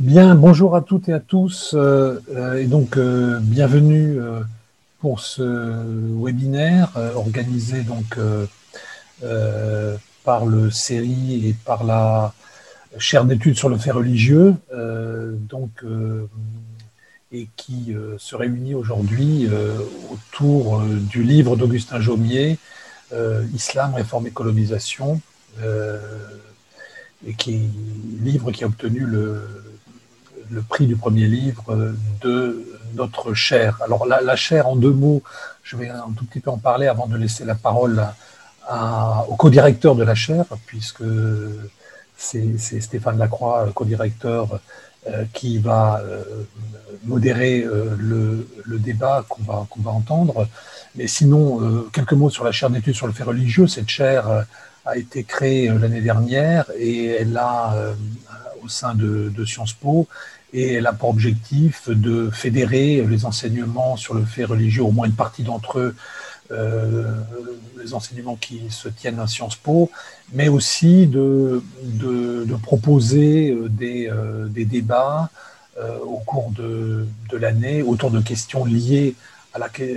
Bien, bonjour à toutes et à tous, bienvenue pour ce webinaire organisé euh, par le CERI et par la chaire d'études sur le fait religieux, et qui se réunit aujourd'hui autour du livre d'Augustin Jaumier, Islam, réforme et colonisation, euh, livre qui a obtenu le prix du premier livre de notre chaire. Alors la chaire, en deux mots, je vais un tout petit peu en parler avant de laisser la parole au co-directeur de la chaire, puisque c'est Stéphane Lacroix, co-directeur, qui va modérer le débat qu'on va entendre. Mais sinon, quelques mots sur la chaire d'études sur le fait religieux. Cette chaire a été créée l'année dernière et elle a, au sein de Sciences Po, et elle a pour objectif de fédérer les enseignements sur le fait religieux, au moins une partie d'entre eux, les enseignements qui se tiennent à Sciences Po, mais aussi de proposer des débats au cours de l'année autour de questions liées à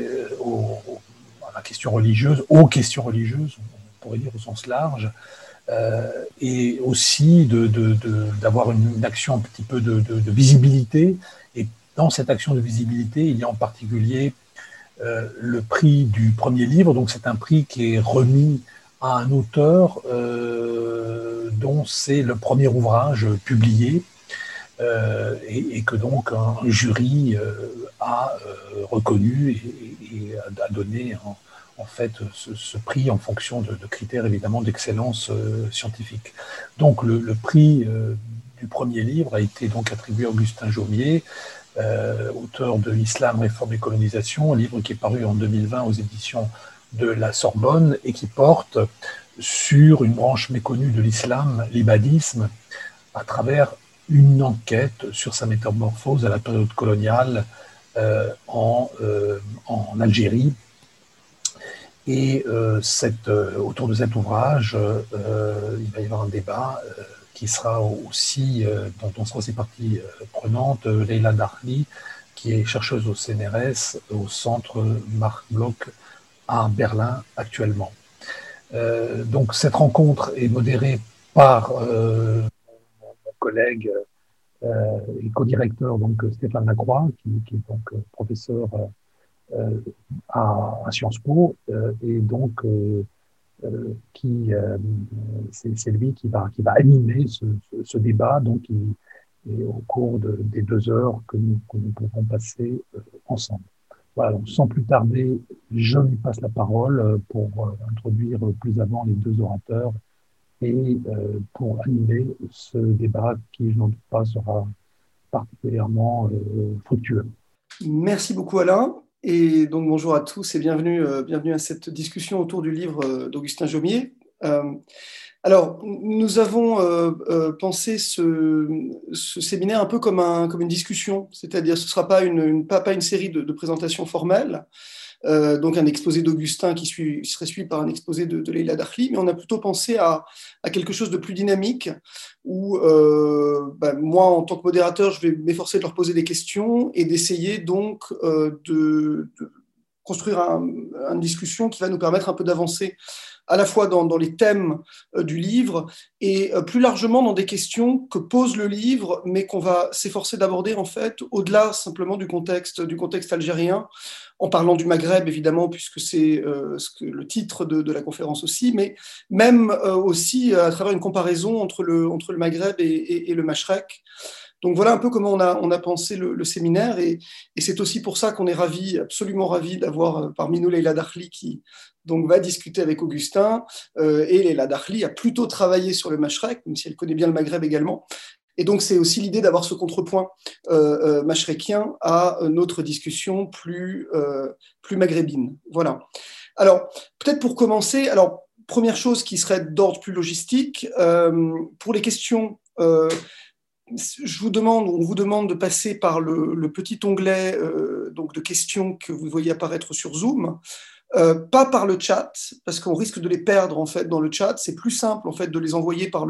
à la question religieuse, aux questions religieuses, on pourrait dire au sens large, et aussi d'avoir une action un petit peu de visibilité. Et dans cette action de visibilité, il y a en particulier le prix du premier livre. Donc c'est un prix qui est remis à un auteur dont c'est le premier ouvrage publié, et que donc un jury a reconnu et a donné en fait ce prix en fonction de critères évidemment d'excellence scientifique. Donc le prix du premier livre a été donc attribué à Augustin Jaumier, auteur de Islam, réforme et colonisation, un livre qui est paru en 2020 aux éditions de la Sorbonne et qui porte sur une branche méconnue de l'islam, l'ibadisme, à travers une enquête sur sa métamorphose à la période coloniale en Algérie. Et autour de cet ouvrage, il va y avoir un débat qui sera aussi, dont on sera aussi partie prenante, Leila Darli, qui est chercheuse au CNRS, au centre Marc Bloch à Berlin actuellement. Donc cette rencontre est modérée par mon collègue et co-directeur, donc Stéphane Lacroix, qui est donc professeur à Sciences Po, et donc c'est lui qui va animer ce débat, donc et au cours des 2 heures que nous pourrons passer ensemble. Voilà, donc sans plus tarder, je lui passe la parole pour introduire plus avant les deux orateurs et pour animer ce débat qui, je n'en doute pas, sera particulièrement fructueux. Merci beaucoup Alain, et donc bonjour à tous et bienvenue à cette discussion autour du livre d'Augustin Jaumier. Alors, nous avons pensé ce séminaire un peu comme une discussion, c'est-à-dire ce ne sera pas pas une série de présentations formelles, donc un exposé d'Augustin qui serait suivi par un exposé de Leila Darli, mais on a plutôt pensé à quelque chose de plus dynamique, où moi, en tant que modérateur, je vais m'efforcer de leur poser des questions et d'essayer donc de construire une discussion qui va nous permettre un peu d'avancer à la fois dans les thèmes du livre et plus largement dans des questions que pose le livre, mais qu'on va s'efforcer d'aborder en fait au-delà simplement du contexte algérien, en parlant du Maghreb évidemment, puisque c'est le titre de la conférence aussi, mais même aussi à travers une comparaison entre le Maghreb et le Mashrek. Donc voilà un peu comment on a pensé le séminaire, et c'est aussi pour ça qu'on est absolument ravis d'avoir parmi nous Leila Darli qui donc va discuter avec Augustin, et Leila Darli a plutôt travaillé sur le Mashrek, même si elle connaît bien le Maghreb également. Et donc c'est aussi l'idée d'avoir ce contrepoint mashrekien à notre discussion plus maghrébine. Voilà. Alors peut-être pour commencer, alors première chose qui serait d'ordre plus logistique, pour les questions on vous demande de passer par le petit onglet donc de questions que vous voyez apparaître sur Zoom. pas par le chat, parce qu'on risque de les perdre en fait dans le chat. C'est plus simple en fait de les envoyer par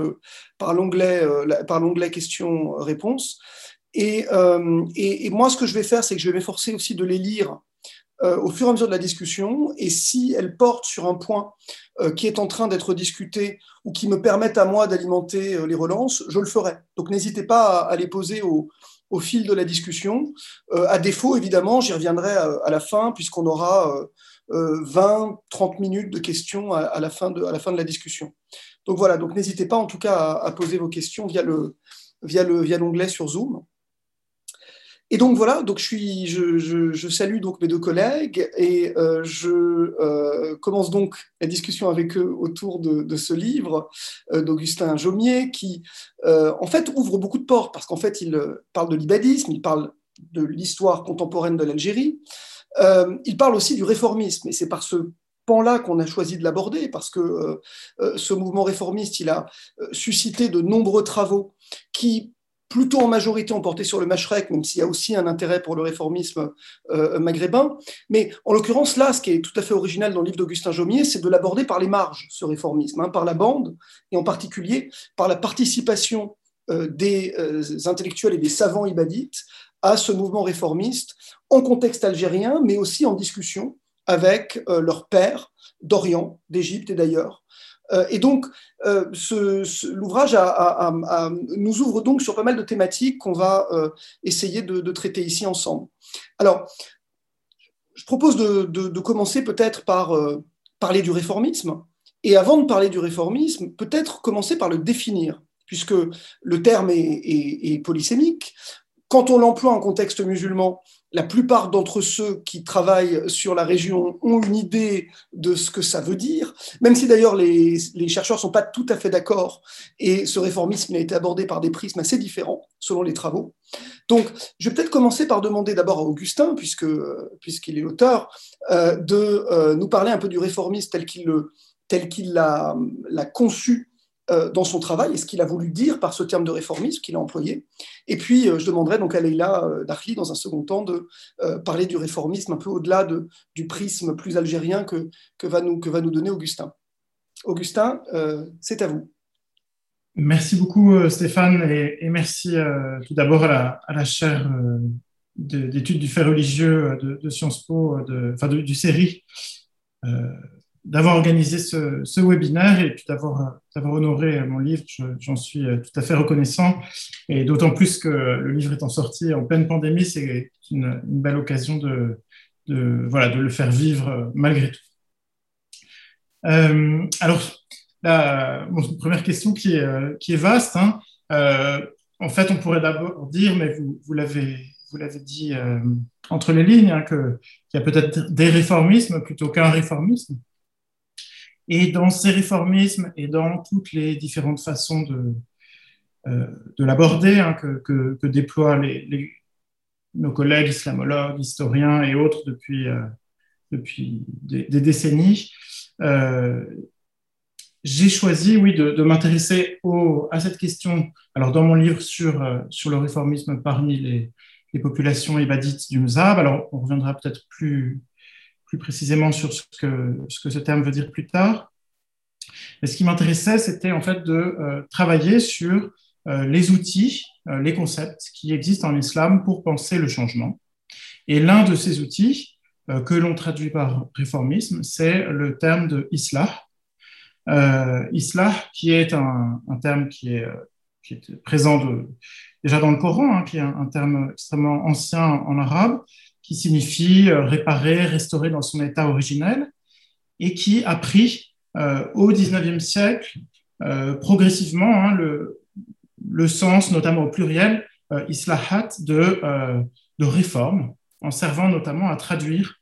l'onglet questions-réponses. Et moi, ce que je vais faire, c'est que je vais m'efforcer aussi de les lire au fur et à mesure de la discussion, et si elles portent sur un point qui est en train d'être discuté ou qui me permettent à moi d'alimenter les relances, je le ferai. Donc n'hésitez pas à les poser au fil de la discussion. À défaut, évidemment, j'y reviendrai à la fin, puisqu'on aura 20-30 minutes de questions à la fin de la discussion. Donc voilà, donc n'hésitez pas en tout cas à poser vos questions via l'onglet sur Zoom. Et donc voilà, donc je salue donc mes deux collègues et je commence donc la discussion avec eux autour de ce livre d'Augustin Jomier qui en fait ouvre beaucoup de portes parce qu'en fait il parle de l'ibadisme, il parle de l'histoire contemporaine de l'Algérie, il parle aussi du réformisme et c'est par ce pan-là qu'on a choisi de l'aborder parce que ce mouvement réformiste il a suscité de nombreux travaux qui plutôt en majorité ont porté sur le Machrek, même s'il y a aussi un intérêt pour le réformisme maghrébin. Mais en l'occurrence, là, ce qui est tout à fait original dans le livre d'Augustin Jomier, c'est de l'aborder par les marges, ce réformisme, hein, par la bande, et en particulier par la participation des intellectuels et des savants ibadites à ce mouvement réformiste, en contexte algérien, mais aussi en discussion avec leurs pairs d'Orient, d'Égypte et d'ailleurs. Et donc, l'ouvrage nous ouvre donc sur pas mal de thématiques qu'on va essayer de traiter ici ensemble. Alors, je propose de commencer peut-être par parler du réformisme. Et avant de parler du réformisme, peut-être commencer par le définir, puisque le terme est polysémique. Quand on l'emploie en contexte musulman, la plupart d'entre ceux qui travaillent sur la région ont une idée de ce que ça veut dire, même si d'ailleurs les chercheurs ne sont pas tout à fait d'accord, et ce réformisme a été abordé par des prismes assez différents selon les travaux. Donc, je vais peut-être commencer par demander d'abord à Augustin, puisqu'il est l'auteur, de nous parler un peu du réformisme tel qu'il l'a conçu dans son travail et ce qu'il a voulu dire par ce terme de réformisme qu'il a employé. Et puis, je demanderai donc à Leïla Dakhli, dans un second temps, de parler du réformisme un peu au-delà du prisme plus algérien que va nous donner Augustin. Augustin, c'est à vous. Merci beaucoup, Stéphane, et merci tout d'abord à la chaire d'études du fait religieux de Sciences Po, du CERI, d'avoir organisé ce webinaire et puis d'avoir honoré mon livre. J'en suis tout à fait reconnaissant, et d'autant plus que le livre étant sorti en pleine pandémie, c'est une belle occasion de le faire vivre malgré tout. Alors, première question qui est vaste, hein. En fait, on pourrait d'abord dire, mais vous l'avez dit entre les lignes, hein, qu'il y a peut-être des réformismes plutôt qu'un réformisme. Et dans ces réformismes et dans toutes les différentes façons de l'aborder, hein, que déploient nos collègues islamologues, historiens et autres depuis des décennies, j'ai choisi, oui, de m'intéresser à cette question. Alors, dans mon livre sur le réformisme parmi les populations ibadites du Mzab, alors on reviendra peut-être plus précisément sur ce que ce terme veut dire plus tard. Mais ce qui m'intéressait, c'était en fait de travailler sur les outils, les concepts qui existent en islam pour penser le changement. Et l'un de ces outils que l'on traduit par réformisme, c'est le terme de islah. Islah, qui est un terme qui est présent déjà dans le Coran, hein, qui est un terme extrêmement ancien en arabe, qui signifie réparer, restaurer dans son état originel, et qui a pris au XIXe siècle progressivement, hein, le sens, notamment au pluriel, islahat, de réforme, en servant notamment à traduire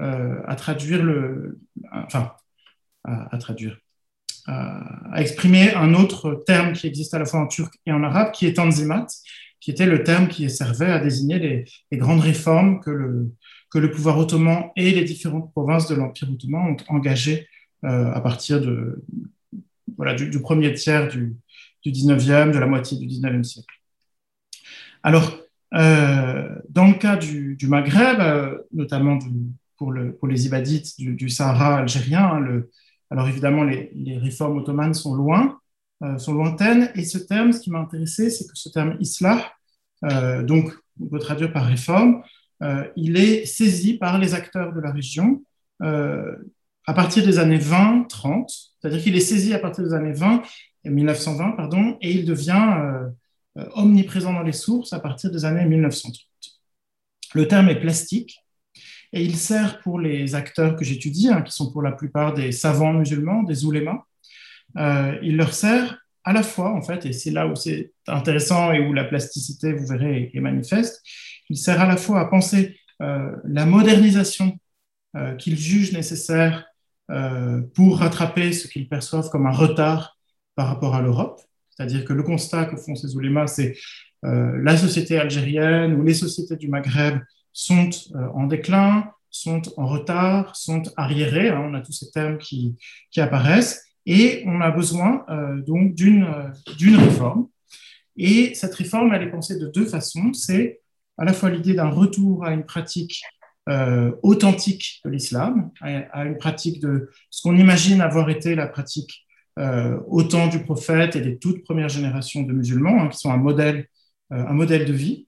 à exprimer un autre terme qui existe à la fois en turc et en arabe, qui est tanzimat, qui était le terme qui servait à désigner les grandes réformes que le pouvoir ottoman et les différentes provinces de l'Empire ottoman ont engagées à partir du premier tiers du 19e, de la moitié du 19e siècle. Alors, dans le cas du Maghreb, notamment pour les ibadites du Sahara algérien. Hein, alors évidemment, les réformes ottomanes sont lointaines. Et ce terme, ce qui m'a intéressé, c'est que ce terme islah, donc on peut traduire par réforme, il est saisi par les acteurs de la région à partir des années 20-30, c'est-à-dire qu'il est saisi à partir des années 1920, pardon, et il devient omniprésent dans les sources à partir des années 1930. Le terme est plastique et il sert pour les acteurs que j'étudie, hein, qui sont pour la plupart des savants musulmans, des oulémas. Il leur sert à la fois, en fait, et c'est là où c'est intéressant et où la plasticité, vous verrez, est manifeste, il sert à la fois à penser la modernisation qu'ils jugent nécessaire pour rattraper ce qu'ils perçoivent comme un retard par rapport à l'Europe. C'est-à-dire que le constat que font ces oulémas, c'est la société algérienne ou les sociétés du Maghreb sont en déclin, sont en retard, sont arriérées. Hein, on a tous ces termes qui apparaissent. Et on a besoin donc d'une réforme. Et cette réforme, elle est pensée de deux façons. C'est à la fois l'idée d'un retour à une pratique authentique de l'islam, à une pratique de ce qu'on imagine avoir été la pratique au temps du prophète et des toutes premières générations de musulmans, hein, qui sont un modèle de vie,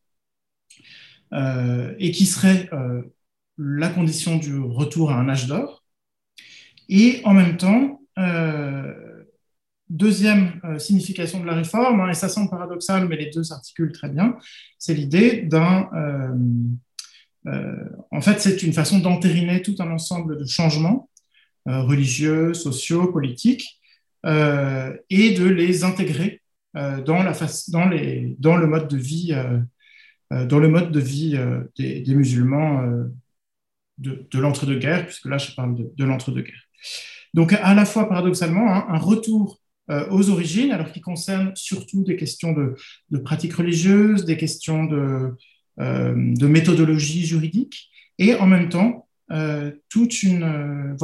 et qui serait la condition du retour à un âge d'or. Et en même temps, deuxième signification de la réforme, hein, et ça semble paradoxal, mais les deux s'articulent très bien, c'est l'idée d'un... en fait, c'est une façon d'entériner tout un ensemble de changements religieux, sociaux, politiques, et de les intégrer dans le mode de vie, des musulmans de l'entre-deux-guerres, puisque là, je parle de l'entre-deux-guerres. Donc, à la fois, paradoxalement, hein, un retour aux origines, alors qui concerne surtout des questions de pratiques religieuses, des questions de méthodologie juridique, et en même temps, toute une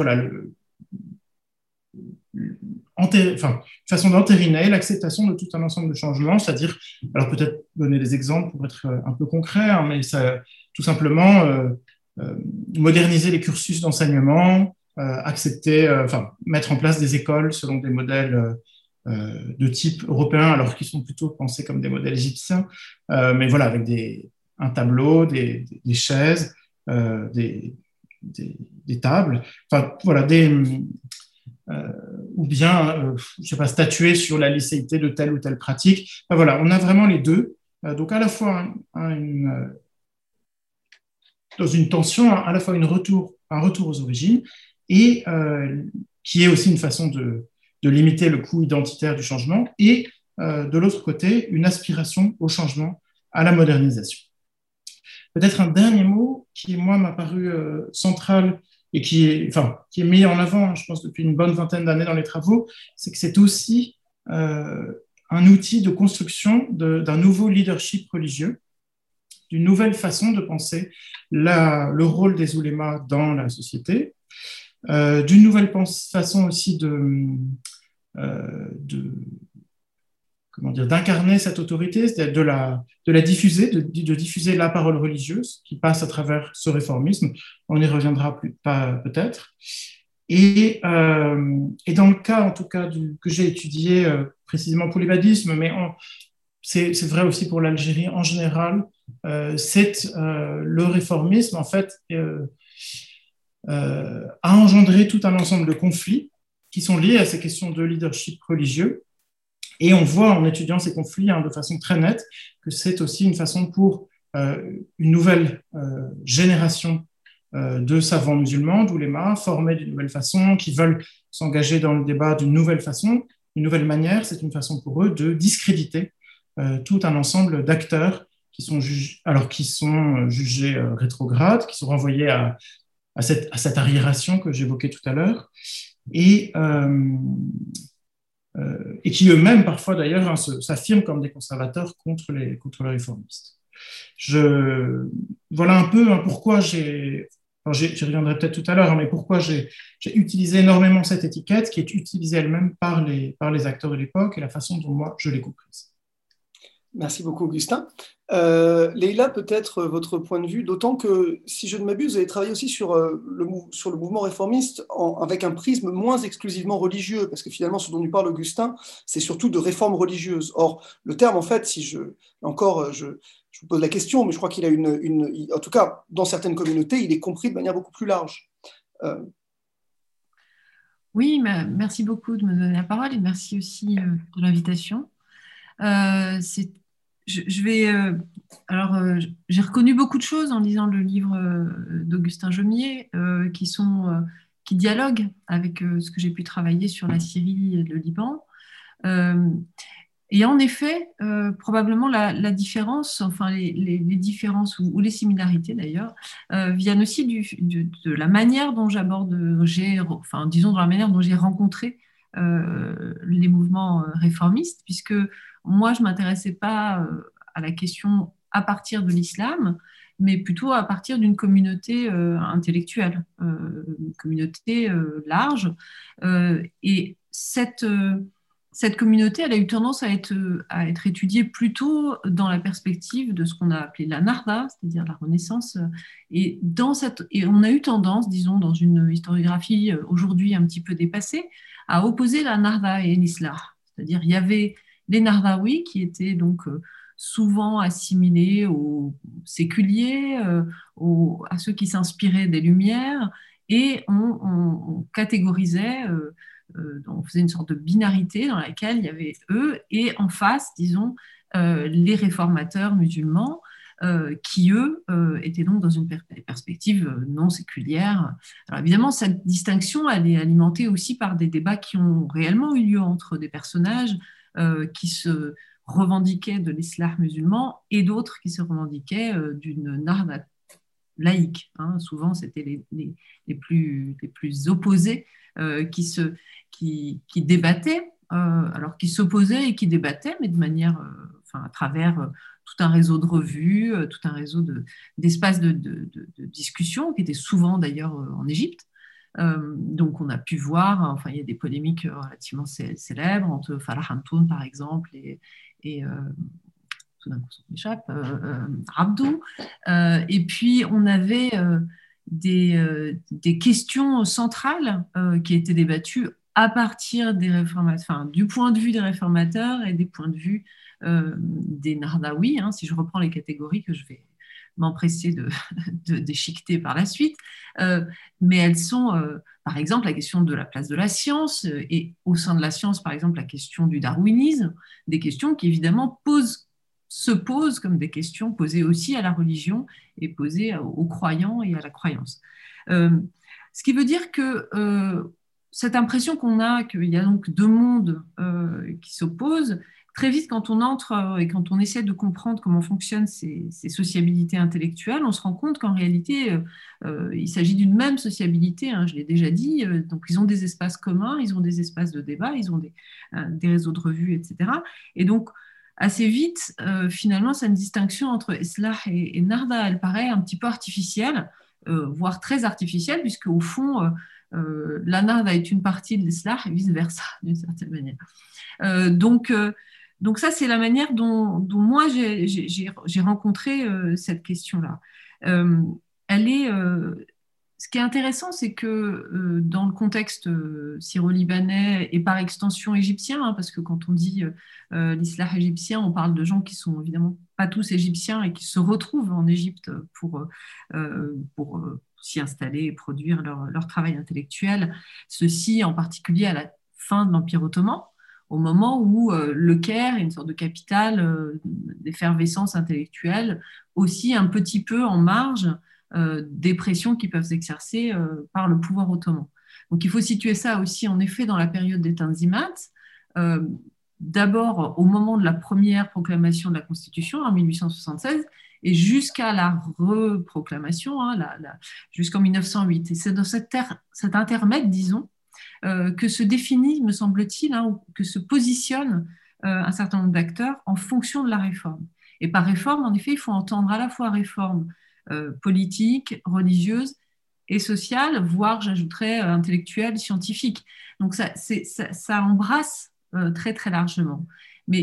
façon d'entériner l'acceptation de tout un ensemble de changements, c'est-à-dire, alors peut-être donner des exemples pour être un peu concret, hein, mais ça, tout simplement moderniser les cursus d'enseignement, mettre en place des écoles selon des modèles de type européen, alors qu'ils sont plutôt pensés comme des modèles égyptiens, mais voilà, avec un tableau, des chaises, des tables, enfin voilà, ou bien, je sais pas, statuer sur la licéité de telle ou telle pratique. Enfin, voilà, on a vraiment les deux. Donc à la fois dans une tension, à la fois un retour aux origines, et qui est aussi une façon de limiter le coût identitaire du changement, et de l'autre côté, une aspiration au changement, à la modernisation. Peut-être un dernier mot qui, moi, m'a paru central et qui est mis en avant, je pense, depuis une bonne vingtaine d'années dans les travaux, c'est que c'est aussi un outil de construction d'un nouveau leadership religieux, d'une nouvelle façon de penser le rôle des oulémas dans la société, d'une nouvelle façon aussi d'incarner cette autorité, c'est-à-dire de la diffuser, de diffuser la parole religieuse qui passe à travers ce réformisme. On y reviendra peut-être. Et dans le cas, en tout cas, que j'ai étudié précisément pour l'ibadisme, mais c'est vrai aussi pour l'Algérie en général, le réformisme, en fait, a engendré tout un ensemble de conflits qui sont liés à ces questions de leadership religieux. Et on voit en étudiant ces conflits de façon très nette que c'est aussi une façon pour une nouvelle génération de savants musulmans, d'oulémas, formés d'une nouvelle façon, qui veulent s'engager dans le débat d'une nouvelle façon, une nouvelle manière. C'est une façon pour eux de discréditer tout un ensemble d'acteurs qui sont jugés rétrogrades, qui sont renvoyés à cette arriération que j'évoquais tout à l'heure, et qui eux-mêmes, parfois d'ailleurs, s'affirment comme des conservateurs contre les réformistes. Voilà un peu pourquoi j'y reviendrai peut-être tout à l'heure, mais pourquoi j'ai utilisé énormément cette étiquette qui est utilisée elle-même par les acteurs de l'époque et la façon dont moi je l'ai comprise. Merci beaucoup, Augustin. Leïla, peut-être votre point de vue, d'autant que, si je ne m'abuse, vous avez travaillé aussi sur, sur le mouvement réformiste avec un prisme moins exclusivement religieux, parce que finalement, ce dont nous parle Augustin, c'est surtout de réformes religieuses. Or, le terme, en fait, encore, je vous pose la question, mais je crois qu'il a en tout cas, dans certaines communautés, il est compris de manière beaucoup plus large. Oui, merci beaucoup de me donner la parole et merci aussi de l'invitation. J'ai reconnu beaucoup de choses en lisant le livre d'Augustin Jomier qui dialoguent avec ce que j'ai pu travailler sur la Syrie et le Liban. Et en effet, probablement la différence, enfin les différences ou les similarités d'ailleurs, viennent aussi de la manière dont disons dans la manière dont j'ai rencontré les mouvements réformistes, puisque moi, je ne m'intéressais pas à la question à partir de l'islam, mais plutôt à partir d'une communauté intellectuelle, une communauté large. Et cette communauté, elle a eu tendance à être étudiée plutôt dans la perspective de ce qu'on a appelé la Narda, c'est-à-dire la Renaissance. Et on a eu tendance, disons, dans une historiographie aujourd'hui un petit peu dépassée, à opposer la Narda et l'Islam. C'est-à-dire, il y avait les Nardaouis qui étaient donc souvent assimilés aux séculiers, à ceux qui s'inspiraient des Lumières, et on catégorisait, on faisait une sorte de binarité dans laquelle il y avait eux, et en face, disons, les réformateurs musulmans, qui, eux, étaient donc dans une perspective non séculière. Alors évidemment, cette distinction, elle est alimentée aussi par des débats qui ont réellement eu lieu entre des personnages qui se revendiquaient de l'islam musulman et d'autres qui se revendiquaient d'une narda laïque. Hein. Souvent, c'était les plus opposés qui débattaient, alors qui s'opposaient et qui débattaient, mais de manière, à travers tout un réseau de revues, tout un réseau d'espaces de discussion, qui étaient souvent d'ailleurs en Égypte. Donc on a pu voir, il y a des polémiques relativement célèbres entre Farah Hantoun par exemple et tout d'un coup ça m'échappe, Abdou. Et puis on avait des questions centrales qui étaient débattues à partir du point de vue des réformateurs et des points de vue des Nardaouis, hein, si je reprends les catégories que je vais m'empresser de déchiqueter par la suite, mais elles sont, par exemple, la question de la place de la science, et au sein de la science, par exemple, la question du darwinisme, des questions qui évidemment se posent comme des questions posées aussi à la religion et posées aux croyants et à la croyance. Ce qui veut dire que cette impression qu'on a qu'il y a donc deux mondes qui s'opposent, très vite, quand on entre et quand on essaie de comprendre comment fonctionnent ces sociabilités intellectuelles, on se rend compte qu'en réalité, il s'agit d'une même sociabilité, hein, je l'ai déjà dit. Donc, ils ont des espaces communs, ils ont des espaces de débat, ils ont des réseaux de revues, etc. Et donc, assez vite, finalement, cette distinction entre Islah et Narda, elle paraît un petit peu artificielle, voire très artificielle, puisque au fond, la Narda est une partie de l'Islah et vice-versa, d'une certaine manière. Donc ça, c'est la manière dont moi, j'ai rencontré cette question-là. Ce qui est intéressant, c'est que dans le contexte syro-libanais et par extension égyptien, hein, parce que quand on dit l'islam égyptien, on parle de gens qui sont évidemment pas tous égyptiens et qui se retrouvent en Égypte pour s'y installer et produire leur travail intellectuel. Ceci en particulier à la fin de l'Empire ottoman, au moment où le Caire est une sorte de capitale d'effervescence intellectuelle, aussi un petit peu en marge des pressions qui peuvent s'exercer par le pouvoir ottoman. Donc il faut situer ça aussi en effet dans la période des Tanzimat, d'abord au moment de la première proclamation de la Constitution en 1876 et jusqu'à la reproclamation, hein, jusqu'en 1908. Et c'est dans cet intermède, disons, que se définit, me semble-t-il, hein, que se positionne un certain nombre d'acteurs en fonction de la réforme. Et par réforme, en effet, il faut entendre à la fois réforme politique, religieuse et sociale, voire, j'ajouterais, intellectuelle, scientifique. Donc ça embrasse très, très largement. Mais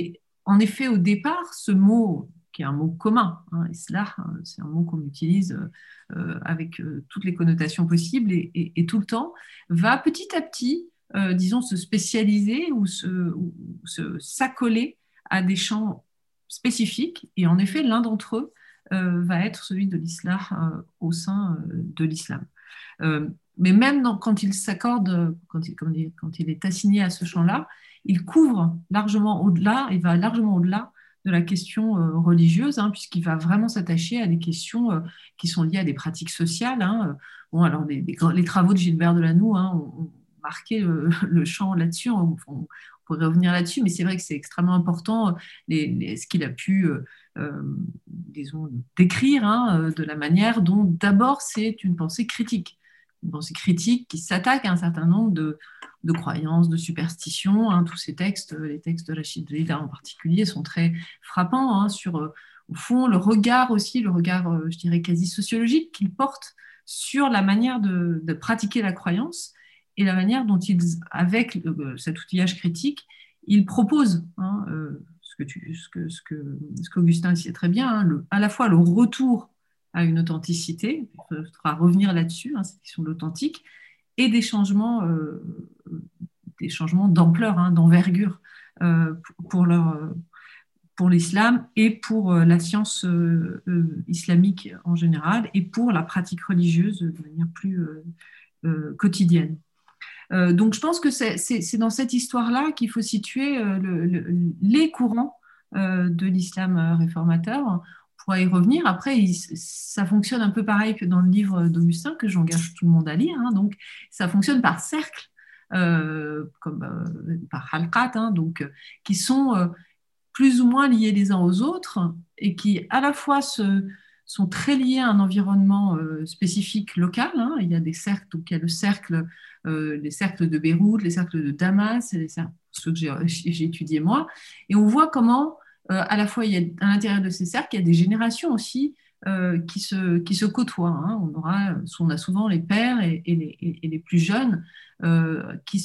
en effet, au départ, ce mot, qui est un mot commun, islah, c'est un mot qu'on utilise avec toutes les connotations possibles et tout le temps, va petit à petit, disons, se spécialiser ou s'accoler à des champs spécifiques. Et en effet, l'un d'entre eux va être celui de l'islah au sein de l'islam. Mais même quand il s'accorde, quand il est assigné à ce champ-là, il couvre largement au-delà, il va largement au-delà de la question religieuse, puisqu'il va vraiment s'attacher à des questions qui sont liées à des pratiques sociales. Bon, alors les travaux de Gilbert Delanoux ont marqué le champ là-dessus. On pourrait revenir là-dessus, mais c'est vrai que c'est extrêmement important ce qu'il a pu disons, décrire de la manière dont d'abord c'est une pensée critique qui s'attaque à un certain nombre de croyances, de superstitions. Tous ces textes, les textes de Rachid Velida en particulier, sont très frappants sur, au fond, le regard, je dirais, quasi sociologique qu'il porte sur la manière de pratiquer la croyance et la manière dont avec cet outillage critique, il propose ce qu'Augustin sait très bien, à la fois le retour à une authenticité, il faudra revenir là-dessus, cette question de l'authentique, et des changements d'ampleur, d'envergure pour l'islam et pour la science islamique en général et pour la pratique religieuse de manière plus quotidienne. Donc je pense que c'est dans cette histoire-là qu'il faut situer les courants de l'islam réformateur. On pourra y revenir. Après, ça fonctionne un peu pareil que dans le livre d'Augustin, que j'engage tout le monde à lire. Donc ça fonctionne par cercle, comme par halqat, donc qui sont plus ou moins liés les uns aux autres et qui à la fois sont très liés à un environnement spécifique local. Il y a des cercles, donc il y a les cercles de Beyrouth, les cercles de Damas, ceux que j'ai étudiés moi, et on voit comment à la fois il y a, à l'intérieur de ces cercles, il y a des générations aussi qui se côtoient. On a souvent les pères et les plus jeunes qui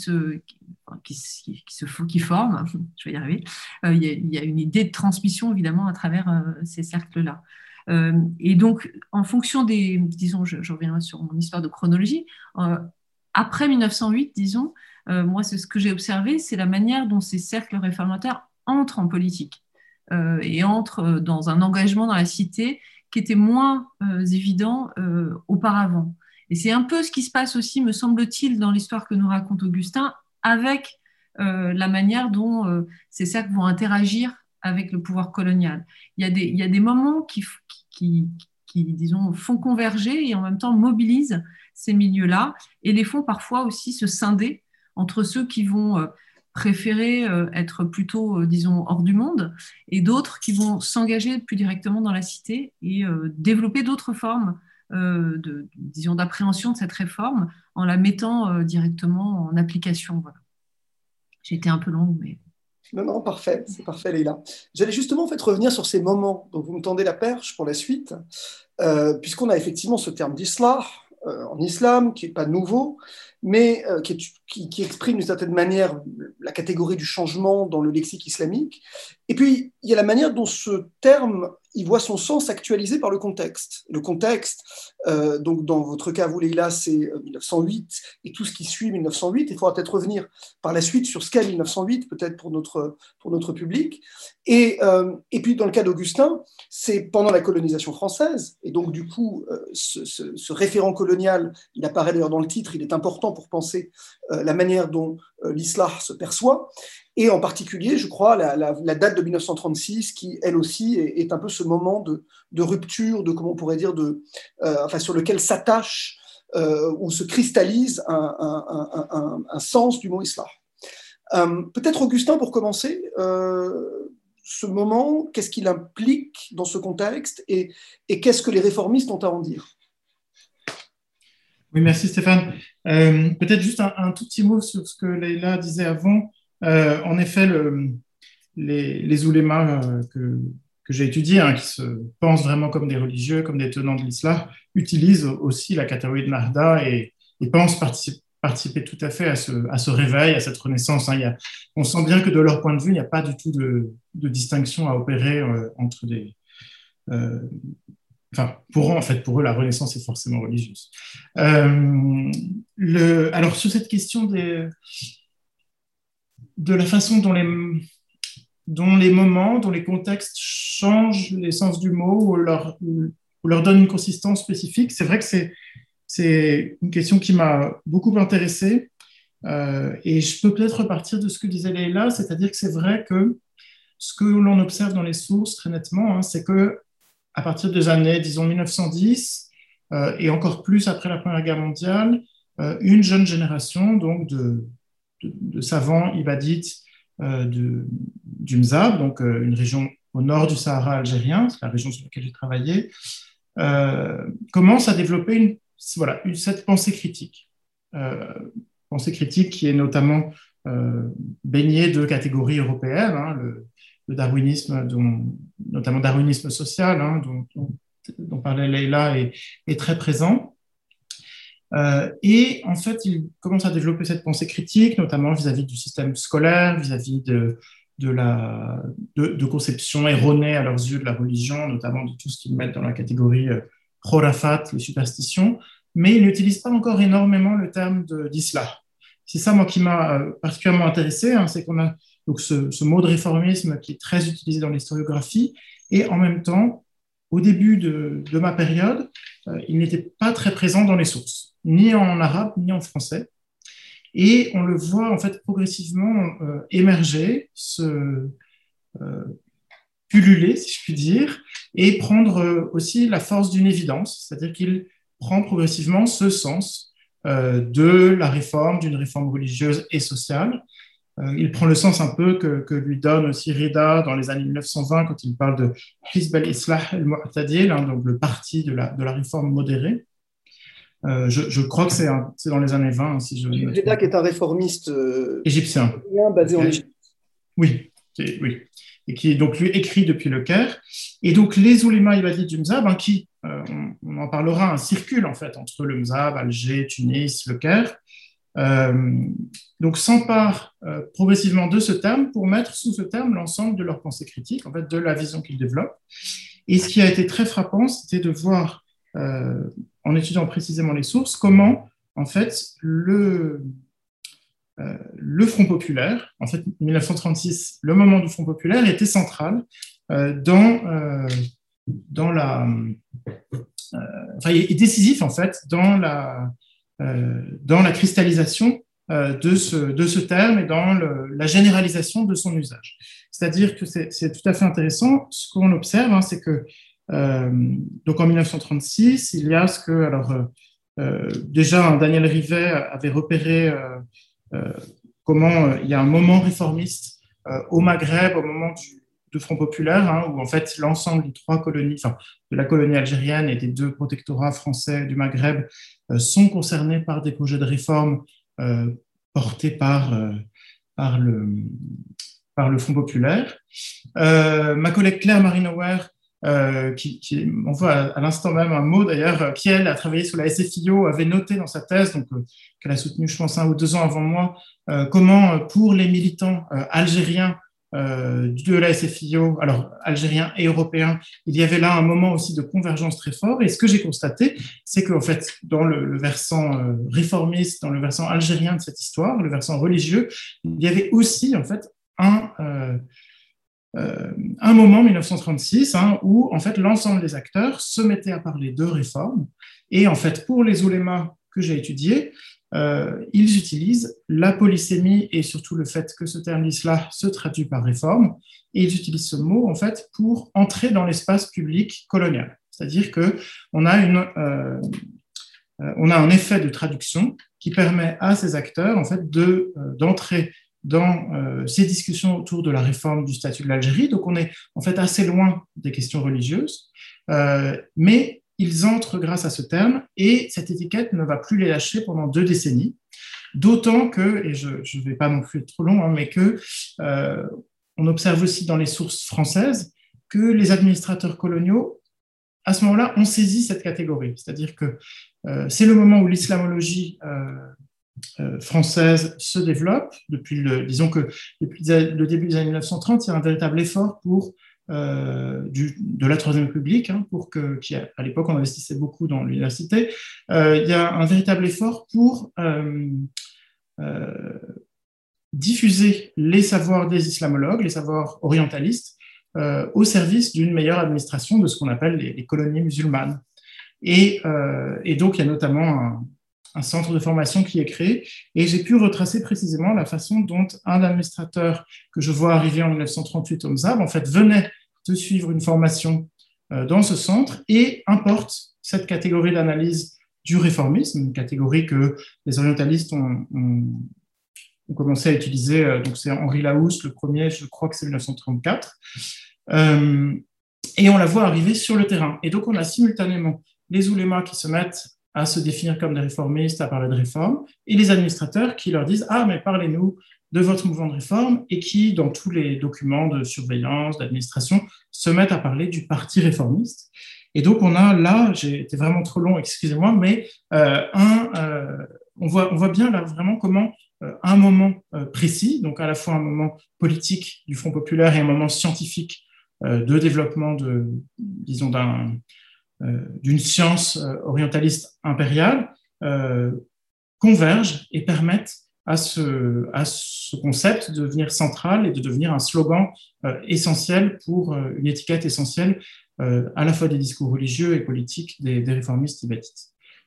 forment, je vais y arriver. Il y a une idée de transmission évidemment à travers ces cercles-là. Et donc, en fonction disons, je reviendrai sur mon histoire de chronologie, après 1908, disons, moi, c'est ce que j'ai observé, c'est la manière dont ces cercles réformateurs entrent en politique et entrent dans un engagement dans la cité qui était moins évident auparavant. Et c'est un peu ce qui se passe aussi, me semble-t-il, dans l'histoire que nous raconte Augustin, avec la manière dont ces cercles vont interagir avec le pouvoir colonial. Il y a des moments qui disons, font converger et en même temps mobilisent ces milieux-là et les font parfois aussi se scinder entre ceux qui vont préférer être plutôt, disons, hors du monde et d'autres qui vont s'engager plus directement dans la cité et développer d'autres formes disons, d'appréhension de cette réforme en la mettant directement en application. Voilà. J'ai été un peu longue, mais... Non, parfait, c'est parfait, Leïla. J'allais justement en fait revenir sur ces moments, donc vous me tendez la perche pour la suite, puisqu'on a effectivement ce terme d'islah en islam, qui n'est pas nouveau, mais qui exprime d'une certaine manière la catégorie du changement dans le lexique islamique. Et puis, il y a la manière dont ce terme, il voit son sens actualisé par le contexte. Le contexte, donc dans votre cas, vous, Leïla, c'est 1908 et tout ce qui suit 1908. Il faudra peut-être revenir par la suite sur ce qu'est 1908, peut-être pour notre public. Et puis, dans le cas d'Augustin, c'est pendant la colonisation française. Et donc, du coup, ce référent colonial, il apparaît d'ailleurs dans le titre, il est important pour penser la manière dont l'islah se perçoit. Et en particulier, je crois, la date de 1936, qui, elle aussi, est un peu ce moment de rupture, de, comment on pourrait dire, sur lequel s'attache ou se cristallise un sens du mot islah. Peut-être, Augustin, pour commencer, ce moment, qu'est-ce qu'il implique dans ce contexte et qu'est-ce que les réformistes ont à en dire? Oui, merci Stéphane. Peut-être juste un tout petit mot sur ce que Leïla disait avant. En effet, les oulémas que j'ai étudiés, qui se pensent vraiment comme des religieux, comme des tenants de l'islam, utilisent aussi la catégorie de Nahda et pensent participé tout à fait à ce réveil, à cette renaissance. Hein. On sent bien que de leur point de vue, il n'y a pas du tout de distinction à opérer entre des... Enfin, pour eux, la Renaissance est forcément religieuse. Alors, sur cette question de la façon dont les moments, dont les contextes changent l'essence du mot ou leur donnent une consistance spécifique, c'est vrai que c'est une question qui m'a beaucoup intéressée. Et je peux peut-être repartir de ce que disait Leïla, c'est-à-dire que c'est vrai que ce que l'on observe dans les sources très nettement, hein, c'est que à partir des années, disons 1910, et encore plus après la Première Guerre mondiale, une jeune génération donc de savants ibadites du Mzab, donc une région au nord du Sahara algérien, c'est la région sur laquelle j'ai travaillé, commence à développer cette pensée critique. Pensée critique qui est notamment baignée de catégories européennes, hein, le darwinisme, notamment darwinisme social, hein, dont parlait Leïla, est très présent. Et en fait, il commence à développer cette pensée critique, notamment vis-à-vis du système scolaire, vis-à-vis de conceptions erronées à leurs yeux de la religion, notamment de tout ce qu'ils mettent dans la catégorie khorafat, les superstitions, mais il n'utilise pas encore énormément le terme d'islam. C'est ça, moi, qui m'a particulièrement intéressé, hein, c'est qu'on a donc ce mot de réformisme qui est très utilisé dans l'historiographie, et en même temps, au début de ma période, il n'était pas très présent dans les sources, ni en arabe, ni en français. Et on le voit en fait progressivement émerger, pulluler, si je puis dire, et prendre aussi la force d'une évidence, c'est-à-dire qu'il prend progressivement ce sens de la réforme, d'une réforme religieuse et sociale. Il prend le sens un peu que lui donne aussi Rida dans les années 1920 quand il parle de Hizb al-Islah al-Mu'tadil, hein, donc le parti de la réforme modérée. Je crois que c'est dans les années 20. Si je Rida qui est un réformiste égyptien basé en Égypte. Oui, oui. Et qui donc lui écrit depuis le Caire. Et donc les oulémas ibadites du Mzab, hein, qui, on en parlera, circulent en fait entre le Mzab, Alger, Tunis, le Caire, donc s'emparent progressivement de ce terme pour mettre sous ce terme l'ensemble de leur pensée critique, en fait, de la vision qu'ils développent. Et ce qui a été très frappant, c'était de voir, en étudiant précisément les sources, comment, en fait, le Front populaire, en fait, 1936, le moment du Front populaire était central dans la... est décisif, en fait, dans la cristallisation de ce terme et dans la généralisation de son usage. C'est-à-dire que c'est tout à fait intéressant. Ce qu'on observe, hein, c'est que donc en 1936, il y a ce que, déjà Daniel Rivet avait repéré comment il y a un moment réformiste au Maghreb, au moment du Front populaire, hein, où en fait l'ensemble des trois colonies, de la colonie algérienne et des deux protectorats français du Maghreb sont concernés par des projets de réforme portés par le Front populaire. Ma collègue Claire Marinauer, qui m'envoie à l'instant même un mot d'ailleurs, qui elle a travaillé sur la SFIO, avait noté dans sa thèse, donc qu'elle a soutenue je pense 1 ou 2 ans avant moi, comment pour les militants algériens de la SFIO, alors algériens et européens, il y avait là un moment aussi de convergence très fort. Et ce que j'ai constaté, c'est qu'en fait, dans le versant réformiste, dans le versant algérien de cette histoire, le versant religieux, il y avait aussi en fait un moment 1936 hein, où en fait l'ensemble des acteurs se mettaient à parler de réforme. Et en fait, pour les oulémas que j'ai étudiés, ils utilisent la polysémie et surtout le fait que ce terme d'islam se traduit par réforme, et ils utilisent ce mot en fait pour entrer dans l'espace public colonial. C'est-à-dire qu'on a un effet de traduction qui permet à ces acteurs en fait d'entrer dans ces discussions autour de la réforme du statut de l'Algérie. Donc on est en fait assez loin des questions religieuses, mais ils entrent grâce à ce terme, et cette étiquette ne va plus les lâcher pendant 2 décennies, d'autant que, et je ne vais pas non plus être trop long, hein, mais on observe aussi dans les sources françaises que les administrateurs coloniaux, à ce moment-là, ont saisi cette catégorie. C'est-à-dire que c'est le moment où l'islamologie française se développe. Disons que depuis le début des années 1930, il y a un véritable effort de la Troisième République, qui à l'époque on investissait beaucoup dans l'université. Il y a un véritable effort pour diffuser les savoirs des islamologues, les savoirs orientalistes, au service d'une meilleure administration de ce qu'on appelle les colonies musulmanes. Et donc, il y a notamment un centre de formation qui est créé, et j'ai pu retracer précisément la façon dont un administrateur que je vois arriver en 1938 au MSAB, en fait, venait de suivre une formation dans ce centre et importe cette catégorie d'analyse du réformisme, une catégorie que les orientalistes ont commencé à utiliser. Donc, c'est Henri Laousse, le premier, je crois que c'est 1934. Et on la voit arriver sur le terrain. Et donc, on a simultanément les oulémas qui se mettent à se définir comme des réformistes, à parler de réforme, et les administrateurs qui leur disent « Ah, mais parlez-nous de votre mouvement de réforme », et qui, dans tous les documents de surveillance, d'administration, se mettent à parler du parti réformiste. Et donc, on a là, j'ai été vraiment trop long, excusez-moi, mais on voit bien là vraiment comment un moment précis, donc à la fois un moment politique du Front populaire et un moment scientifique de développement disons, d'une science orientaliste impériale, convergent et permettent à ce concept de devenir central et de devenir un slogan essentiel pour une étiquette essentielle à la fois des discours religieux et politiques des réformistes tibétites.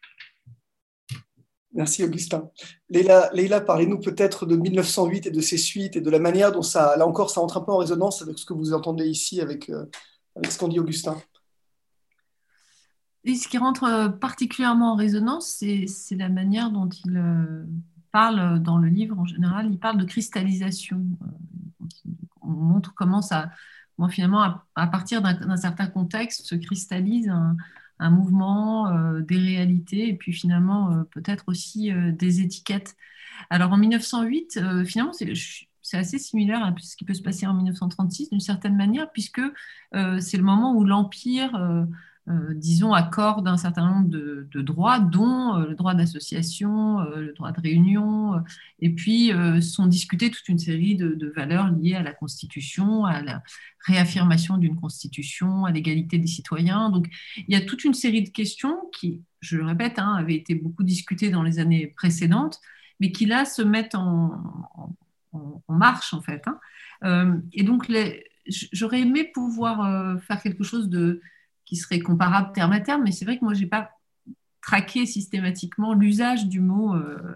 Merci Augustin. Leïla, parlez-nous peut-être de 1908 et de ses suites et de la manière dont ça, là encore, ça entre un peu en résonance avec ce que vous entendez ici, avec ce qu'en dit Augustin. Et ce qui rentre particulièrement en résonance, c'est la manière dont il parle dans le livre en général. Il parle de cristallisation. On montre comment finalement, à partir d'un certain contexte, se cristallise un mouvement, des réalités, et puis finalement peut-être aussi des étiquettes. Alors en 1908, finalement, c'est assez similaire à ce qui peut se passer en 1936 d'une certaine manière, puisque c'est le moment où l'Empire, disons, accorde un certain nombre de droits, dont le droit d'association, le droit de réunion, et puis sont discutées toute une série de valeurs liées à la Constitution, à la réaffirmation d'une Constitution, à l'égalité des citoyens. Donc, il y a toute une série de questions qui, je le répète, avaient été beaucoup discutées dans les années précédentes, mais qui là se mettent en marche, en fait. Et donc, j'aurais aimé pouvoir faire quelque chose qui serait comparable terme à terme, mais c'est vrai que moi, je n'ai pas traqué systématiquement l'usage du mot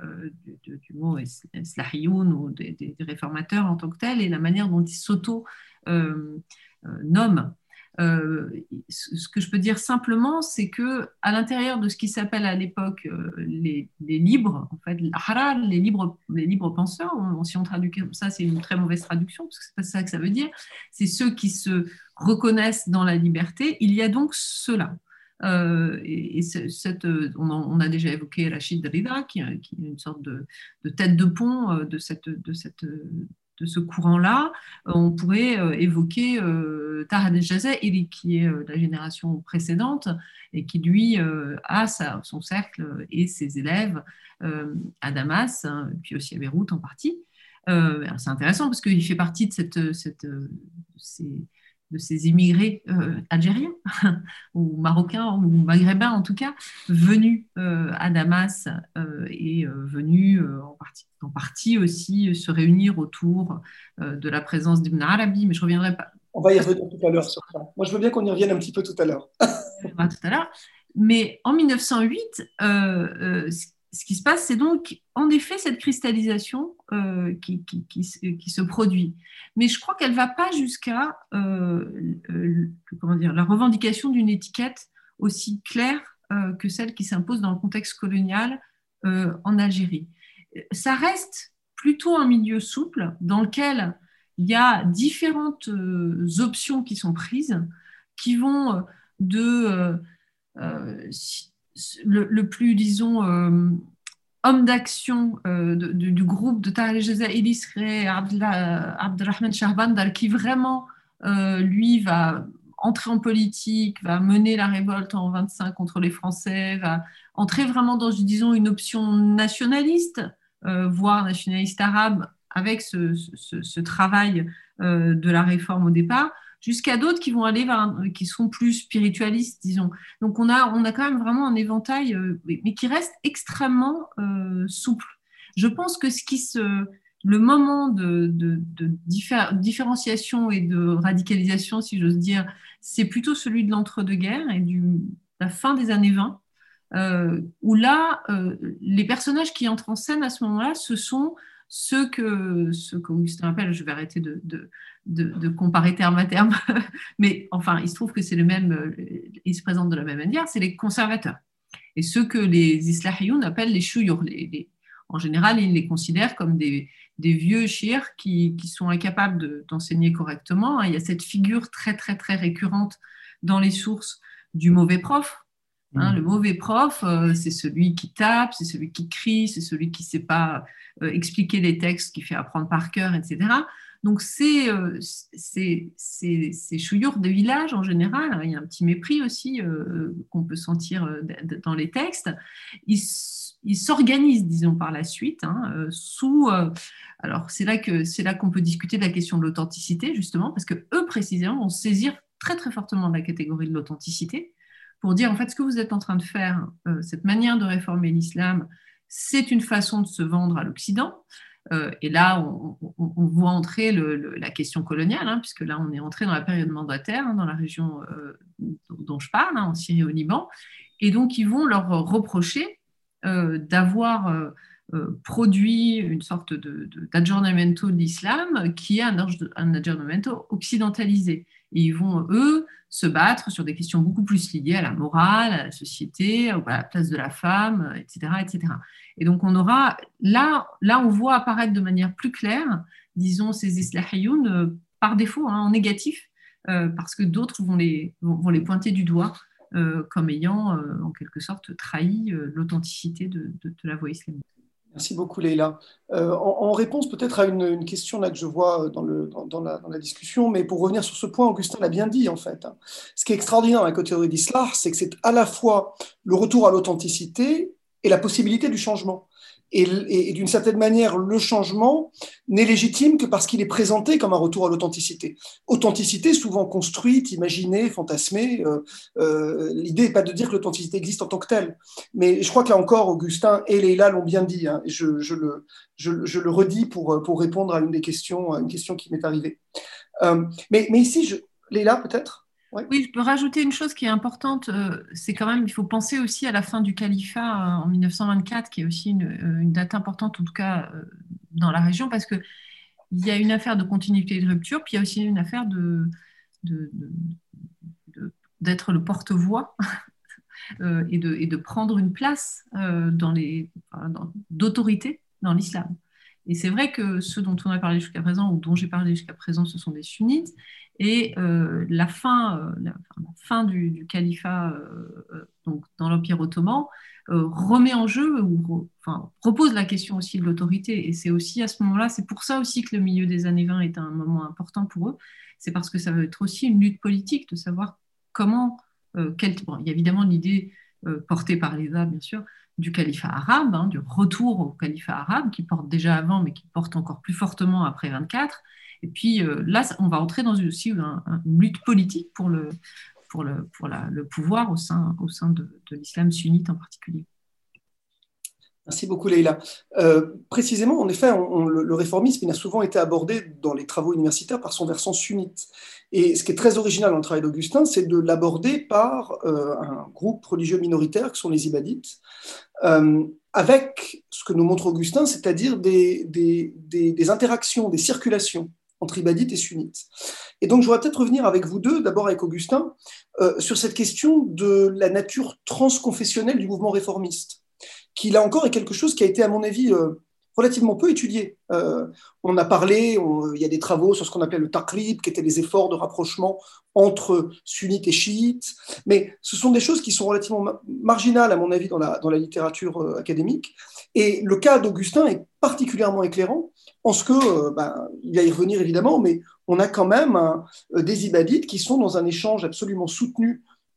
Slahiyoun ou des réformateurs en tant que tel, et la manière dont ils s'auto-nomment. Ce que je peux dire simplement, c'est que à l'intérieur de ce qui s'appelle à l'époque les libres, en fait, les libres penseurs, si on traduit comme ça, c'est une très mauvaise traduction, parce que c'est pas ça que ça veut dire, c'est ceux qui se reconnaissent dans la liberté. Il y a donc cela. On a déjà évoqué Rachid Rida, qui est une sorte de tête de pont de ce courant-là. On pourrait évoquer Taha el-Jazairi, qui est la génération précédente et qui, lui, a son cercle et ses élèves à Damas, puis aussi à Beyrouth en partie. C'est intéressant parce qu'il fait partie de ces immigrés algériens ou marocains ou maghrébins en tout cas, venus à Damas et venus en partie aussi se réunir autour de la présence d'Ibn Arabi, mais je ne reviendrai pas. On va y revenir tout à l'heure sur ça. Moi, je veux bien qu'on y revienne un petit peu tout à l'heure. Tout à l'heure. Mais en 1908, ce qui se passe, c'est donc en effet cette cristallisation qui se produit. Mais je crois qu'elle ne va pas jusqu'à la revendication d'une étiquette aussi claire que celle qui s'impose dans le contexte colonial en Algérie. Ça reste plutôt un milieu souple dans lequel il y a différentes options qui sont prises, qui vont le plus, disons, homme d'action du groupe de Taha el-Jazairi serait Abdelrahman Shahbandar, qui vraiment, lui, va entrer en politique, va mener la révolte en 25 contre les Français, va entrer vraiment dans, disons, une option nationaliste, voire nationalistes arabes, avec ce travail de la réforme au départ, jusqu'à d'autres qui vont aller qui sont plus spiritualistes, disons. Donc on a quand même vraiment un éventail, mais qui reste extrêmement souple. Je pense que le moment de différenciation et de radicalisation, si j'ose dire, c'est plutôt celui de l'entre-deux-guerres et la fin des années 20, où là, les personnages qui entrent en scène à ce moment-là, ce sont ceux qu'Augustin appelle, je vais arrêter de comparer terme à terme, mais enfin, il se trouve que c'est le même, ils se présentent de la même manière, c'est les conservateurs. Et ceux que les islahiyoun appellent les chouyours. En général, ils les considèrent comme des vieux chiites qui sont incapables d'enseigner correctement. Il y a cette figure très, très, très récurrente dans les sources du mauvais prof. Le mauvais prof, c'est celui qui tape, c'est celui qui crie, c'est celui qui ne sait pas expliquer les textes, qui fait apprendre par cœur, etc. Donc, ces chouyours de village, en général, il y a un petit mépris aussi qu'on peut sentir dans les textes. Ils s'organisent, disons, par la suite, alors, c'est là qu'on peut discuter de la question de l'authenticité, justement, parce qu'eux, précisément, vont se saisir très, très fortement de la catégorie de l'authenticité pour dire, en fait, ce que vous êtes en train de faire, cette manière de réformer l'islam, c'est une façon de se vendre à l'Occident. Et là, on voit entrer la question coloniale, puisque là, on est entré dans la période mandataire, dans la région dont je parle, en Syrie et au Liban. Et donc, ils vont leur reprocher d'avoir produit une sorte d'aggiornamento de l'islam qui est un aggiornamento occidentalisé. Et ils vont, eux, se battre sur des questions beaucoup plus liées à la morale, à la société, à la place de la femme, etc., etc. Et donc, on aura, là, on voit apparaître de manière plus claire, disons, ces islahiyoun par défaut, en négatif, parce que d'autres vont les pointer du doigt comme ayant, en quelque sorte, trahi l'authenticité de la voie islamique. Merci beaucoup, Leïla. En réponse peut-être à une question là, que je vois dans la discussion, mais pour revenir sur ce point, Augustin l'a bien dit en fait. Ce qui est extraordinaire dans la théorie d'Islah, c'est que c'est à la fois le retour à l'authenticité et la possibilité du changement. Et d'une certaine manière, le changement n'est légitime que parce qu'il est présenté comme un retour à l'authenticité. Authenticité souvent construite, imaginée, fantasmée. L'idée n'est pas de dire que l'authenticité existe en tant que telle. Mais je crois que là encore, Augustin et Leïla l'ont bien dit. Je le redis pour répondre à une question qui m'est arrivée. Mais ici, Leïla, peut-être ? Ouais. Oui, je peux rajouter une chose qui est importante, c'est quand même, il faut penser aussi à la fin du califat en 1924, qui est aussi une date importante, en tout cas dans la région, parce qu'il y a une affaire de continuité et de rupture, puis il y a aussi une affaire d'être le porte-voix et de prendre une place d'autorité dans l'islam. Et c'est vrai que ceux dont on a parlé jusqu'à présent, ou dont j'ai parlé jusqu'à présent, ce sont des sunnites. Et la fin du califat donc dans l'Empire ottoman remet en jeu, repose la question aussi de l'autorité. Et c'est aussi à ce moment-là, c'est pour ça aussi que le milieu des années 20 est un moment important pour eux. C'est parce que ça va être aussi une lutte politique de savoir comment... il y a évidemment l'idée portée par l'État, bien sûr, du califat arabe, du retour au califat arabe, qui porte déjà avant, mais qui porte encore plus fortement après 24. Et puis là, on va entrer dans aussi une lutte politique pour le pouvoir au sein de l'islam sunnite en particulier. Merci beaucoup, Leïla. Précisément, en effet, le réformisme il a souvent été abordé dans les travaux universitaires par son versant sunnite. Et ce qui est très original dans le travail d'Augustin, c'est de l'aborder par un groupe religieux minoritaire, qui sont les Ibadites, avec ce que nous montre Augustin, c'est-à-dire des interactions, des circulations entre Ibadites et sunnites. Et donc, je voudrais peut-être revenir avec vous deux, d'abord avec Augustin, sur cette question de la nature transconfessionnelle du mouvement réformiste, qui, là encore, est quelque chose qui a été, à mon avis, relativement peu étudié. On a parlé, il y a des travaux sur ce qu'on appelait le taqrib, qui étaient les efforts de rapprochement entre sunnites et chiites, mais ce sont des choses qui sont relativement marginales, à mon avis, dans la littérature académique. Et le cas d'Augustin est particulièrement éclairant, en ce que, il va y revenir évidemment, mais on a quand même des Ibadites qui sont dans un échange absolument soutenu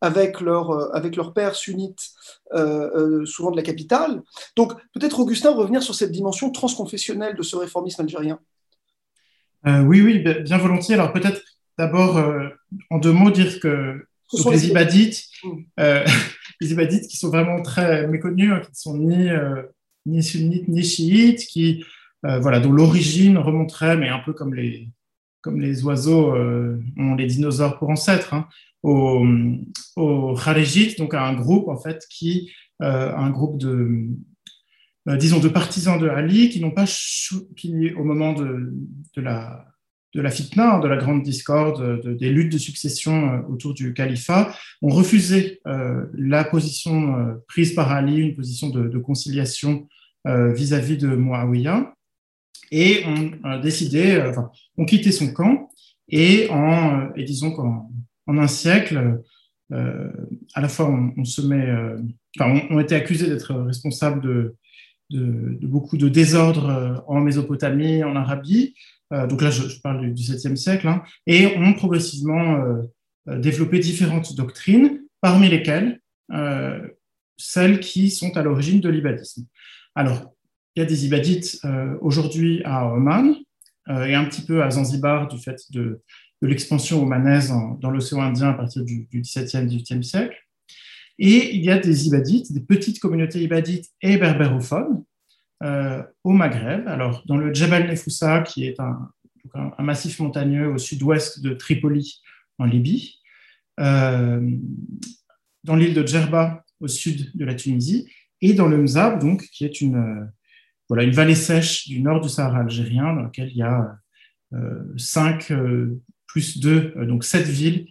avec leur père sunnite, souvent de la capitale. Donc, peut-être, Augustin, revenir sur cette dimension transconfessionnelle de ce réformisme algérien. Oui, bien volontiers. Alors, peut-être d'abord, en 2 mots, dire que donc, les Ibadites, les Ibadites qui sont vraiment très méconnus, qui ne sont ni sunnites ni chiites, dont l'origine remonterait, mais un peu comme les oiseaux ont les dinosaures pour ancêtres, hein, aux Kharijites, donc à un groupe en fait un groupe de disons de partisans de Ali qui n'ont pas qui au moment de la fitna, de la grande discorde, des luttes de succession autour du califat, ont refusé la position prise par Ali, une position de conciliation vis-à-vis de Muawiyah, et ont décidé, ont quitté son camp, et disons qu'en un siècle, à la fois on se met, ont été accusés d'être responsables de beaucoup de désordres en Mésopotamie, en Arabie, donc là je parle du XVIIe siècle, hein, et ont progressivement développé différentes doctrines, parmi lesquelles celles qui sont à l'origine de l'ibadisme. Alors, il y a des ibadites aujourd'hui à Oman et un petit peu à Zanzibar du fait de l'expansion omanaise dans l'océan Indien à partir du XVIIe, XVIIIe siècle. Et il y a des ibadites, des petites communautés ibadites et berbérophones au Maghreb. Alors, dans le Djebel Nefoussa, qui est un massif montagneux au sud-ouest de Tripoli, en Libye, dans l'île de Djerba, au sud de la Tunisie, et dans le Mzab, donc, qui est une vallée sèche du nord du Sahara algérien, dans laquelle il y a 5 plus 2, donc 7 villes.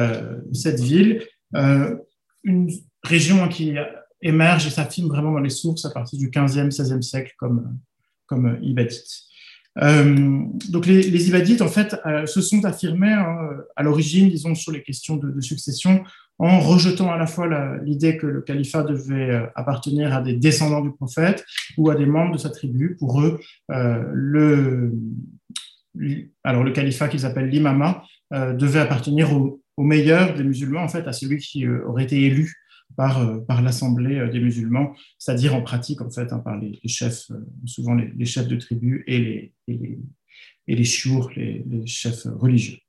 Une région qui émerge et s'affirme vraiment dans les sources à partir du 15e, 16e siècle comme ibadites. Donc les ibadites, en fait, se sont affirmés à l'origine, disons, sur les questions de succession, en rejetant à la fois l'idée que le califat devait appartenir à des descendants du prophète ou à des membres de sa tribu. Pour eux, le califat qu'ils appellent l'imama devait appartenir au meilleur des musulmans, en fait, à celui qui aurait été élu par l'assemblée des musulmans, c'est-à-dire en pratique, en fait, par les chefs, souvent les chefs de tribu et les chiours, les chefs religieux.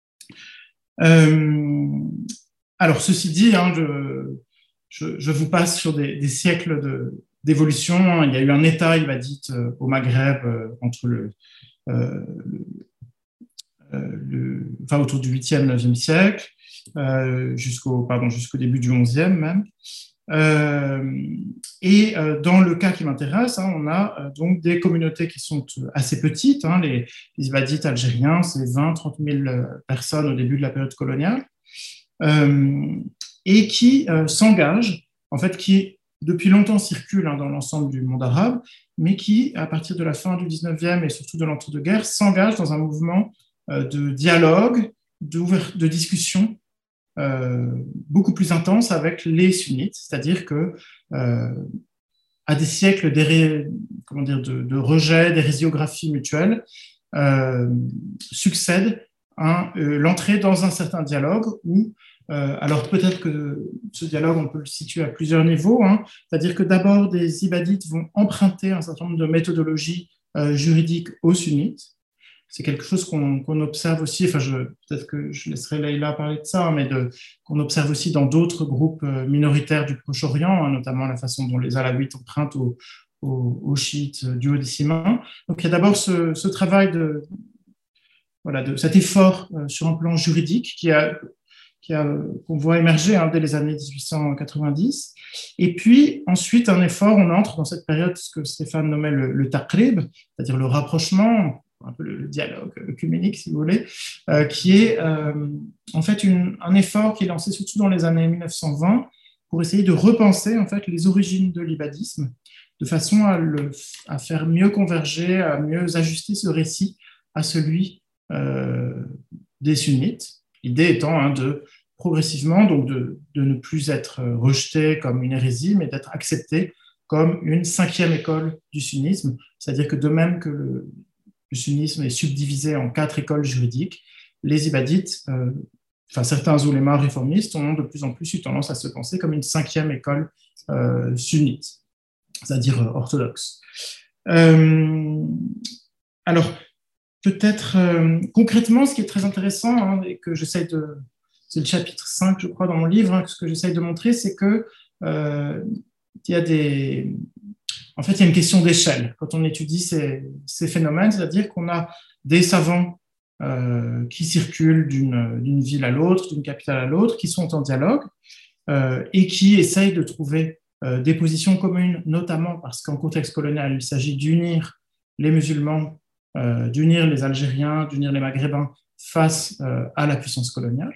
Alors, ceci dit, hein, je vous passe sur des siècles d'évolution. Il y a eu un État ibadite au Maghreb entre autour du 8e, 9e siècle, jusqu'au début du 11e même. Dans le cas qui m'intéresse, hein, on a donc des communautés qui sont assez petites. Hein, les ibadites algériens, c'est 20-30 000 personnes au début de la période coloniale, et qui s'engagent, en fait, qui depuis longtemps circulent dans l'ensemble du monde arabe, mais qui, à partir de la fin du 19e et surtout de l'entre-deux-guerres, s'engagent dans un mouvement de dialogue, de discussion beaucoup plus intense avec les sunnites, c'est-à-dire que à des siècles de rejet, d'hérésiographies mutuelles, succède l'entrée dans un certain dialogue où, alors peut-être que ce dialogue, on peut le situer à plusieurs niveaux, hein, c'est-à-dire que d'abord, des ibadites vont emprunter un certain nombre de méthodologies juridiques aux sunnites. C'est quelque chose qu'on observe aussi, peut-être que je laisserai Leïla parler de ça, mais qu'on observe aussi dans d'autres groupes minoritaires du Proche-Orient, hein, notamment la façon dont les Alaouites empruntent aux chiites duodécimains. Donc il y a d'abord ce travail de cet effort sur un plan juridique qu'on voit émerger dès les années 1890. Et puis ensuite, un effort, on entre dans cette période, ce que Stéphane nommait le taqrib, c'est-à-dire le rapprochement, un peu le dialogue œcuménique, si vous voulez, qui est en fait un effort qui est lancé surtout dans les années 1920 pour essayer de repenser en fait les origines de l'ibadisme, de façon à faire mieux converger, à mieux ajuster ce récit à celui des sunnites. L'idée étant de progressivement donc de ne plus être rejeté comme une hérésie, mais d'être accepté comme une 5e école du sunnisme, c'est-à-dire que de même que le sunnisme est subdivisé en 4 écoles juridiques, les ibadites certains oulémas réformistes ont de plus en plus eu tendance à se penser comme une cinquième école sunnite, c'est-à-dire orthodoxe. Alors, peut-être concrètement, ce qui est très intéressant, hein, et que j'essaie de... C'est le chapitre 5, je crois, dans mon livre, hein, que ce que j'essaie de montrer, c'est que il y a des... En fait, il y a une question d'échelle quand on étudie ces phénomènes, c'est-à-dire qu'on a des savants qui circulent d'une ville à l'autre, d'une capitale à l'autre, qui sont en dialogue et qui essayent de trouver des positions communes, notamment parce qu'en contexte colonial, il s'agit d'unir les musulmans, d'unir les Algériens, d'unir les Maghrébins face à la puissance coloniale.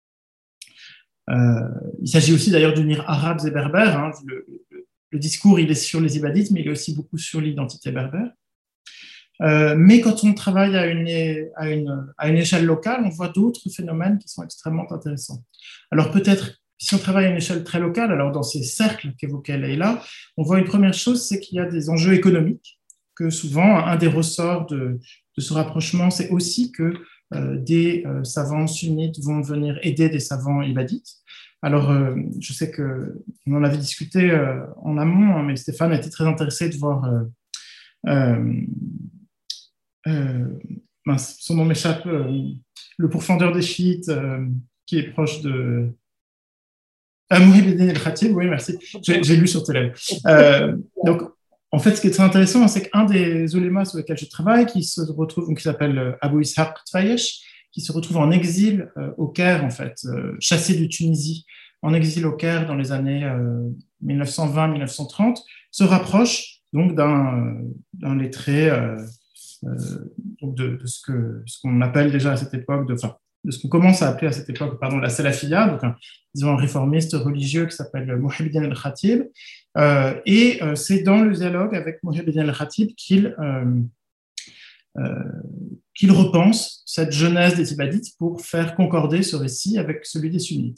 Il s'agit aussi d'ailleurs d'unir Arabes et Berbères. Hein. Le discours, il est sur les ibadites, mais il est aussi beaucoup sur l'identité berbère. Mais quand on travaille à une échelle locale, on voit d'autres phénomènes qui sont extrêmement intéressants. Alors peut-être, si on travaille à une échelle très locale, alors dans ces cercles qu'évoquait Leïla, on voit une première chose, c'est qu'il y a des enjeux économiques, que souvent, un des ressorts de ce rapprochement, c'est aussi que des savants sunnites vont venir aider des savants ibadites. Alors, je sais qu'on en avait discuté en amont, hein, mais Stéphane a été très intéressé de voir... son nom m'échappe, le pourfendeur des chiites, qui est proche de... Mouhibeddin el-Khatib, oui, merci. J'ai lu sur télé. Donc, en fait, ce qui est très intéressant, c'est qu'un des ulémas sur lesquels je travaille, qui s'appelle Abou Ishaq Tfayesh, qui se retrouve en exil au Caire, en fait, chassé de Tunisie, en exil au Caire dans les années 1920-1930, se rapproche donc d'un lettré de ce qu'on appelle déjà à cette époque, de ce qu'on commence à appeler à cette époque, la salafia, donc un réformiste religieux qui s'appelle Mouhibeddin el-Khatib. Et c'est dans le dialogue avec Mouhibeddin el-Khatib qu'il repense cette genèse des Ibadites pour faire concorder ce récit avec celui des sunnites.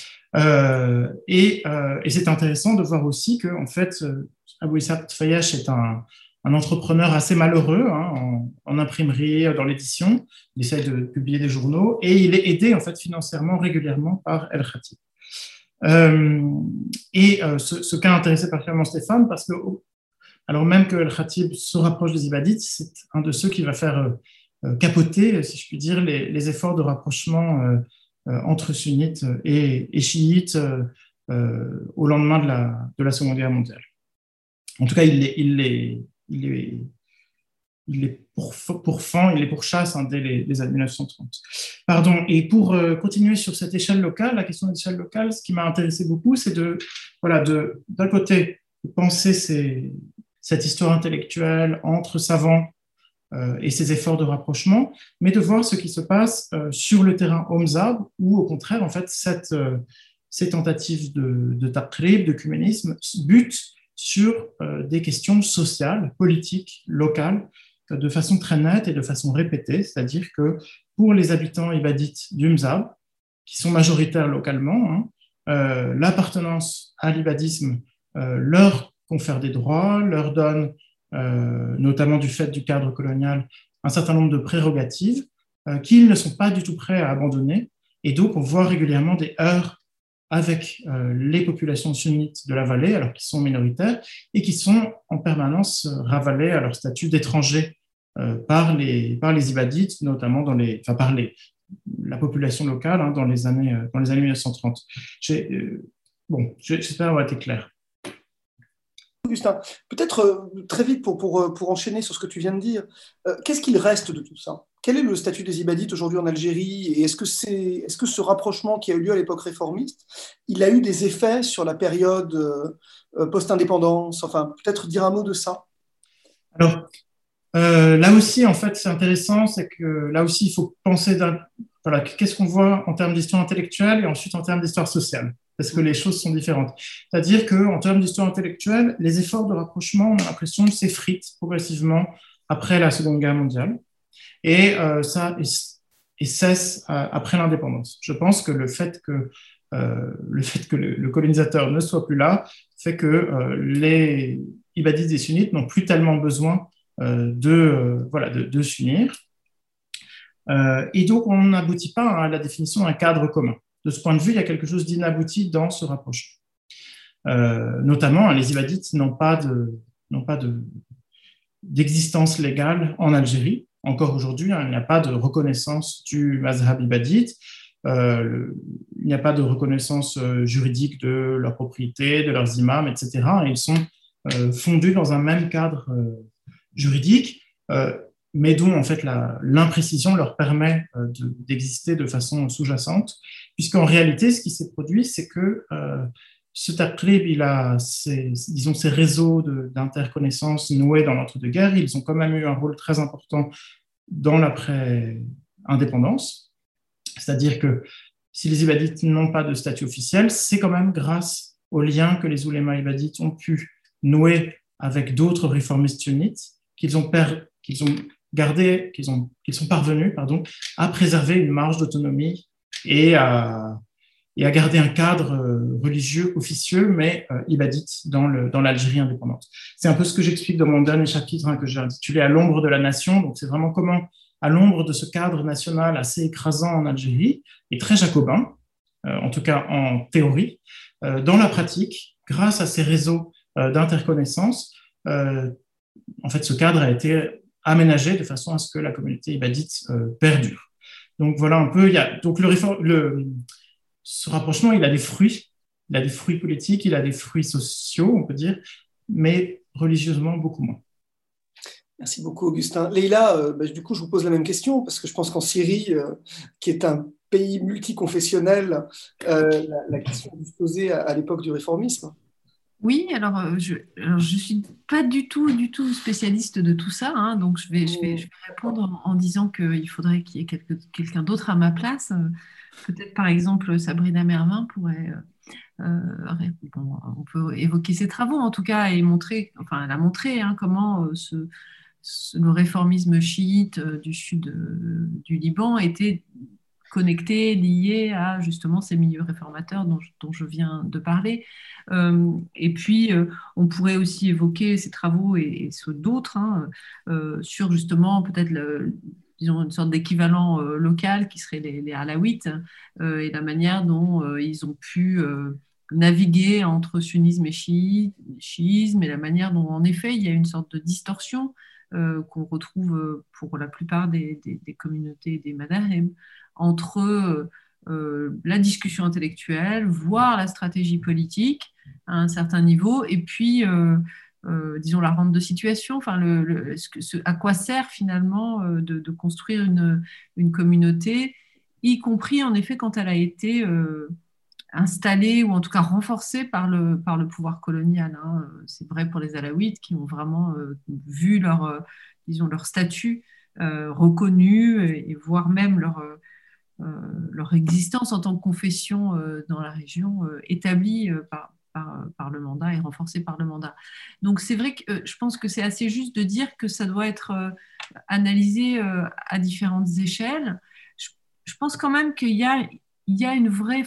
Et c'est intéressant de voir aussi que, en fait, Abou Ishaq Tfayesh est un entrepreneur assez malheureux, hein, en imprimerie, dans l'édition. Il essaie de publier des journaux et il est aidé en fait financièrement régulièrement par El-Khatib. Ce cas intéressait particulièrement Stéphane parce que, alors même que El-Khatib se rapproche des Ibadites, c'est un de ceux qui va faire capoter, si je puis dire, les efforts de rapprochement entre sunnites et chiites au lendemain de la Seconde Guerre mondiale. En tout cas, il les pourchasse dès les années 1930. Pardon. Et pour continuer sur cette échelle locale, la question de l'échelle locale, ce qui m'a intéressé beaucoup, c'est d'un côté, de penser cette histoire intellectuelle entre savants et ces efforts de rapprochement, mais de voir ce qui se passe sur le terrain Omzab, où au contraire, en fait, ces tentatives de taqrib, d'œcuménisme, butent sur des questions sociales, politiques, locales, de façon très nette et de façon répétée, c'est-à-dire que pour les habitants ibadites du Mzab, qui sont majoritaires localement, hein, l'appartenance à l'ibadisme leur confère des droits, leur donne, notamment du fait du cadre colonial, un certain nombre de prérogatives qu'ils ne sont pas du tout prêts à abandonner. Et donc, on voit régulièrement des heurts avec les populations sunnites de la vallée, alors qu'ils sont minoritaires, et qui sont en permanence ravalés à leur statut d'étrangers par les ibadites, notamment par la population locale, hein, dans les années 1930. J'espère avoir été clair. Augustin, peut-être très vite pour enchaîner sur ce que tu viens de dire, qu'est-ce qu'il reste de tout ça? Quel est le statut des ibadites aujourd'hui en Algérie? Et est-ce que ce rapprochement qui a eu lieu à l'époque réformiste, il a eu des effets sur la période post-indépendance? Enfin, peut-être dire un mot de ça. Alors, là aussi, en fait, c'est intéressant, c'est que là aussi, il faut penser qu'est-ce qu'on voit en termes d'histoire intellectuelle et ensuite en termes d'histoire sociale, parce que les choses sont différentes. C'est-à-dire qu'en termes d'histoire intellectuelle, les efforts de rapprochement, on a l'impression, s'effritent progressivement après la Seconde Guerre mondiale. Et cesse après l'indépendance. Je pense que le fait que le colonisateur ne soit plus là fait que les ibadites et sunnites n'ont plus tellement besoin de s'unir. Et donc, on n'aboutit pas à la définition d'un cadre commun. De ce point de vue, il y a quelque chose d'inabouti dans ce rapprochement. Notamment, les ibadites n'ont pas d'existence légale en Algérie. Encore aujourd'hui, il n'y a pas de reconnaissance du mazhab ibadite, il n'y a pas de reconnaissance juridique de leur propriété, de leurs imams, etc. Et ils sont fondus dans un même cadre juridique, mais dont en fait l'imprécision leur permet d'exister de façon sous-jacente, puisqu'en réalité, ce qui s'est produit, c'est que ce taqlib, il a ces réseaux d'interconnaissance noués dans l'entre-deux-guerres. Ils ont quand même eu un rôle très important dans l'après-indépendance. C'est-à-dire que si les ibadites n'ont pas de statut officiel, c'est quand même grâce aux liens que les oulémas ibadites ont pu nouer avec d'autres réformistes sunnites qu'ils sont parvenus à préserver une marge d'autonomie et à garder un cadre religieux officieux, mais ibadite dans l'Algérie indépendante. C'est un peu ce que j'explique dans mon dernier chapitre que j'ai intitulé « À l'ombre de la nation ». Donc, c'est vraiment comment, à l'ombre de ce cadre national assez écrasant en Algérie, et très jacobin, en tout cas en théorie, dans la pratique, grâce à ces réseaux d'interconnaissance, en fait, ce cadre a été aménagé de façon à ce que la communauté ibadite perdure. Donc, voilà un peu. Ce rapprochement, il a des fruits politiques, il a des fruits sociaux, on peut dire, mais religieusement, beaucoup moins. Merci beaucoup, Augustin. Leïla, du coup, je vous pose la même question, parce que je pense qu'en Syrie, qui est un pays multiconfessionnel, la question dû se poser à l'époque du réformisme. Oui, alors je suis pas du tout spécialiste de tout ça, hein, donc je vais répondre en disant qu'il faudrait qu'il y ait quelqu'un d'autre à ma place. Peut-être par exemple Sabrina Mervin pourrait, on peut évoquer ses travaux en tout cas et montrer, enfin elle a montré comment le réformisme chiite du sud du Liban était connecté, lié à justement ces milieux réformateurs dont je viens de parler. Et puis, on pourrait aussi évoquer ces travaux et ceux d'autres sur justement peut-être disons une sorte d'équivalent local qui serait les Alaouites et la manière dont ils ont pu naviguer entre sunnisme et chiisme et la manière dont en effet il y a une sorte de distorsion qu'on retrouve pour la plupart des communautés des Madahib entre la discussion intellectuelle, voire la stratégie politique à un certain niveau, et puis, disons, la rente de situation, enfin, à quoi sert finalement de construire une communauté, y compris en effet quand elle a été installée ou en tout cas renforcée par le pouvoir colonial. Hein. C'est vrai pour les Alaouites qui ont vraiment vu leur statut reconnu et voire même leur existence en tant que confession dans la région établie par le mandat et renforcée par le mandat. Donc c'est vrai que je pense que c'est assez juste de dire que ça doit être analysé à différentes échelles. Je pense quand même qu'il y a une vraie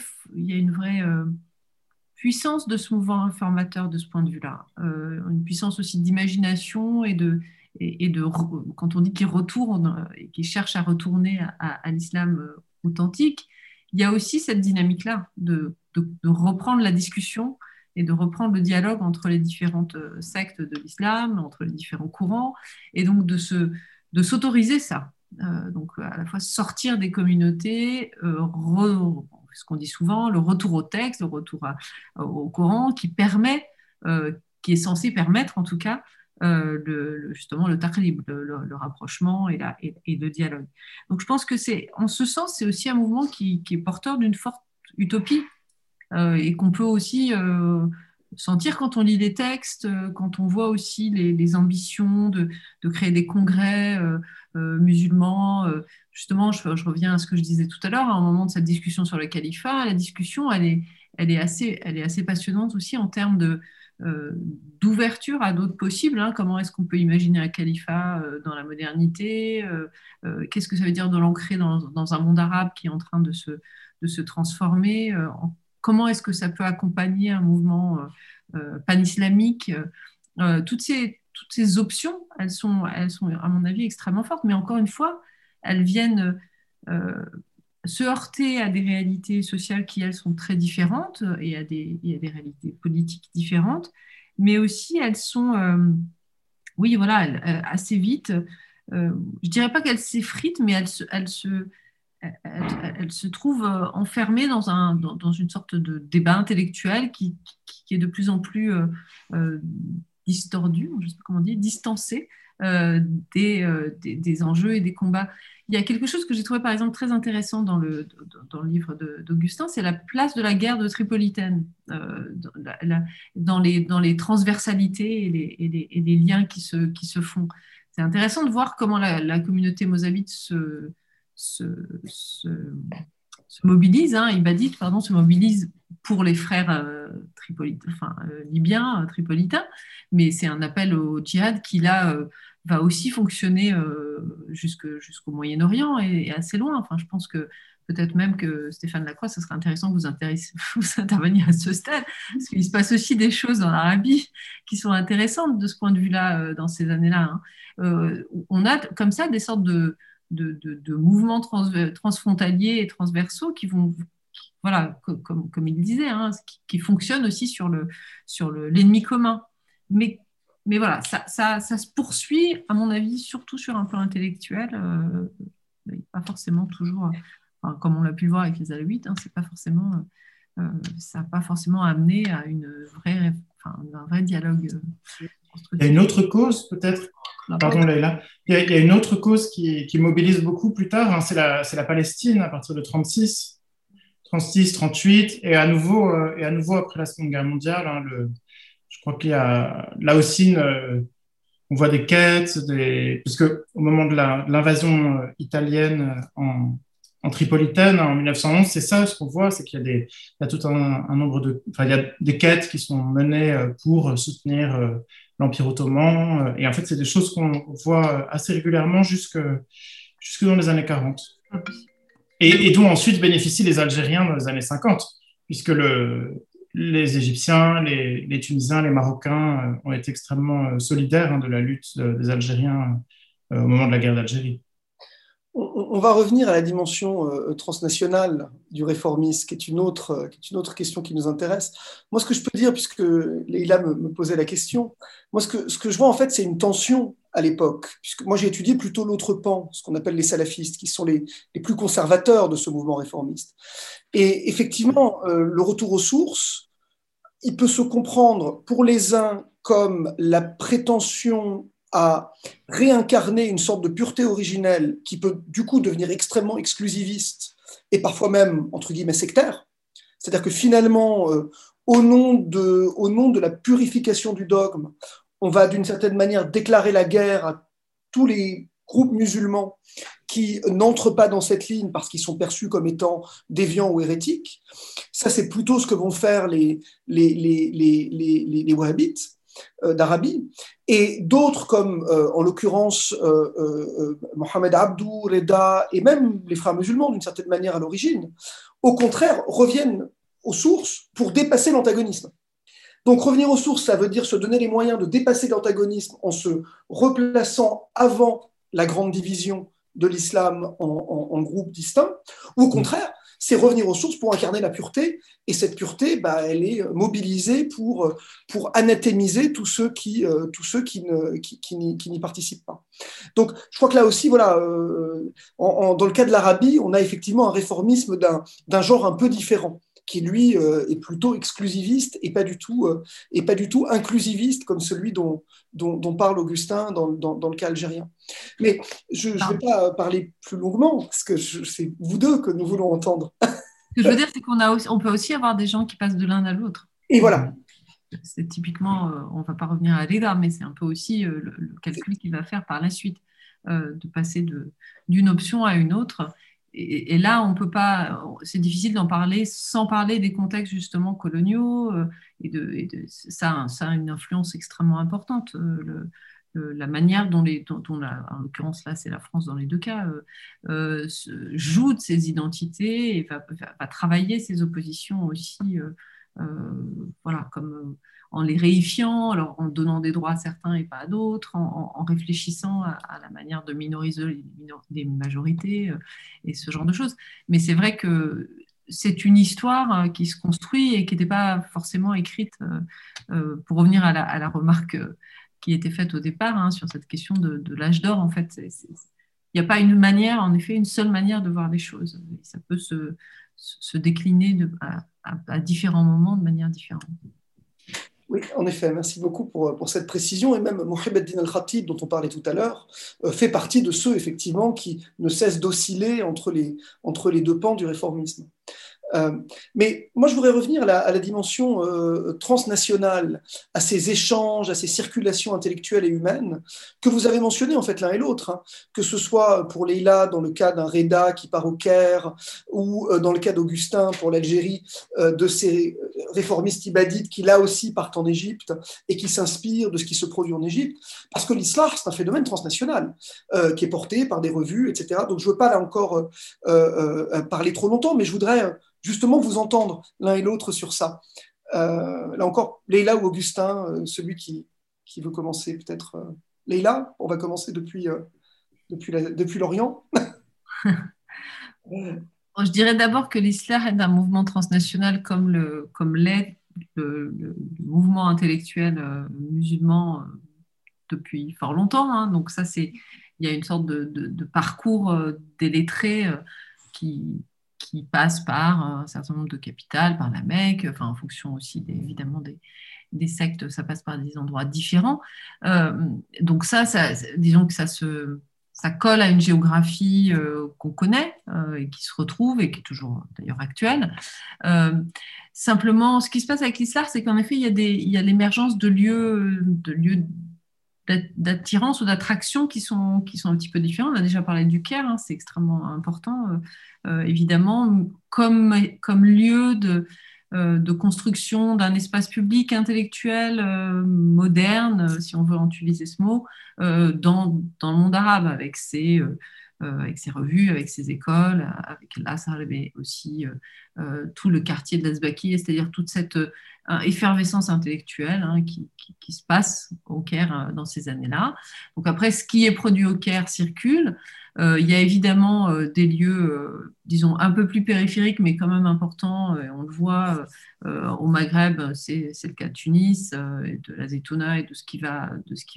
puissance de ce mouvement réformateur de ce point de vue-là, une puissance aussi d'imagination et quand on dit qu'il retourne et qu'il cherche à retourner à l'islam authentique, il y a aussi cette dynamique-là de reprendre la discussion et de reprendre le dialogue entre les différentes sectes de l'islam, entre les différents courants, et donc de s'autoriser ça. Donc à la fois sortir des communautés, ce qu'on dit souvent, le retour au texte, le retour au Coran, qui est censé permettre en tout cas justement le taqlib, le rapprochement et le dialogue. Donc je pense que en ce sens, c'est aussi un mouvement qui est porteur d'une forte utopie et qu'on peut aussi sentir quand on lit les textes, quand on voit aussi les ambitions de créer des congrès musulmans. Justement, je reviens à ce que je disais tout à l'heure, à un moment de cette discussion sur le califat, la discussion, elle est assez passionnante aussi en termes d'ouverture à d'autres possibles. Hein. Comment est-ce qu'on peut imaginer un califat dans la modernité qu'est-ce que ça veut dire de l'ancrer dans un monde arabe qui est en train de se transformer comment est-ce que ça peut accompagner un mouvement pan-islamique toutes ces options, elles sont, à mon avis, extrêmement fortes. Mais encore une fois, elles viennent se heurter à des réalités sociales qui, elles, sont très différentes et à des réalités politiques différentes, mais aussi elles sont, oui, voilà, assez vite, je dirais pas qu'elles s'effritent, mais elles se trouvent enfermées dans une sorte de débat intellectuel qui est de plus en plus distordu, je ne sais pas comment dire, distancé des enjeux et des combats. Il y a quelque chose que j'ai trouvé par exemple très intéressant dans le livre d'Augustin, c'est la place de la guerre de Tripolitaine dans les transversalités et les liens qui se font. C'est intéressant de voir comment la communauté mozabite se mobilise, ibadite, pardon, se mobilise pour les frères libyens, tripolitains, mais c'est un appel au djihad qui là va aussi fonctionner jusqu'au Moyen-Orient et assez loin. Enfin, je pense que peut-être même que Stéphane Lacroix, ce serait intéressant que vous interveniez à ce stade, parce qu'il se passe aussi des choses dans l'Arabie qui sont intéressantes de ce point de vue-là, dans ces années-là. On a comme ça des sortes de mouvements transfrontaliers et transversaux qui vont, voilà, comme il disait, qui fonctionnent aussi sur l'ennemi commun. Mais voilà, ça se poursuit, à mon avis, surtout sur un plan intellectuel, pas forcément toujours, comme on l'a pu le voir avec les Alaouites, ça n'a pas forcément amené à un vrai dialogue. Il y a une autre cause, peut-être. Pardon, Leïla. Il y a une autre cause qui mobilise beaucoup plus tard, c'est la Palestine à partir de 36, 38, et à nouveau après la Seconde Guerre mondiale. Je crois qu'il y a là aussi, on voit des quêtes, parce que au moment de l'invasion italienne en Tripolitaine en 1911, c'est ça ce qu'on voit, c'est qu'il y a tout un nombre il y a des quêtes qui sont menées pour soutenir l'Empire ottoman, et en fait c'est des choses qu'on voit assez régulièrement jusque dans les années 40, et dont ensuite bénéficient les Algériens dans les années 50, puisque les Égyptiens, les Tunisiens, les Marocains ont été extrêmement solidaires de la lutte des Algériens au moment de la guerre d'Algérie. On va revenir à la dimension transnationale du réformisme, qui est une autre question qui nous intéresse. Moi, ce que je peux dire, puisque Leïla me posait la question, moi, ce que je vois, en fait, c'est une tension à l'époque, puisque moi, j'ai étudié plutôt l'autre pan, ce qu'on appelle les salafistes, qui sont les plus conservateurs de ce mouvement réformiste. Et effectivement, le retour aux sources, il peut se comprendre pour les uns comme la prétention à réincarner une sorte de pureté originelle qui peut du coup devenir extrêmement exclusiviste et parfois même, entre guillemets, sectaire. C'est-à-dire que finalement, au nom de la purification du dogme, on va d'une certaine manière déclarer la guerre à tous les groupes musulmans qui n'entrent pas dans cette ligne parce qu'ils sont perçus comme étant déviants ou hérétiques. Ça, c'est plutôt ce que vont faire les wahhabites d'Arabie, et d'autres comme en l'occurrence Mohamed Abdou, Reda, et même les frères musulmans d'une certaine manière à l'origine, au contraire reviennent aux sources pour dépasser l'antagonisme. Donc revenir aux sources, ça veut dire se donner les moyens de dépasser l'antagonisme en se replaçant avant la grande division de l'islam en groupes distincts, ou au contraire, c'est revenir aux sources pour incarner la pureté, et cette pureté, elle est mobilisée pour anathémiser tous ceux qui n'y participent pas. Donc, je crois que là aussi, voilà, dans le cas de l'Arabie, on a effectivement un réformisme d'un genre un peu différent, qui lui est plutôt exclusiviste et pas du tout inclusiviste comme celui dont parle Augustin dans le cas algérien. Mais je ne vais pas parler plus longuement, parce que c'est vous deux que nous voulons entendre. Ce que je veux dire, c'est qu'on peut aussi avoir des gens qui passent de l'un à l'autre. Et voilà. C'est typiquement, on ne va pas revenir à Reda, mais c'est un peu aussi le calcul qu'il va faire par la suite, de passer d'une option à une autre. Et là, on peut pas, c'est difficile d'en parler sans parler des contextes justement coloniaux, ça a une influence extrêmement importante. La manière dont en l'occurrence là, c'est la France dans les deux cas, joue de ses identités et va travailler ses oppositions aussi, voilà, comme en les réifiant, alors en donnant des droits à certains et pas à d'autres, en réfléchissant à la manière de minoriser les majorités et ce genre de choses. Mais c'est vrai que c'est une histoire qui se construit et qui n'était pas forcément écrite, pour revenir à la remarque qui était faite au départ, hein, sur cette question de l'âge d'or. En fait, il n'y a pas une manière, en effet, une seule manière de voir les choses. Ça peut se décliner à différents moments de manière différente. Oui, en effet, merci beaucoup pour cette précision. Et même Mohammed Din al-Khatib, dont on parlait tout à l'heure, fait partie de ceux, effectivement, qui ne cessent d'osciller entre les deux pans du réformisme. Mais moi, je voudrais revenir à la dimension transnationale, à ces échanges, à ces circulations intellectuelles et humaines que vous avez mentionnées en fait l'un et l'autre, hein, que ce soit pour Leïla dans le cas d'un Reda qui part au Caire ou dans le cas d'Augustin pour l'Algérie, de ces réformistes ibadites qui là aussi partent en Égypte et qui s'inspirent de ce qui se produit en Égypte, parce que l'islam c'est un phénomène transnational qui est porté par des revues, etc. Donc je ne veux pas là encore parler trop longtemps, mais je voudrais justement vous entendre l'un et l'autre sur ça. Là encore, Leïla ou Augustin, celui qui veut commencer peut-être. Leïla, on va commencer depuis l'Orient. Je dirais d'abord que l'islam est un mouvement transnational comme l'est le mouvement intellectuel musulman depuis fort longtemps, hein. Donc ça, il y a une sorte de parcours des lettrés qui passe par un certain nombre de capitales, par la Mecque, enfin, en fonction aussi évidemment des sectes, ça passe par des endroits différents. Donc ça, disons que ça colle à une géographie qu'on connaît et qui se retrouve et qui est toujours d'ailleurs actuelle. Simplement, ce qui se passe avec l'islam, c'est qu'en effet, il y a l'émergence de lieux d'attirance ou d'attraction qui sont un petit peu différents. On a déjà parlé du Caire, hein, c'est extrêmement important, évidemment, comme lieu de construction d'un espace public intellectuel moderne, si on veut utiliser ce mot, dans le monde arabe, avec ses revues, avec ses écoles, avec l'Azhar, mais aussi tout le quartier de l'Azbaki, c'est-à-dire toute cette effervescence intellectuelle, hein, qui se passe au Caire dans ces années-là. Donc après, ce qui est produit au Caire circule. Il y a évidemment des lieux, disons, un peu plus périphériques, mais quand même importants. On le voit au Maghreb, c'est le cas de Tunis, de la Zaytouna et de ce qui va.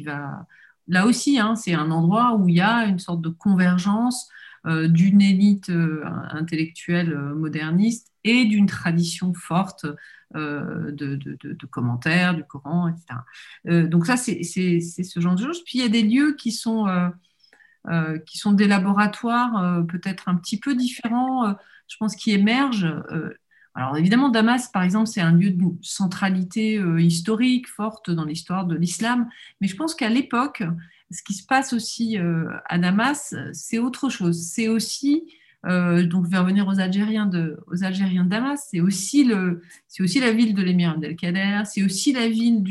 Là aussi, hein, c'est un endroit où il y a une sorte de convergence d'une élite intellectuelle moderniste et d'une tradition forte de commentaires du Coran, etc. Donc ça, c'est ce genre de choses. Puis il y a des lieux qui sont des laboratoires peut-être un petit peu différents, je pense, qui émergent. Alors évidemment, Damas, par exemple, c'est un lieu de centralité historique forte dans l'histoire de l'islam, mais je pense qu'à l'époque, ce qui se passe aussi à Damas, c'est autre chose. C'est aussi, donc je vais revenir aux Algériens de Damas, c'est aussi la ville de l'émir Abdelkader, c'est aussi la ville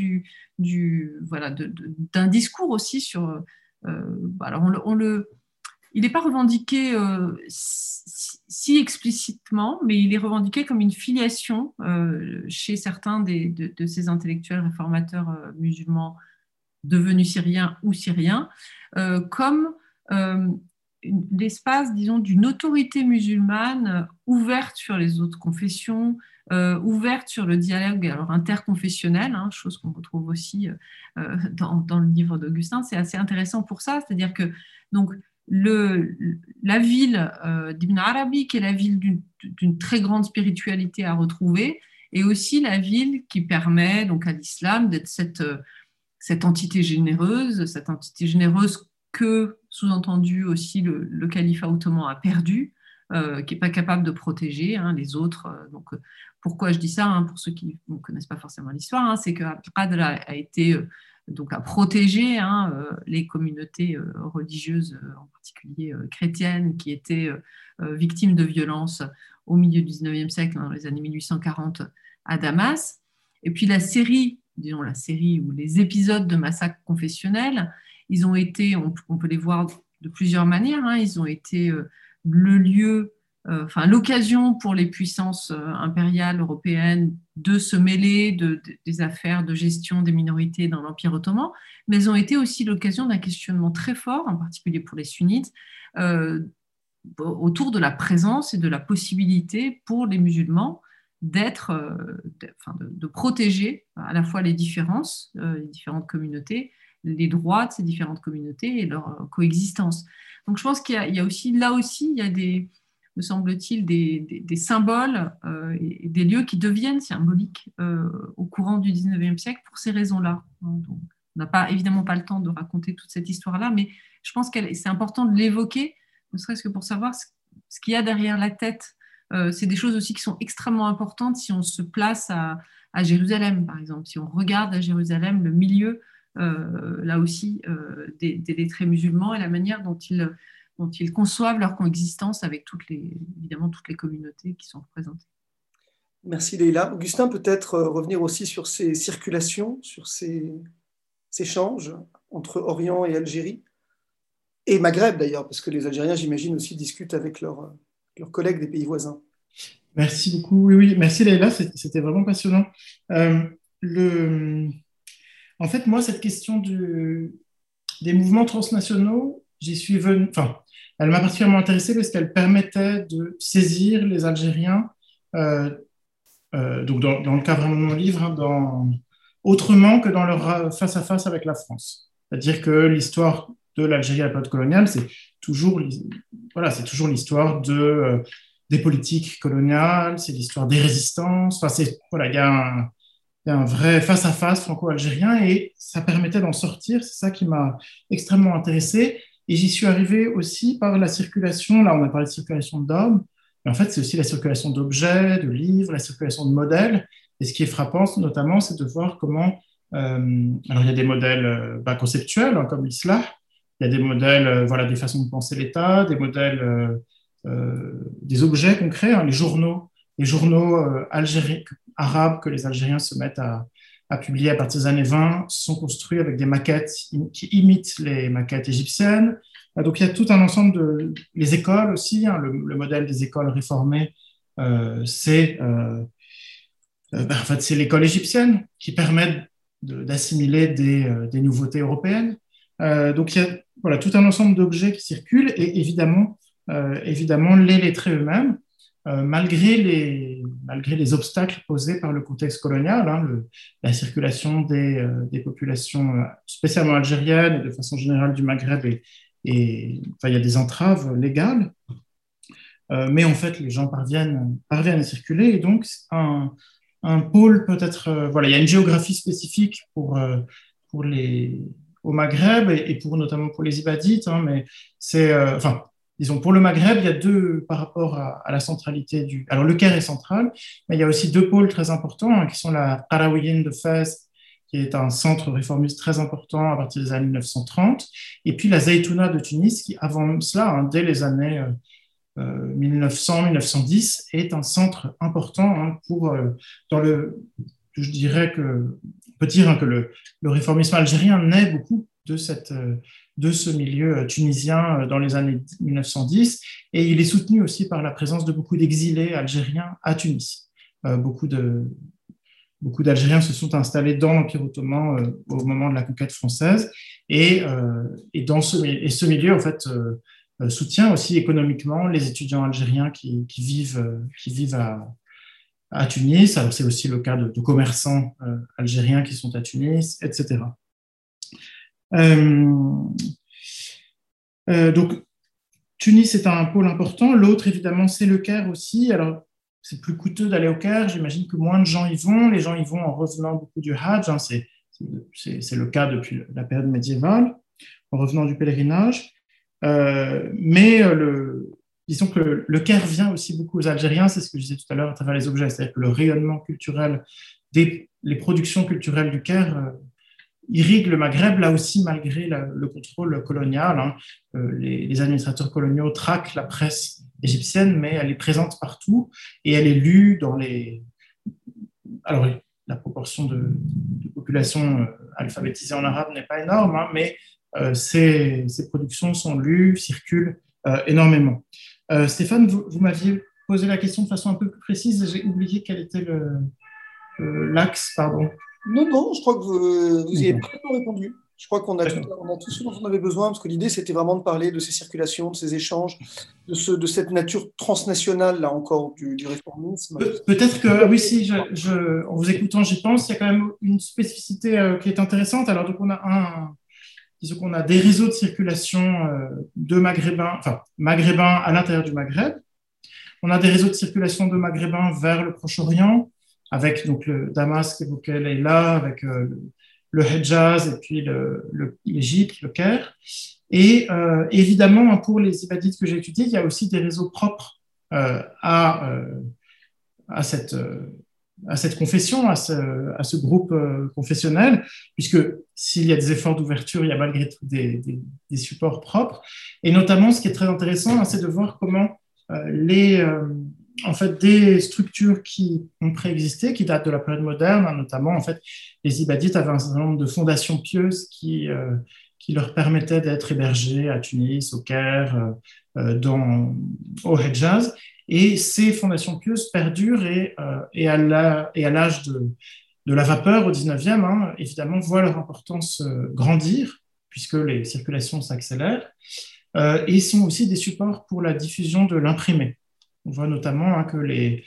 d'un discours aussi sur... alors il n'est pas revendiqué si explicitement, mais il est revendiqué comme une filiation chez certains de ces intellectuels réformateurs musulmans devenus syriens ou syriens, comme l'espace, disons, d'une autorité musulmane ouverte sur les autres confessions, ouverte sur le dialogue interconfessionnel, hein, chose qu'on retrouve aussi dans le livre d'Augustin. C'est assez intéressant pour ça, c'est-à-dire que donc, la ville d'Ibn Arabi, qui est la ville d'une très grande spiritualité à retrouver, et aussi la ville qui permet donc à l'islam d'être cette entité généreuse que, sous-entendu aussi, le califat ottoman a perdu, qui n'est pas capable de protéger les autres. Donc, pourquoi je dis ça, hein, pour ceux qui ne connaissent pas forcément l'histoire, hein, c'est que Abdelkader a été... donc à protéger les communautés religieuses, en particulier chrétiennes, qui étaient victimes de violences au milieu du 19e siècle, dans les années 1840, à Damas. Et puis la série ou les épisodes de massacres confessionnels, ils ont été, on peut les voir de plusieurs manières, hein, ils ont été le lieu, l'occasion pour les puissances impériales européennes de se mêler des affaires de gestion des minorités dans l'Empire ottoman, mais elles ont été aussi l'occasion d'un questionnement très fort, en particulier pour les sunnites, autour de la présence et de la possibilité pour les musulmans de protéger à la fois les différences, les différentes communautés, les droits de ces différentes communautés et leur coexistence. Donc je pense qu'il y a aussi, là aussi, il y a me semble-t-il, des symboles et des lieux qui deviennent symboliques au courant du 19e siècle pour ces raisons-là. Donc, on n'a évidemment pas le temps de raconter toute cette histoire-là, mais je pense que c'est important de l'évoquer, ne serait-ce que pour savoir ce qu'il y a derrière la tête. C'est des choses aussi qui sont extrêmement importantes si on se place à Jérusalem, par exemple. Si on regarde à Jérusalem le milieu, là aussi, des lettrés musulmans et la manière dont ils conçoivent leur coexistence avec évidemment toutes les communautés qui sont représentées. Merci Leïla. Augustin, peut-être revenir aussi sur ces circulations, sur ces échanges entre Orient et Algérie, et Maghreb d'ailleurs, parce que les Algériens, j'imagine, aussi discutent avec leurs collègues des pays voisins. Merci beaucoup. Oui, merci Leïla, c'était vraiment passionnant. En fait, moi, cette question des mouvements transnationaux, j'y suis venu, elle m'a particulièrement intéressée parce qu'elle permettait de saisir les Algériens, donc dans le cas vraiment de mon livre, autrement que dans leur face-à-face avec la France. C'est-à-dire que l'histoire de l'Algérie à la période coloniale, c'est toujours l'histoire des politiques coloniales, c'est l'histoire des résistances. Il y a un vrai face-à-face franco-algérien et ça permettait d'en sortir. C'est ça qui m'a extrêmement intéressé. Et j'y suis arrivé aussi par la circulation. Là, on a parlé de circulation d'hommes, mais en fait, c'est aussi la circulation d'objets, de livres, la circulation de modèles. Et ce qui est frappant, notamment, c'est de voir comment... alors, il y a des modèles conceptuels, comme l'islam. Il y a des modèles, des façons de penser l'État, des modèles, des objets concrets, les journaux arabes que les Algériens se mettent à publier à partir des années 20 sont construits avec des maquettes qui imitent les maquettes égyptiennes. Donc il y a tout un ensemble les écoles aussi, le modèle des écoles réformées, c'est l'école égyptienne qui permet d'assimiler des nouveautés européennes. Donc il y a tout un ensemble d'objets qui circulent et évidemment les lettrés eux-mêmes, malgré les obstacles posés par le contexte colonial, la circulation des populations spécialement algériennes et de façon générale du Maghreb, il y a des entraves légales, mais en fait les gens parviennent à circuler et donc un pôle peut-être, il y a une géographie spécifique au Maghreb et notamment pour les Ibadites, mais c'est, disons, pour le Maghreb, il y a deux, par rapport à la centralité alors le Caire est central, mais il y a aussi deux pôles très importants, qui sont la Qarawiyyin de Fès, qui est un centre réformiste très important à partir des années 1930, et puis la Zaytouna de Tunis, qui avant cela, dès les années 1900-1910, est un centre important je dirais on peut dire que le réformisme algérien naît beaucoup de ce milieu tunisien dans les années 1910, et il est soutenu aussi par la présence de beaucoup d'exilés algériens à Tunis. Beaucoup d'Algériens se sont installés dans l'Empire ottoman au moment de la conquête française, et ce milieu en fait soutient aussi économiquement les étudiants algériens qui vivent à Tunis. Alors c'est aussi le cas de commerçants algériens qui sont à Tunis, etc. Donc, Tunis est un pôle important. L'autre, évidemment, c'est le Caire aussi. Alors, c'est plus coûteux d'aller au Caire. J'imagine que moins de gens y vont. Les gens y vont en revenant beaucoup du Hajj. C'est le cas depuis la période médiévale, en revenant du pèlerinage. Mais disons que le Caire vient aussi beaucoup aux Algériens. C'est ce que je disais tout à l'heure à travers les objets. C'est-à-dire que le rayonnement culturel, les productions culturelles du Caire irrigue le Maghreb, là aussi, malgré le contrôle colonial. Les administrateurs coloniaux traquent la presse égyptienne, mais elle est présente partout et elle est lue Alors, la proportion de population alphabétisée en arabe n'est pas énorme, mais ces productions sont lues, circulent énormément. Stéphane, vous m'aviez posé la question de façon un peu plus précise et j'ai oublié quel était l'axe, pardon. Non, je crois que vous y avez parfaitement répondu. Je crois qu'on a tout ce dont on avait besoin, parce que l'idée, c'était vraiment de parler de ces circulations, de ces échanges, de cette nature transnationale, là encore, du réformisme. Peut-être que, oui, si, en vous écoutant, j'y pense, il y a quand même une spécificité qui est intéressante. Alors, donc, disons qu'on a des réseaux de circulation de maghrébins à l'intérieur du Maghreb. On a des réseaux de circulation de maghrébins vers le Proche-Orient, avec donc le Damas qu'évoquait Leïla, avec le Hedjaz et puis l'Égypte, le Caire. Et évidemment, pour les ibadites que j'ai étudiés, il y a aussi des réseaux propres à cette confession, à ce groupe confessionnel, puisque s'il y a des efforts d'ouverture, il y a malgré tout des supports propres. Et notamment, ce qui est très intéressant, c'est de voir comment en fait, des structures qui ont préexisté, qui datent de la période moderne, notamment, en fait, les ibadites avaient un certain nombre de fondations pieuses qui leur permettaient d'être hébergés à Tunis, au Caire, au Hedjaz. Et ces fondations pieuses perdurent et à l'âge de la vapeur, au 19e, évidemment, voient leur importance grandir, puisque les circulations s'accélèrent, et sont aussi des supports pour la diffusion de l'imprimé. On voit notamment que les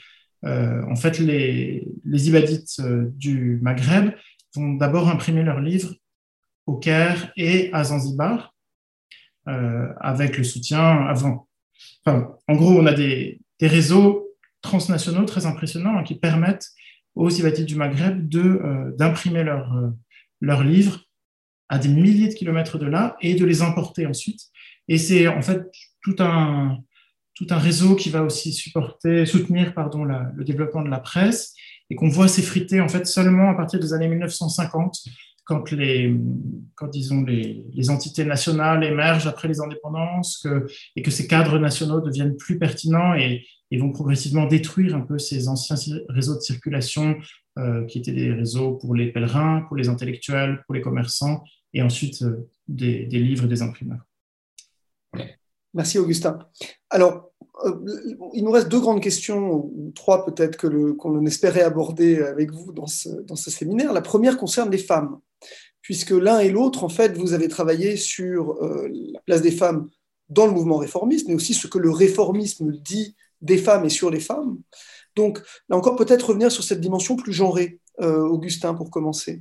ibadites du Maghreb vont d'abord imprimer leurs livres au Caire et à Zanzibar, avec le soutien en gros, on a des réseaux transnationaux très impressionnants qui permettent aux ibadites du Maghreb d'imprimer leurs livres à des milliers de kilomètres de là et de les importer ensuite. Et c'est en fait tout un réseau qui va aussi soutenir le développement de la presse et qu'on voit s'effriter en fait seulement à partir des années 1950, quand disons les entités nationales émergent après les indépendances et que ces cadres nationaux deviennent plus pertinents et vont progressivement détruire un peu ces anciens réseaux de circulation qui étaient des réseaux pour les pèlerins, pour les intellectuels, pour les commerçants et ensuite des livres et des imprimeurs. Merci Augustin. Alors, il nous reste 2 grandes questions, ou 3 peut-être, qu'on espérait aborder avec vous dans ce séminaire. La première concerne les femmes, puisque l'un et l'autre, en fait, vous avez travaillé sur la place des femmes dans le mouvement réformiste, mais aussi ce que le réformisme dit des femmes et sur les femmes. Donc, là encore, peut-être revenir sur cette dimension plus genrée, Augustin, pour commencer.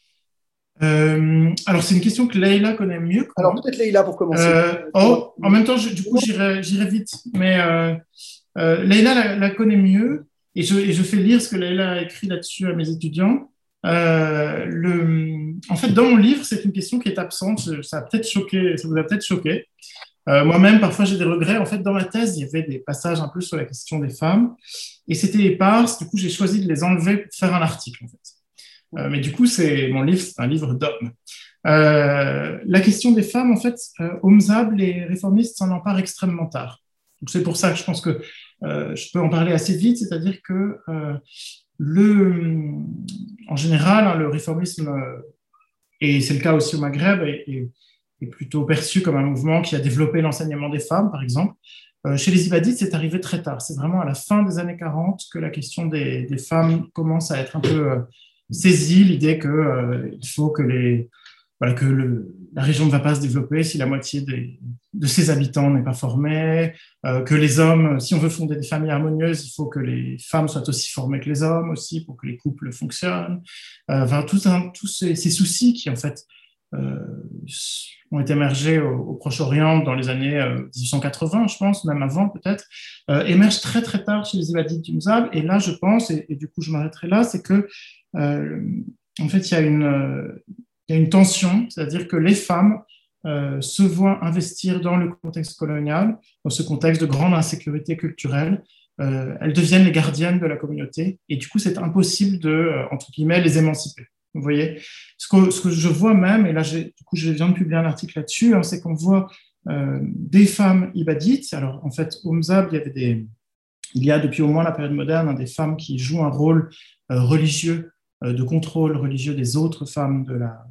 Alors, c'est une question que Leïla connaît mieux. Alors, peut-être Leïla pour commencer. En même temps, du coup, j'irai vite. Mais Leïla la connaît mieux et je fais lire ce que Leïla a écrit là-dessus à mes étudiants. En fait, dans mon livre, c'est une question qui est absente. Ça vous a peut-être choqué. Moi-même, parfois, j'ai des regrets. En fait, dans ma thèse, il y avait des passages un peu sur la question des femmes et c'était épars. Du coup, j'ai choisi de les enlever pour faire un article, en fait. Mais du coup, mon livre, c'est un livre d'hommes. La question des femmes, en fait, au Mzab, les réformistes s'en emparent extrêmement tard. Donc, c'est pour ça que je pense que je peux en parler assez vite, c'est-à-dire que en général, le réformisme, et c'est le cas aussi au Maghreb, est plutôt perçu comme un mouvement qui a développé l'enseignement des femmes, par exemple. Chez les ibadites, c'est arrivé très tard. C'est vraiment à la fin des années 40 que la question des femmes commence à être un peu saisie, l'idée qu'il faut que la région ne va pas se développer si la moitié de ses habitants n'est pas formée, que les hommes, si on veut fonder des familles harmonieuses, il faut que les femmes soient aussi formées que les hommes aussi pour que les couples fonctionnent. Tous ces soucis qui, en fait, ont émergé au Proche-Orient dans les années 1880, je pense, même avant peut-être, émergent très très tard chez les ibadites du Mzab. Et là, je pense, et du coup je m'arrêterai là, c'est que en fait, il y a une tension, c'est-à-dire que les femmes se voient investir dans le contexte colonial, dans ce contexte de grande insécurité culturelle. Elles deviennent les gardiennes de la communauté et du coup, c'est impossible de, entre guillemets, les émanciper. Vous voyez, ce que je vois même, et là, du coup, je viens de publier un article là-dessus, c'est qu'on voit des femmes ibadites. Alors, en fait, au Mzab, il y a depuis au moins la période moderne des femmes qui jouent un rôle religieux, de contrôle religieux des autres femmes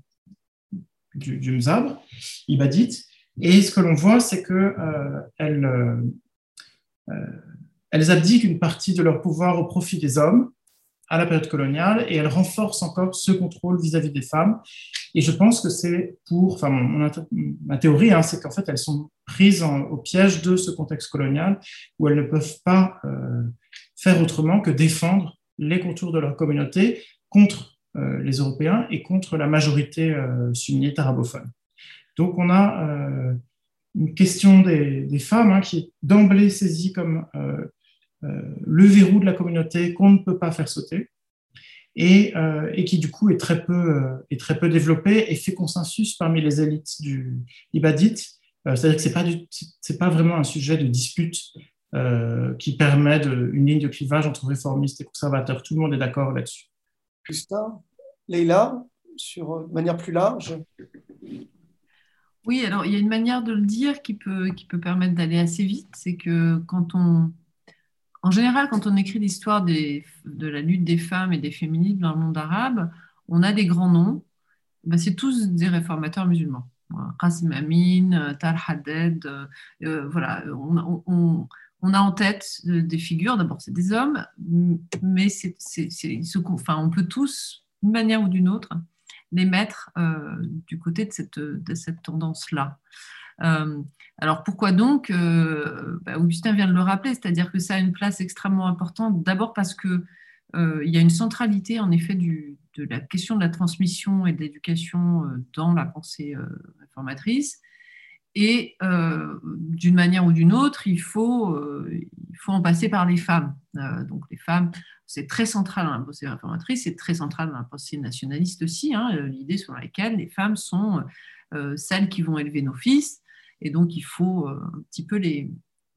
du Mzab, ibadites. Et ce que l'on voit, c'est qu'elles abdiquent une partie de leur pouvoir au profit des hommes. à la période coloniale et elle renforce encore ce contrôle vis-à-vis des femmes. Et je pense que c'est ma théorie, hein, c'est qu'en fait, elles sont prises au piège de ce contexte colonial où elles ne peuvent pas faire autrement que défendre les contours de leur communauté contre les Européens et contre la majorité sunnite arabophone. Donc, on a une question des femmes hein, qui est d'emblée saisie comme le verrou de la communauté qu'on ne peut pas faire sauter et qui du coup est très peu développé et fait consensus parmi les élites ibadite. C'est-à-dire que c'est pas vraiment un sujet de dispute qui permet une ligne de clivage entre réformistes et conservateurs. Tout le monde est d'accord là-dessus. Justin, Leïla, de manière plus large. Oui, alors il y a une manière de le dire qui peut permettre d'aller assez vite, c'est que en général, quand on écrit l'histoire de la lutte des femmes et des féministes dans le monde arabe, on a des grands noms, c'est tous des réformateurs musulmans. Qasim Amin, Tal Haddad, voilà, on a en tête des figures, d'abord c'est des hommes, mais on peut tous, d'une manière ou d'une autre, les mettre du côté de cette tendance-là. Alors pourquoi donc Augustin vient de le rappeler, c'est-à-dire que ça a une place extrêmement importante, d'abord parce qu'il y a une centralité en effet de la question de la transmission et de l'éducation dans la pensée réformatrice, et d'une manière ou d'une autre, il faut en passer par les femmes. Donc les femmes, c'est très central dans la pensée réformatrice, c'est très central dans la pensée nationaliste aussi, hein, l'idée selon laquelle les femmes sont celles qui vont élever nos fils, et donc il faut un petit peu les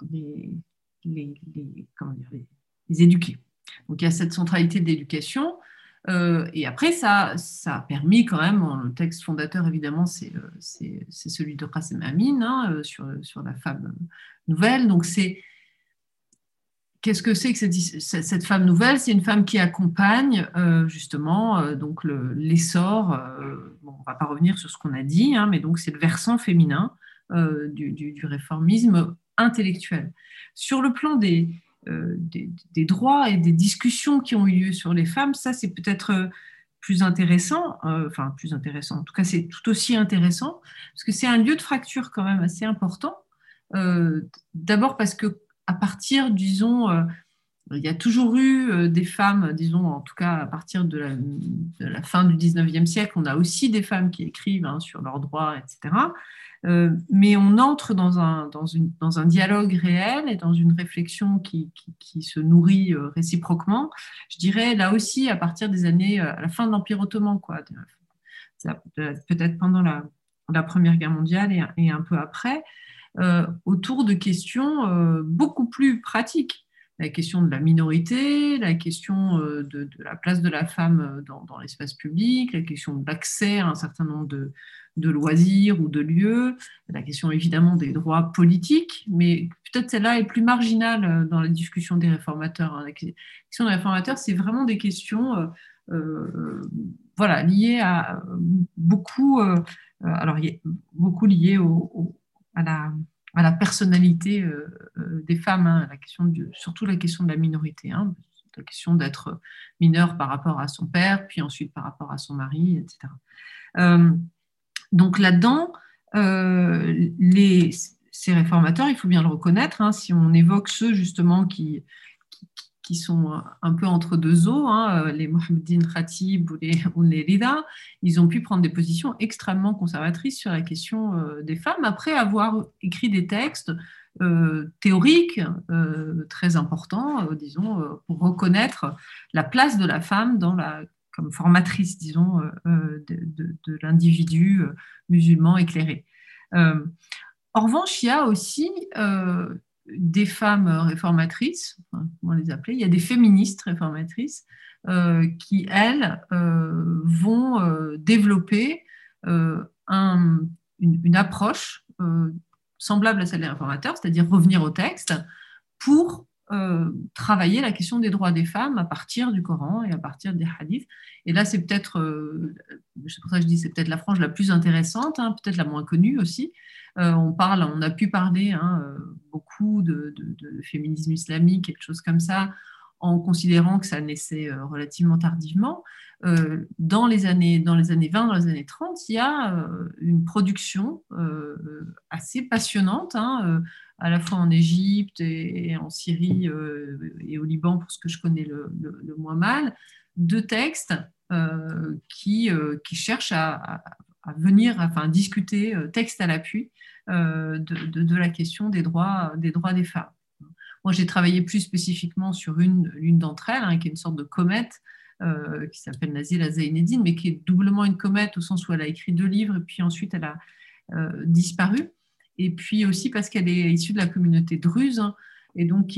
éduquer. Donc il y a cette centralité de l'éducation. Et après, ça a permis quand même, le texte fondateur évidemment, c'est celui de Qasim Amin hein, sur la femme nouvelle. Donc qu'est-ce que c'est que cette femme nouvelle? C'est une femme qui accompagne justement donc l'essor, on ne va pas revenir sur ce qu'on a dit, hein, mais donc c'est le versant féminin du réformisme intellectuel. Sur le plan des droits et des discussions qui ont eu lieu sur les femmes, ça c'est peut-être plus intéressant, plus intéressant, en tout cas c'est tout aussi intéressant, parce que c'est un lieu de fracture quand même assez important, d'abord parce que à partir, disons, il y a toujours eu des femmes, disons, en tout cas à partir de la fin du 19e siècle, on a aussi des femmes qui écrivent hein, sur leurs droits, etc. Mais on entre dans un dialogue réel et dans une réflexion qui se nourrit réciproquement, je dirais là aussi à partir des années, à la fin de l'Empire ottoman, quoi, peut-être pendant la Première Guerre mondiale et un peu après, autour de questions beaucoup plus pratiques. La question de la minorité, la question de la place de la femme dans l'espace public, la question de l'accès à un certain nombre de loisirs ou de lieux, la question évidemment des droits politiques, mais peut-être celle-là est plus marginale dans la discussion des réformateurs. La question des réformateurs, c'est vraiment des questions liées à beaucoup, beaucoup liées à la personnalité des femmes, hein, surtout la question de la minorité, hein, la question d'être mineure par rapport à son père, puis ensuite par rapport à son mari, etc. Donc là-dedans, ces réformateurs, il faut bien le reconnaître, hein, si on évoque ceux justement qui sont un peu entre deux eaux, hein, les Mohamedin Khatib ou les Rida, ils ont pu prendre des positions extrêmement conservatrices sur la question des femmes, après avoir écrit des textes théoriques très importants, disons, pour reconnaître la place de la femme comme formatrice, disons, de l'individu musulman écléré. En revanche, il y a aussi des femmes réformatrices, comment les appeler, il y a des féministes réformatrices qui, elles, vont développer une approche semblable à celle des réformateurs, c'est-à-dire revenir au texte pour travailler la question des droits des femmes à partir du Coran et à partir des hadiths. Et là, c'est peut-être, c'est pour ça que je dis, c'est peut-être la frange la plus intéressante, hein, peut-être la moins connue aussi. On a pu parler beaucoup de féminisme islamique et de choses comme ça en considérant que ça naissait relativement tardivement. Dans les années 20, dans les années 30, il y a une production assez passionnante, à la fois en Égypte et en Syrie et au Liban, pour ce que je connais le moins mal, de textes qui cherchent à venir, enfin, discuter, texte à l'appui, de la question des droits des femmes. Moi, j'ai travaillé plus spécifiquement sur l'une d'entre elles, qui est une sorte de comète, qui s'appelle Nazila Zeyneddine, mais qui est doublement une comète au sens où elle a écrit 2 livres et puis ensuite elle a disparu. Et puis aussi parce qu'elle est issue de la communauté druze, et donc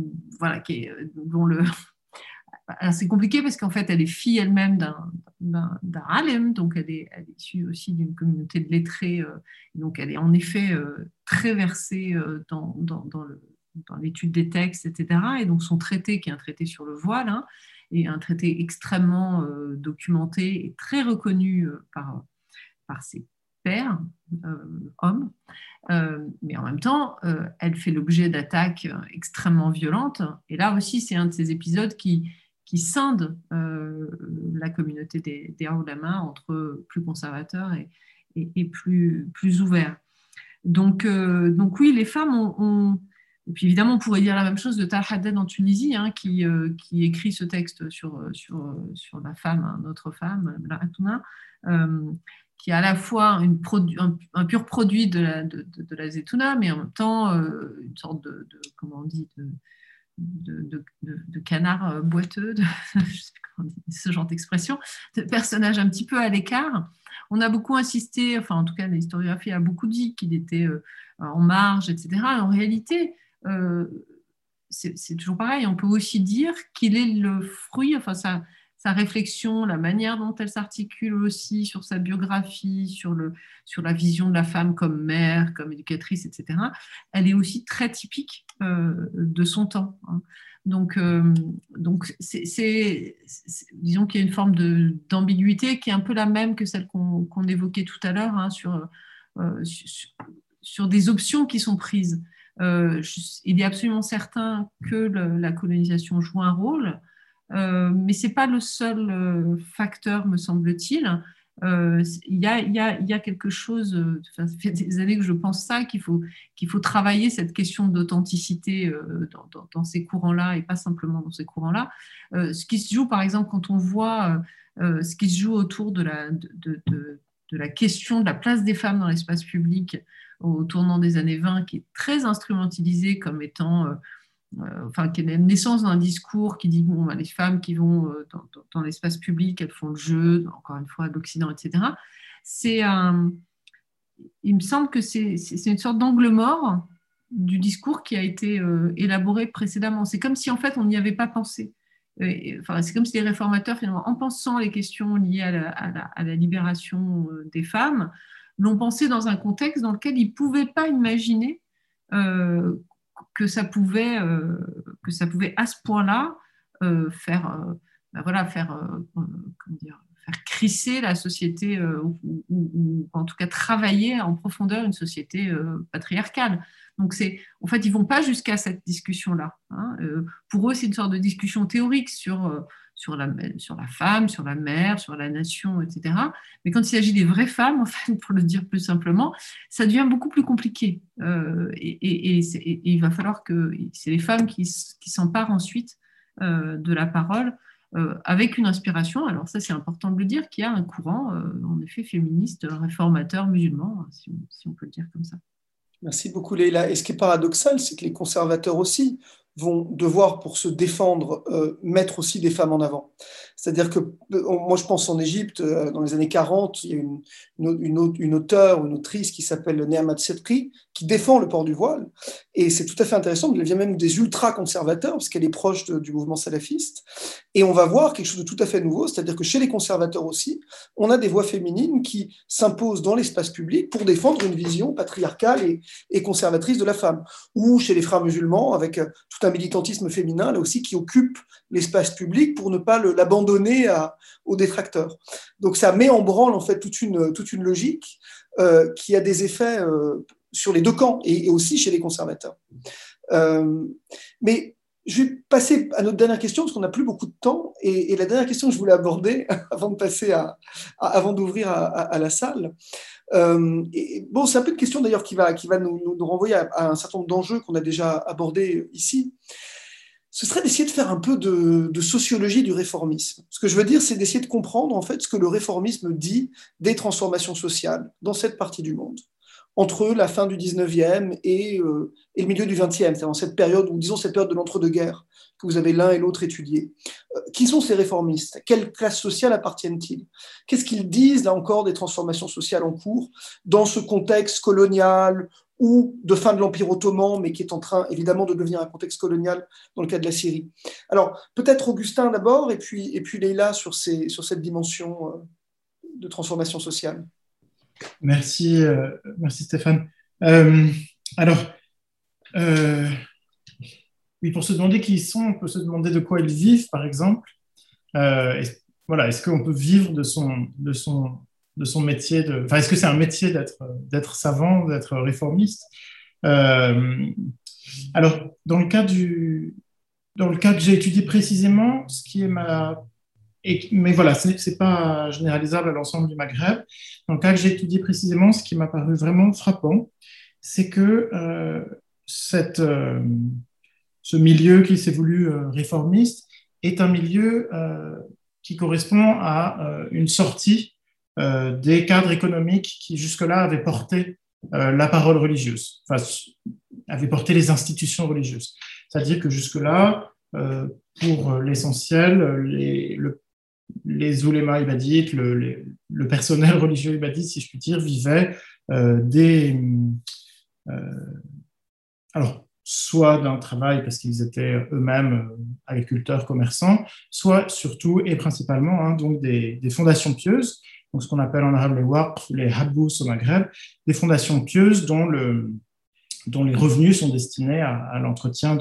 c'est compliqué parce qu'en fait elle est fille elle-même d'un alem, donc elle est issue aussi d'une communauté de lettrés, donc elle est en effet très versée dans l'étude des textes, etc. Et donc son traité, qui est un traité sur le voile, est un traité extrêmement documenté et très reconnu par ses pairs, hommes. Mais en même temps, elle fait l'objet d'attaques extrêmement violentes. Et là aussi, c'est un de ces épisodes qui scinde la communauté des Aoulama entre plus conservateurs et plus ouverts. Donc oui, les femmes ont... Et puis évidemment, on pourrait dire la même chose de Tal Haddad en Tunisie, qui écrit ce texte sur la femme, notre femme, la Hatouna, qui est à la fois un pur produit de la Zetouna, mais en même temps une sorte comment on dit, de canard boiteux, je sais plus comment on dit, ce genre d'expression, de personnage un petit peu à l'écart. On a beaucoup insisté, enfin en tout cas l'historiographie a beaucoup dit qu'il était en marge, etc. En réalité, c'est toujours pareil, on peut aussi dire qu'il est le fruit, enfin sa réflexion, la manière dont elle s'articule aussi sur sa biographie, sur la vision de la femme comme mère, comme éducatrice, etc., elle est aussi très typique de son temps. Donc disons qu'il y a une forme d'ambiguïté qui est un peu la même que celle qu'on évoquait tout à l'heure, sur des options qui sont prises. Il est absolument certain que la colonisation joue un rôle, mais ce n'est pas le seul facteur, me semble-t-il. Il y a quelque chose, ça fait des années que je pense ça, qu'il faut travailler cette question d'authenticité dans ces courants-là, et pas simplement dans ces courants-là. Ce qui se joue, par exemple, quand on voit ce qui se joue autour de la question de la place des femmes dans l'espace public au tournant des années 20, qui est très instrumentalisée comme étant... qui est la naissance d'un discours qui dit les femmes qui vont dans l'espace public, elles font le jeu, encore une fois, d'Occident, etc. Il me semble que c'est une sorte d'angle mort du discours qui a été élaboré précédemment. C'est comme si, en fait, on n'y avait pas pensé. C'est comme si les réformateurs, finalement, en pensant les questions liées à la libération des femmes, l'ont pensé dans un contexte dans lequel ils ne pouvaient pas imaginer que ça pouvait à ce point-là faire crisser la société ou en tout cas travailler en profondeur une société patriarcale. Donc en fait, ils ne vont pas jusqu'à cette discussion-là. Pour eux, c'est une sorte de discussion théorique sur la femme, sur la mère, sur la nation, etc. Mais quand il s'agit des vraies femmes, en fait, pour le dire plus simplement, ça devient beaucoup plus compliqué. Et il va falloir que c'est les femmes qui s'emparent ensuite de la parole avec une inspiration. Alors ça, c'est important de le dire, qu'il y a un courant, en effet, féministe, réformateur, musulman, si on peut le dire comme ça. Merci beaucoup, Leïla. Et ce qui est paradoxal, c'est que les conservateurs aussi vont devoir, pour se défendre, mettre aussi des femmes en avant. C'est-à-dire que, moi je pense en Égypte, dans les années 40, il y a une auteure, une autrice qui s'appelle Neamat Sedqi, qui défend le port du voile. Et c'est tout à fait intéressant, elle vient même des ultra-conservateurs, parce qu'elle est proche du mouvement salafiste. Et on va voir quelque chose de tout à fait nouveau, c'est-à-dire que chez les conservateurs aussi, on a des voix féminines qui s'imposent dans l'espace public pour défendre une vision patriarcale et conservatrice de la femme. Ou chez les frères musulmans, avec tout un militantisme féminin, là aussi, qui occupe l'espace public pour ne pas l'abandonner aux détracteurs. Donc ça met en branle, en fait, toute une logique qui a des effets sur les deux camps, et aussi chez les conservateurs. Mais Je vais passer à notre dernière question, parce qu'on n'a plus beaucoup de temps. Et la dernière question que je voulais aborder, avant d'ouvrir à la salle, bon, c'est un peu une question d'ailleurs qui va nous renvoyer à un certain nombre d'enjeux qu'on a déjà abordés ici. Ce serait d'essayer de faire un peu de sociologie du réformisme. Ce que je veux dire, c'est d'essayer de comprendre en fait ce que le réformisme dit des transformations sociales dans cette partie du monde, entre la fin du 19e et le milieu du 20e, c'est-à-dire dans cette période, ou disons cette période de l'entre-deux-guerres, que vous avez l'un et l'autre étudié. Qui sont ces réformistes? Quelle classe sociale appartiennent-ils? Qu'est-ce qu'ils disent, là encore, des transformations sociales en cours dans ce contexte colonial ou de fin de l'Empire ottoman, mais qui est en train, évidemment, de devenir un contexte colonial dans le cas de la Syrie? Alors, peut-être Augustin d'abord, et puis Leïla sur cette dimension de transformation sociale. Merci, merci Stéphane. Oui, pour se demander qui ils sont, on peut se demander de quoi ils vivent, par exemple. Est-ce qu'on peut vivre de son métier est-ce que c'est un métier d'être savant, d'être réformiste? Alors, dans le cas que j'ai étudié précisément, ce qui est mais voilà, c'est pas généralisable à l'ensemble du Maghreb. Dans le cas que j'ai étudié précisément, ce qui m'a paru vraiment frappant, c'est que ce milieu qui s'est voulu réformiste est un milieu qui correspond à une sortie des cadres économiques qui jusque-là avaient porté la parole religieuse, avaient porté les institutions religieuses. C'est-à-dire que jusque-là, pour l'essentiel, les oulémas ibadites, le personnel religieux ibadite, si je puis dire, vivait soit d'un travail parce qu'ils étaient eux-mêmes agriculteurs, commerçants, soit surtout et principalement donc des fondations pieuses, donc ce qu'on appelle en arabe les waqf, les habbous au Maghreb, des fondations pieuses dont les revenus sont destinés à l'entretien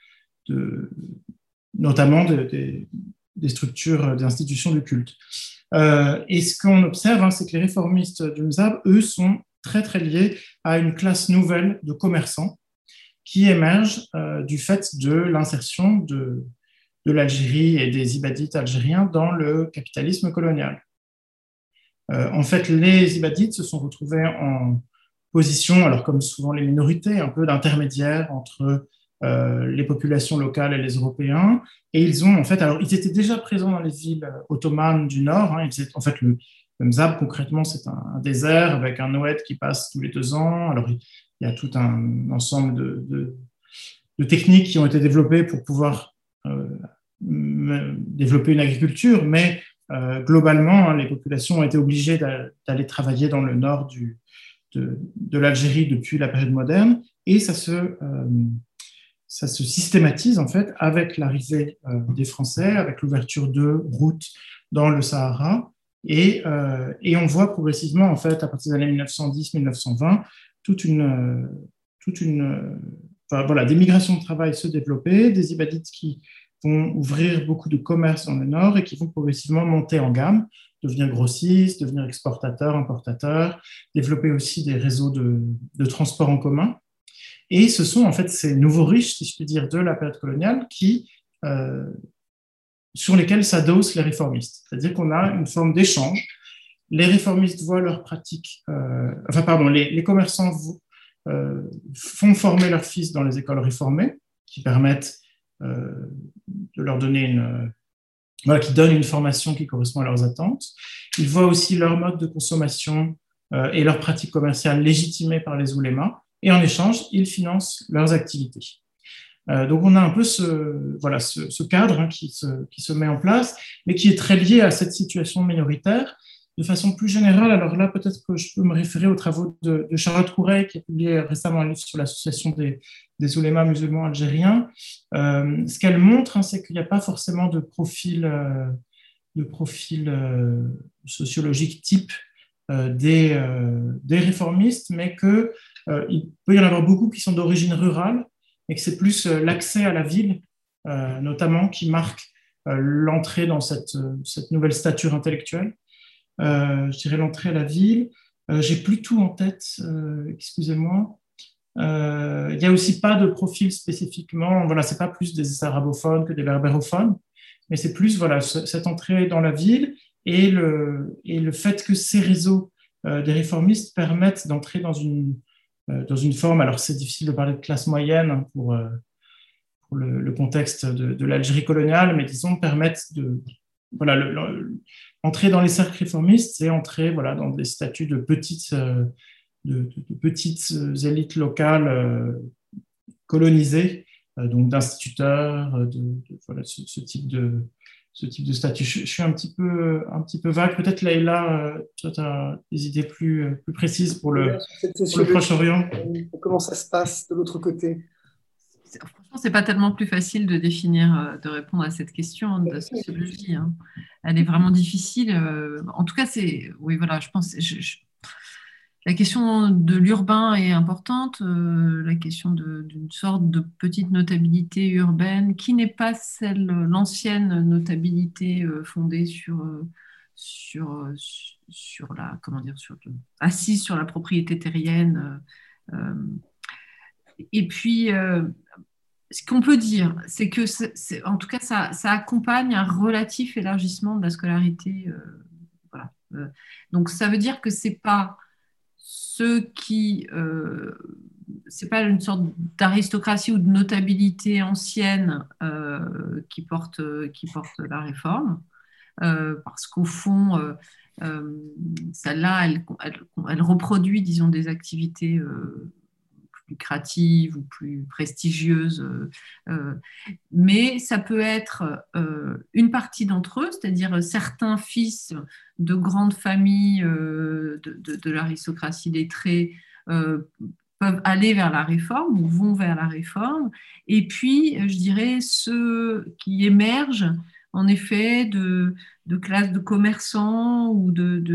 notamment des structures, des institutions de culte. Et ce qu'on observe, c'est que les réformistes du Mzab, eux, sont très, très liés à une classe nouvelle de commerçants qui émerge du fait de l'insertion de l'Algérie et des ibadites algériens dans le capitalisme colonial. En fait, les ibadites se sont retrouvés en position, alors comme souvent les minorités, un peu d'intermédiaire entre les populations locales et les Européens. Et ils étaient déjà présents dans les villes ottomanes du Nord. En fait, le Mzab, concrètement, c'est un désert avec un oued qui passe tous les 2 ans. Alors, il y a tout un ensemble de techniques qui ont été développées pour pouvoir développer une agriculture, mais globalement, les populations ont été obligées d'aller travailler dans le nord de l'Algérie depuis la période moderne, et ça se systématise en fait avec l'arrivée des Français, avec l'ouverture de routes dans le Sahara, et on voit progressivement en fait à partir des années 1910-1920 des migrations de travail se développer, des ibadites qui vont ouvrir beaucoup de commerces dans le nord et qui vont progressivement monter en gamme, devenir grossistes, devenir exportateurs, importateurs, développer aussi des réseaux de transport en commun. Et ce sont en fait ces nouveaux riches, si je puis dire, de la période coloniale sur lesquels s'adossent les réformistes. C'est-à-dire qu'on a une forme d'échange. Les réformistes voient leurs pratiques, les commerçants font former leurs fils dans les écoles réformées, qui permettent de leur donner qui donnent une formation qui correspond à leurs attentes. Ils voient aussi leur mode de consommation et leurs pratiques commerciales légitimées par les oulémas, et en échange, ils financent leurs activités. Donc on a un peu ce cadre qui se met en place, mais qui est très lié à cette situation minoritaire. De façon plus générale, alors là, peut-être que je peux me référer aux travaux de Charlotte Couret, qui a publié récemment un livre sur l'association des oulémas musulmans algériens. Ce qu'elle montre, c'est qu'il n'y a pas forcément de profil sociologique type des réformistes, mais qu'il peut y en avoir beaucoup qui sont d'origine rurale, et que c'est plus l'accès à la ville, notamment, qui marque l'entrée dans cette nouvelle stature intellectuelle. Je dirais l'entrée à la ville. J'ai plus tout en tête, excusez-moi. Il n'y a aussi pas de profil spécifiquement, voilà, c'est pas plus des arabophones que des berbérophones, mais c'est plus voilà, cette entrée dans la ville et le fait que ces réseaux des réformistes permettent d'entrer dans une forme, alors c'est difficile de parler de classe moyenne pour le contexte de l'Algérie coloniale, mais disons permettent de voilà, entrer dans les cercles réformistes, c'est entrer voilà, dans des statuts de petites élites locales colonisées, donc d'instituteurs, voilà, ce type de statut. Je suis un petit peu vague. Peut-être, Leïla, tu as des idées plus précises pour le Proche-Orient. Comment ça se passe de l'autre côté? Franchement, c'est pas tellement plus facile de définir, de répondre à cette question de sociologie. Hein. Elle est vraiment difficile. En tout cas, oui, voilà, je pense. La question de l'urbain est importante, la question d'une sorte de petite notabilité urbaine qui n'est pas l'ancienne notabilité fondée assise sur la propriété terrienne. Et puis, ce qu'on peut dire, c'est que, en tout cas, ça accompagne un relatif élargissement de la scolarité. Voilà. Donc, ça veut dire que c'est pas c'est pas une sorte d'aristocratie ou de notabilité ancienne qui porte la réforme, parce qu'au fond, celle-là, elle reproduit, disons, des activités lucratives ou plus prestigieuses, mais ça peut être une partie d'entre eux, c'est-à-dire certains fils de grandes familles de l'aristocratie lettrée peuvent aller vers la réforme ou vont vers la réforme, et puis je dirais ceux qui émergent en effet de classes de commerçants ou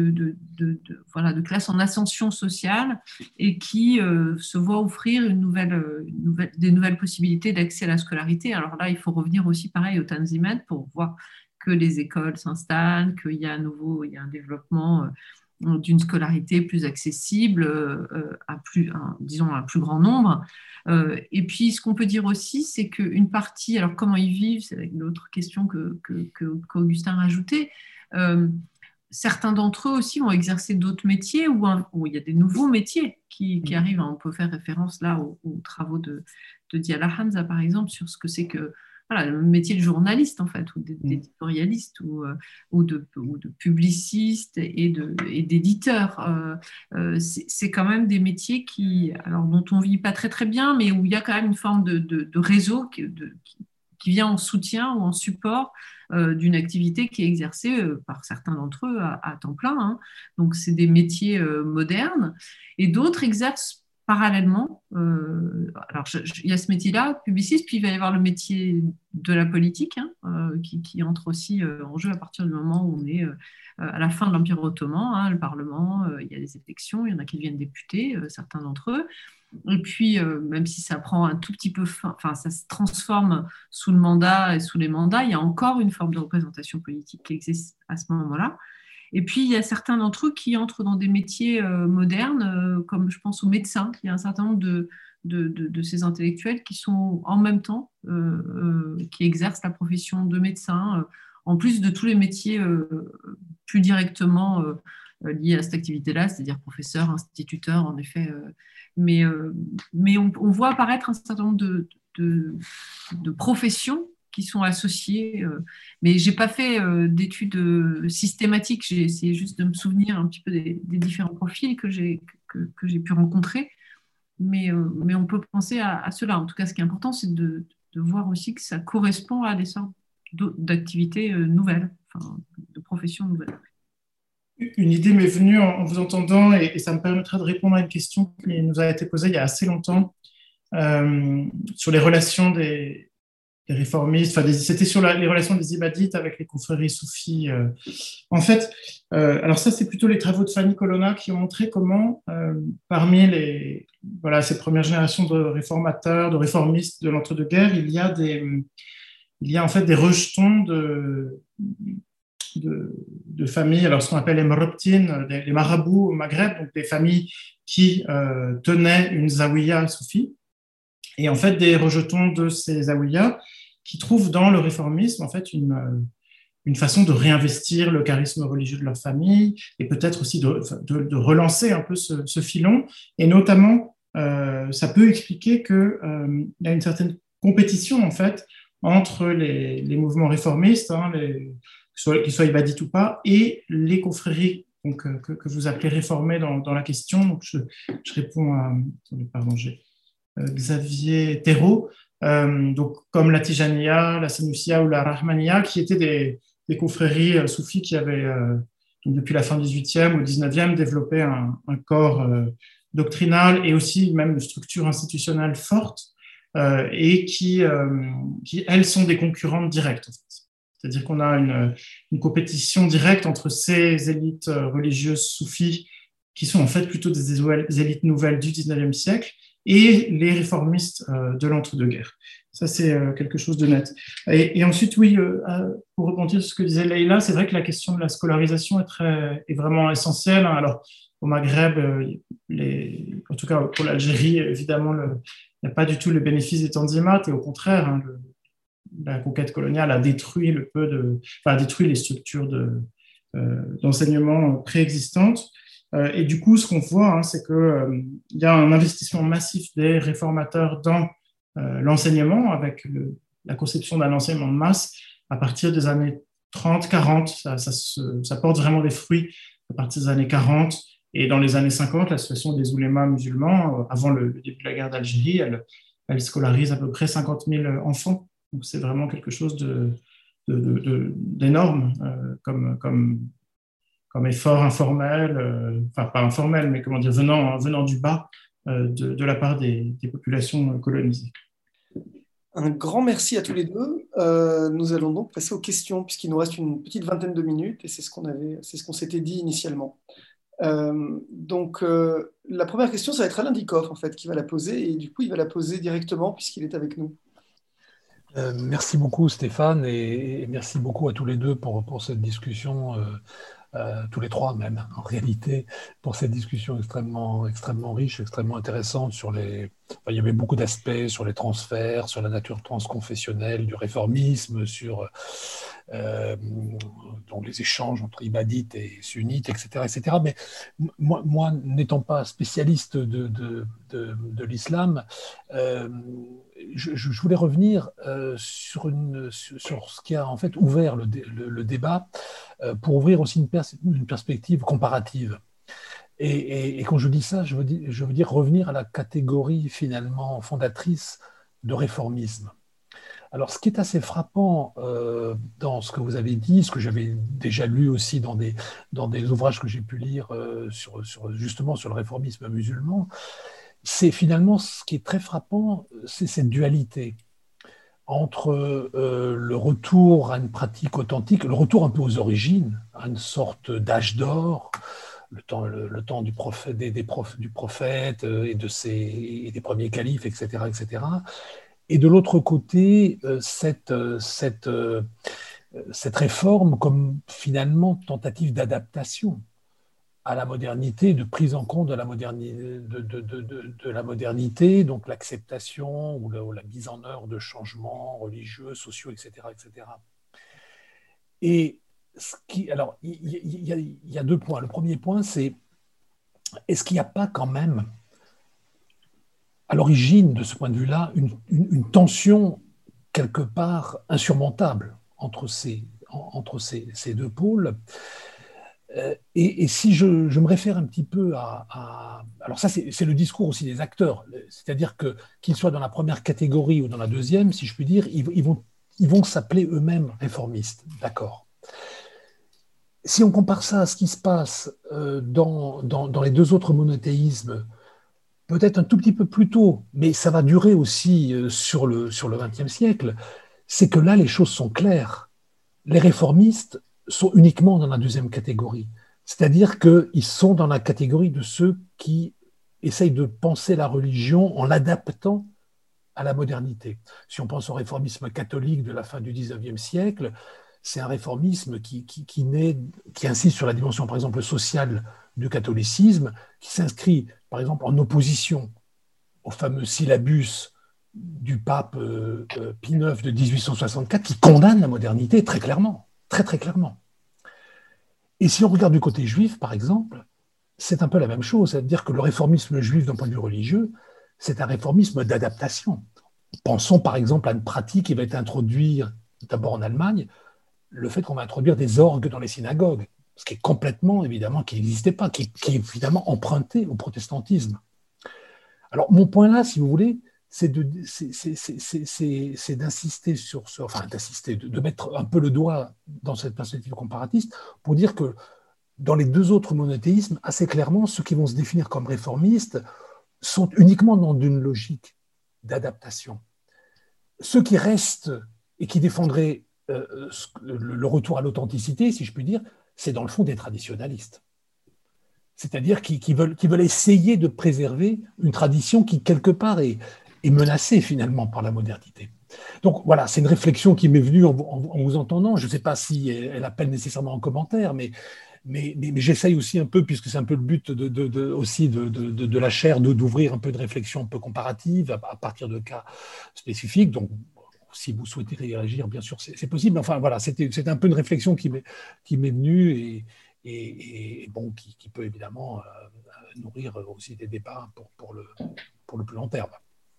voilà, de classes en ascension sociale et qui se voient offrir des nouvelles possibilités d'accès à la scolarité. Alors là, il faut revenir aussi pareil au Tanzimat pour voir que les écoles s'installent, qu'il y a un développement d'une scolarité plus accessible disons, à un plus grand nombre. Et puis, ce qu'on peut dire aussi, c'est qu'une partie, alors comment ils vivent, c'est l'autre question qu'Augustin rajoutait, certains d'entre eux aussi vont exercer d'autres métiers où il y a des nouveaux métiers qui arrivent. On peut faire référence là aux travaux de Diala Hamza, par exemple, sur ce que c'est que voilà, le métier de journaliste, en fait, ou d'éditorialiste, ou de publiciste et d'éditeur. C'est quand même des métiers dont on ne vit pas très, très bien, mais où il y a quand même une forme de réseau qui vient en soutien ou en support d'une activité qui est exercée par certains d'entre eux à temps plein. Hein. Donc, c'est des métiers modernes. Et d'autres exercent parallèlement, alors il y a ce métier-là, publiciste, puis il va y avoir le métier de la politique, hein, qui entre aussi en jeu à partir du moment où on est à la fin de l'Empire ottoman, hein, le Parlement, il y a des élections, il y en a qui deviennent députés, certains d'entre eux. Et puis, même si ça prend un tout petit peu enfin, ça se transforme sous le mandat et sous les mandats, il y a encore une forme de représentation politique qui existe à ce moment-là. Et puis, il y a certains d'entre eux qui entrent dans des métiers modernes, comme je pense aux médecins. Il y a un certain nombre de ces intellectuels qui sont en même temps, qui exercent la profession de médecin, en plus de tous les métiers plus directement liés à cette activité-là, c'est-à-dire professeur, instituteur, en effet. Mais on voit apparaître un certain nombre de professions qui sont associés, mais je n'ai pas fait d'études systématiques, j'ai essayé juste de me souvenir un petit peu des différents profils que j'ai pu rencontrer, mais on peut penser à cela. En tout cas, ce qui est important, c'est de voir aussi que ça correspond à des sortes d'activités nouvelles, enfin, de professions nouvelles. Une idée m'est venue en vous entendant, et ça me permettra de répondre à une question qui nous a été posée il y a assez longtemps sur les relations des réformistes, enfin, c'était sur les relations des ibadites avec les confréries soufis. En fait, alors ça, c'est plutôt les travaux de Fanny Colonna qui ont montré comment, parmi ces premières générations de réformateurs, de réformistes de l'entre-deux-guerres, il y a en fait des rejetons de familles, alors ce qu'on appelle les mrobtines, les marabouts au Maghreb, donc des familles qui tenaient une zawiya soufie, et en fait des rejetons de ces zawiyas qui trouvent dans le réformisme en fait une façon de réinvestir le charisme religieux de leur famille et peut-être aussi de relancer un peu ce filon. Et notamment, ça peut expliquer qu'il y a une certaine compétition en fait entre les mouvements réformistes, hein, qu'ils soient ibadites ou pas, et les confréries donc, que vous appelez réformées dans la question. Donc, je réponds à pardon, Xavier Thérault, donc, comme la Tijaniya, la Sanusiya ou la Rahmaniya, qui étaient des confréries soufis qui avaient, donc depuis la fin du XVIIIe ou XIXe, développé un corps doctrinal et aussi même une structure institutionnelle forte, et qui, elles, sont des concurrentes directes. En fait. C'est-à-dire qu'on a une compétition directe entre ces élites religieuses soufis, qui sont en fait plutôt des élites nouvelles du XIXe siècle, et les réformistes de l'entre-deux-guerres. Ça, c'est quelque chose de net. Et ensuite, oui, pour rebondir sur ce que disait Leïla, c'est vrai que la question de la scolarisation est vraiment essentielle. Alors, au Maghreb, en tout cas pour l'Algérie, évidemment, il n'y a pas du tout le bénéfice des tanzimat, et au contraire, hein, la conquête coloniale a détruit a détruit les structures d'enseignement préexistantes. Et du coup, ce qu'on voit, hein, c'est qu'il y a un investissement massif des réformateurs dans l'enseignement, avec la conception d'un enseignement de masse à partir des années 30, 40. Ça porte vraiment des fruits à partir des années 40. Et dans les années 50, la situation des oulémas musulmans, avant le début de la guerre d'Algérie, elle scolarise à peu près 50 000 enfants. Donc, c'est vraiment quelque chose d'énorme comme effort informel, enfin pas informel, mais comment dire, venant du bas de la part des populations colonisées. Un grand merci à tous les deux. Nous allons donc passer aux questions, puisqu'il nous reste une petite vingtaine de minutes, et c'est ce qu'on s'était dit initialement. Donc, la première question, ça va être Alain Dikoff, en fait, qui va la poser, et du coup, il va la poser directement, puisqu'il est avec nous. Merci beaucoup Stéphane, et merci beaucoup à tous les deux pour cette discussion, tous les trois même en réalité, pour cette discussion extrêmement riche, extrêmement intéressante sur il y avait beaucoup d'aspects sur les transferts, sur la nature transconfessionnelle du réformisme, sur donc les échanges entre ibadites et sunnites, etc. Mais moi n'étant pas spécialiste de l'islam, je voulais revenir sur ce qui a en fait ouvert le débat, pour ouvrir aussi une perspective comparative. Et quand je dis ça, je veux dire revenir à la catégorie finalement fondatrice de réformisme. Alors, ce qui est assez frappant dans ce que vous avez dit, ce que j'avais déjà lu aussi dans des ouvrages que j'ai pu lire justement sur le réformisme musulman, c'est finalement ce qui est très frappant, c'est cette dualité entre le retour à une pratique authentique, le retour un peu aux origines, à une sorte d'âge d'or, le temps du prophète, du prophète et des premiers califes, etc., etc. Et de l'autre côté, cette réforme comme finalement tentative d'adaptation à la modernité, de prise en compte de la modernité, donc l'acceptation ou la mise en œuvre de changements religieux, sociaux, etc., etc. Et alors, il y a deux points. Le premier point, c'est est-ce qu'il n'y a pas quand même, à l'origine de ce point de vue-là, une tension quelque part insurmontable entre ces deux pôles? Et si je me réfère un petit peu alors ça, c'est le discours aussi des acteurs, c'est-à-dire qu'ils soient dans la première catégorie ou dans la deuxième, si je puis dire, ils vont s'appeler eux-mêmes réformistes, d'accord. Si on compare ça à ce qui se passe dans les deux autres monothéismes, peut-être un tout petit peu plus tôt, mais ça va durer aussi sur le XXe siècle, c'est que là, les choses sont claires. Les réformistes sont uniquement dans la deuxième catégorie. C'est-à-dire qu'ils sont dans la catégorie de ceux qui essayent de penser la religion en l'adaptant à la modernité. Si on pense au réformisme catholique de la fin du XIXe siècle, c'est un réformisme qui insiste sur la dimension, par exemple, sociale du catholicisme, qui s'inscrit, par exemple, en opposition au fameux syllabus du pape Pie IX de 1864, qui condamne la modernité très clairement, très très clairement. Et si on regarde du côté juif, par exemple, c'est un peu la même chose, c'est-à-dire que le réformisme juif d'un point de vue religieux, c'est un réformisme d'adaptation. Pensons par exemple à une pratique qui va être introduite d'abord en Allemagne, le fait qu'on va introduire des orgues dans les synagogues, ce qui est complètement, évidemment, qui n'existait pas, qui est évidemment emprunté au protestantisme. Alors, mon point là, si vous voulez, c'est d'insister sur ce, enfin, de mettre un peu le doigt dans cette perspective comparatiste pour dire que dans les deux autres monothéismes, assez clairement, ceux qui vont se définir comme réformistes sont uniquement dans une logique d'adaptation. Ceux qui restent et qui défendraient le retour à l'authenticité, si je puis dire, c'est dans le fond des traditionalistes. C'est-à-dire qui veulent essayer de préserver une tradition qui, quelque part, est menacée finalement par la modernité. Donc voilà, c'est une réflexion qui m'est venue en vous entendant. Je ne sais pas si elle appelle nécessairement en commentaire, mais j'essaye aussi un peu, puisque c'est un peu le but aussi de la chaire, d'ouvrir un peu de réflexion un peu comparative à partir de cas spécifiques. Donc, si vous souhaitez réagir, bien sûr, c'est possible. Mais enfin, voilà, c'était un peu une réflexion qui m'est venue et bon, qui peut évidemment nourrir aussi des débats pour le plus long terme.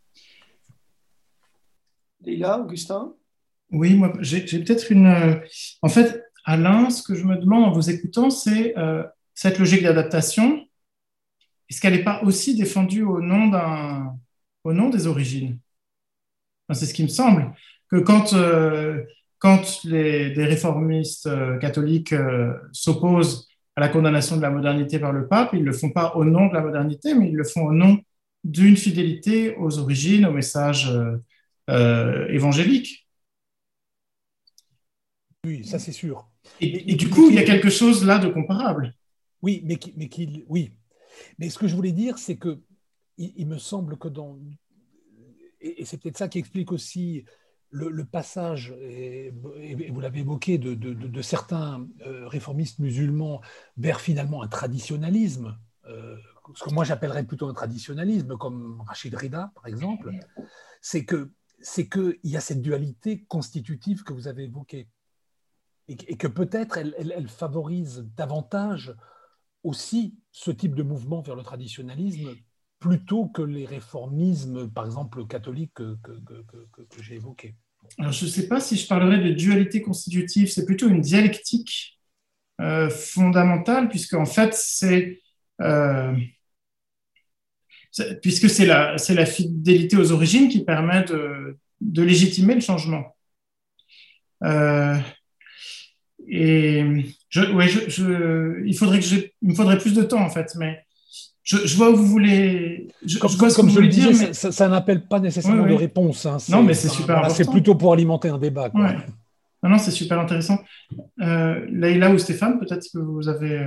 Leïla, Augustin? Oui, moi, j'ai peut-être une... En fait, Alain, ce que je me demande en vous écoutant, c'est cette logique d'adaptation, est-ce qu'elle n'est pas aussi défendue au nom des origines? Enfin, c'est ce qui me semble, que quand des réformistes catholiques s'opposent à la condamnation de la modernité par le pape, ils ne le font pas au nom de la modernité, mais ils le font au nom d'une fidélité aux origines, au message évangélique. Oui, ça c'est sûr. Et du coup, il y a quelque chose là de comparable. Oui, oui. Mais ce que je voulais dire, c'est que il me semble que et c'est peut-être ça qui explique aussi le passage, et vous l'avez évoqué, de certains réformistes musulmans vers finalement un traditionnalisme, ce que moi j'appellerais plutôt un traditionnalisme, comme Rachid Rida, par exemple, c'est qu'il y a cette dualité constitutive que vous avez évoquée. Et que peut-être elle favorise davantage aussi ce type de mouvement vers le traditionnalisme plutôt que les réformismes, par exemple, catholiques que j'ai évoqués. Alors, je ne sais pas si je parlerais de dualité constitutive, c'est plutôt une dialectique fondamentale, puisque en fait, puisque c'est la fidélité aux origines qui permet de légitimer le changement. Et il me faudrait plus de temps en fait, mais je vois où vous voulez. Comme je le disais, mais... ça n'appelle pas nécessairement de réponse. Hein. Non, mais c'est super important. C'est plutôt pour alimenter un débat. Quoi. Ouais. Non, c'est super intéressant. Leïla ou Stéphane, peut-être que vous avez.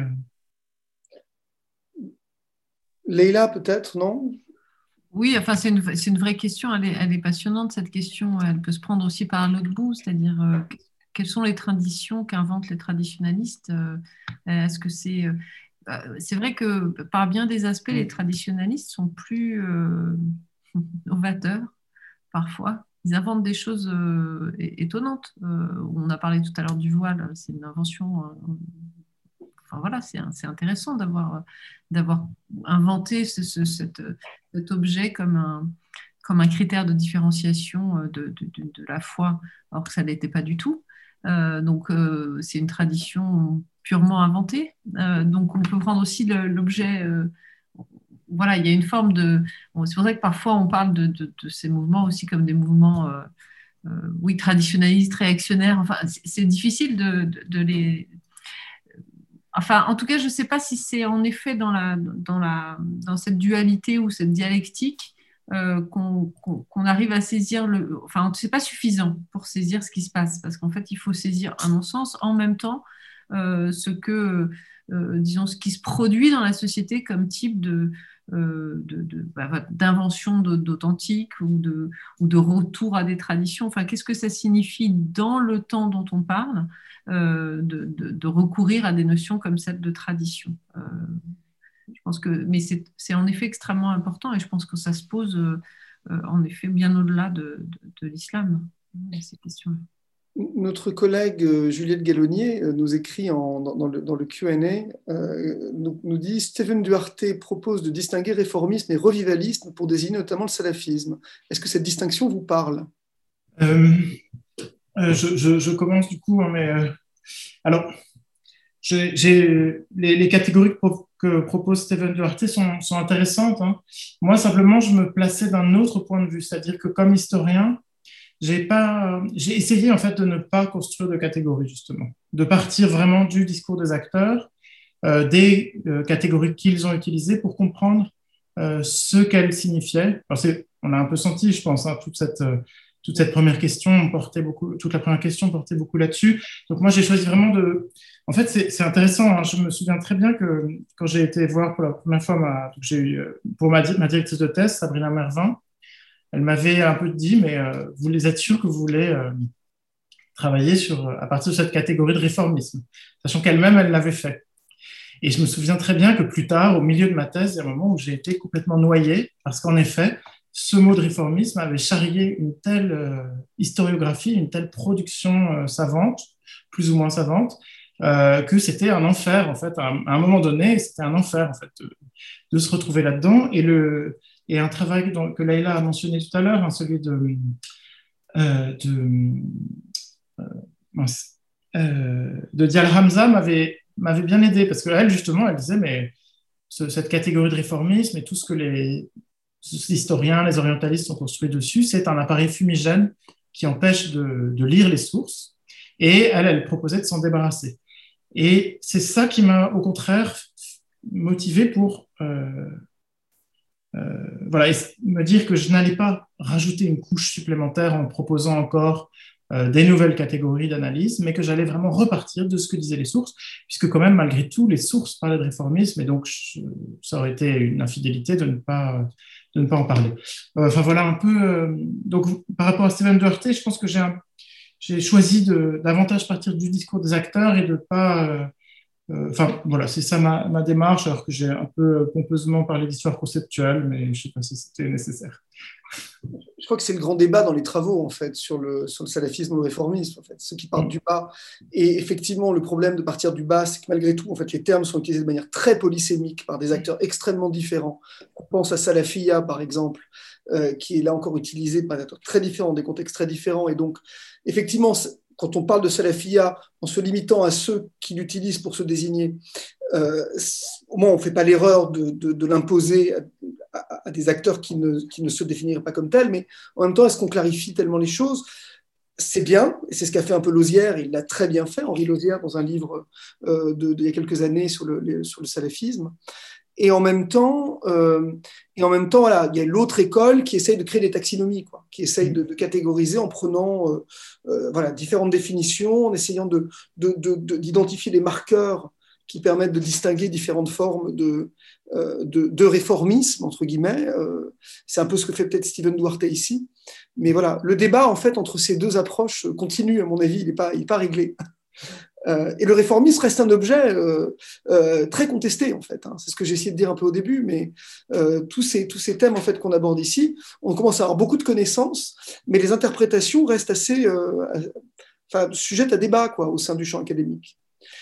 Leïla, peut-être, non? Oui, enfin, c'est une vraie question. Elle est passionnante, cette question. Elle peut se prendre aussi par l'autre bout, c'est-à-dire quelles sont les traditions qu'inventent les traditionalistes? Est-ce que c'est vrai que par bien des aspects, les traditionalistes sont plus novateurs parfois. Ils inventent des choses étonnantes. On a parlé tout à l'heure du voile, c'est une invention. Enfin voilà, c'est intéressant d'avoir inventé cet objet comme un critère de différenciation de la foi, alors que ça ne l'était pas du tout. Donc, c'est une tradition purement inventée. Donc, on peut prendre aussi l'objet. Voilà, il y a une forme de. Bon, c'est pour ça que parfois on parle de ces mouvements aussi comme des mouvements, oui, traditionnalistes, réactionnaires. Enfin, c'est difficile de les. Enfin, en tout cas, je ne sais pas si c'est en effet dans cette dualité ou cette dialectique qu'on arrive à saisir enfin, c'est pas suffisant pour saisir ce qui se passe, parce qu'en fait, il faut saisir, à mon sens, en même temps, disons, ce qui se produit dans la société comme type d'invention d'authentique ou de retour à des traditions. Enfin, qu'est-ce que ça signifie dans le temps dont on parle de recourir à des notions comme celle de tradition. Je pense mais c'est en effet extrêmement important et je pense que ça se pose en effet bien au-delà de l'islam, ces questions-là. Notre collègue Juliette Gallonnier nous écrit dans le Q&A, nous dit « Steven Duarte propose de distinguer réformisme et revivalisme pour désigner notamment le salafisme. Est-ce que cette distinction vous parle ?» Je commence du coup, mais alors, les catégories que propose Steven Duarte sont intéressantes. Hein. Moi, simplement, je me plaçais d'un autre point de vue, c'est-à-dire que comme historien, j'ai essayé en fait de ne pas construire de catégories, justement, de partir vraiment du discours des acteurs, des catégories qu'ils ont utilisées pour comprendre ce qu'elles signifiaient. Alors, on a un peu senti, je pense, hein, toute cette première question toute la première question portait beaucoup là-dessus. Donc moi, j'ai choisi vraiment En fait, c'est intéressant. Hein. Je me souviens très bien que quand j'ai été voir pour la première fois pour ma directrice de thèse, Sabrina Mervin, elle m'avait un peu dit, mais vous êtes sûr que vous voulez travailler à partir de cette catégorie de réformisme, sachant qu'elle-même, elle l'avait fait. Et je me souviens très bien que plus tard, au milieu de ma thèse, il y a un moment où j'ai été complètement noyé, parce qu'en effet, ce mot de réformisme avait charrié une telle historiographie, une telle production savante, plus ou moins savante, que c'était un enfer, en fait. À un moment donné, c'était un enfer, en fait, de se retrouver là-dedans. Et un travail que Leïla a mentionné tout à l'heure, hein, celui de Dial Hamza m'avait bien aidé, parce qu'elle, justement, elle disait, mais cette catégorie de réformisme et tout ce que les historiens, les orientalistes ont construit dessus, c'est un appareil fumigène qui empêche de lire les sources. Et elle proposait de s'en débarrasser. Et c'est ça qui m'a, au contraire, motivé pour me dire que je n'allais pas rajouter une couche supplémentaire en proposant encore des nouvelles catégories d'analyse, mais que j'allais vraiment repartir de ce que disaient les sources, puisque quand même, malgré tout, les sources parlaient de réformisme, et donc ça aurait été une infidélité de ne pas en parler. Enfin voilà un peu. Donc par rapport à Steven Duarte, je pense que j'ai choisi davantage partir du discours des acteurs et de pas. Enfin voilà, c'est ça ma démarche, alors que j'ai un peu pompeusement parlé d'histoire conceptuelle, mais je ne sais pas si c'était nécessaire. Je crois que c'est le grand débat dans les travaux, en fait, sur le salafisme ou le réformisme, en fait, ceux qui partent du bas. Et effectivement, le problème de partir du bas, c'est que malgré tout, en fait, les termes sont utilisés de manière très polysémique par des acteurs extrêmement différents. On pense à Salafia, par exemple, qui est là encore utilisé par des acteurs très différents, des contextes très différents. Et donc, effectivement, quand on parle de Salafia, en se limitant à ceux qui l'utilisent pour se désigner, au moins on ne fait pas l'erreur de l'imposer à des acteurs qui ne se définiraient pas comme tels, mais en même temps, est-ce qu'on clarifie tellement les choses ? C'est bien, et c'est ce qu'a fait un peu Lauzière, il l'a très bien fait, Henri Lauzière, dans un livre d'il y a quelques années sur le salafisme. Et en même temps, voilà, il y a l'autre école qui essaye de créer des taxonomies, qui essaye de catégoriser en prenant voilà, différentes définitions, en essayant d'identifier des marqueurs qui permettent de distinguer différentes formes de réformisme, entre guillemets. C'est un peu ce que fait peut-être Steven Duarte ici. Mais voilà, le débat, en fait, entre ces deux approches continue, à mon avis, il n'est pas réglé. Et le réformisme reste un objet très contesté, en fait. Hein. C'est ce que j'ai essayé de dire un peu au début, mais tous ces thèmes en fait, qu'on aborde ici, on commence à avoir beaucoup de connaissances, mais les interprétations restent assez sujettes à débat au sein du champ académique.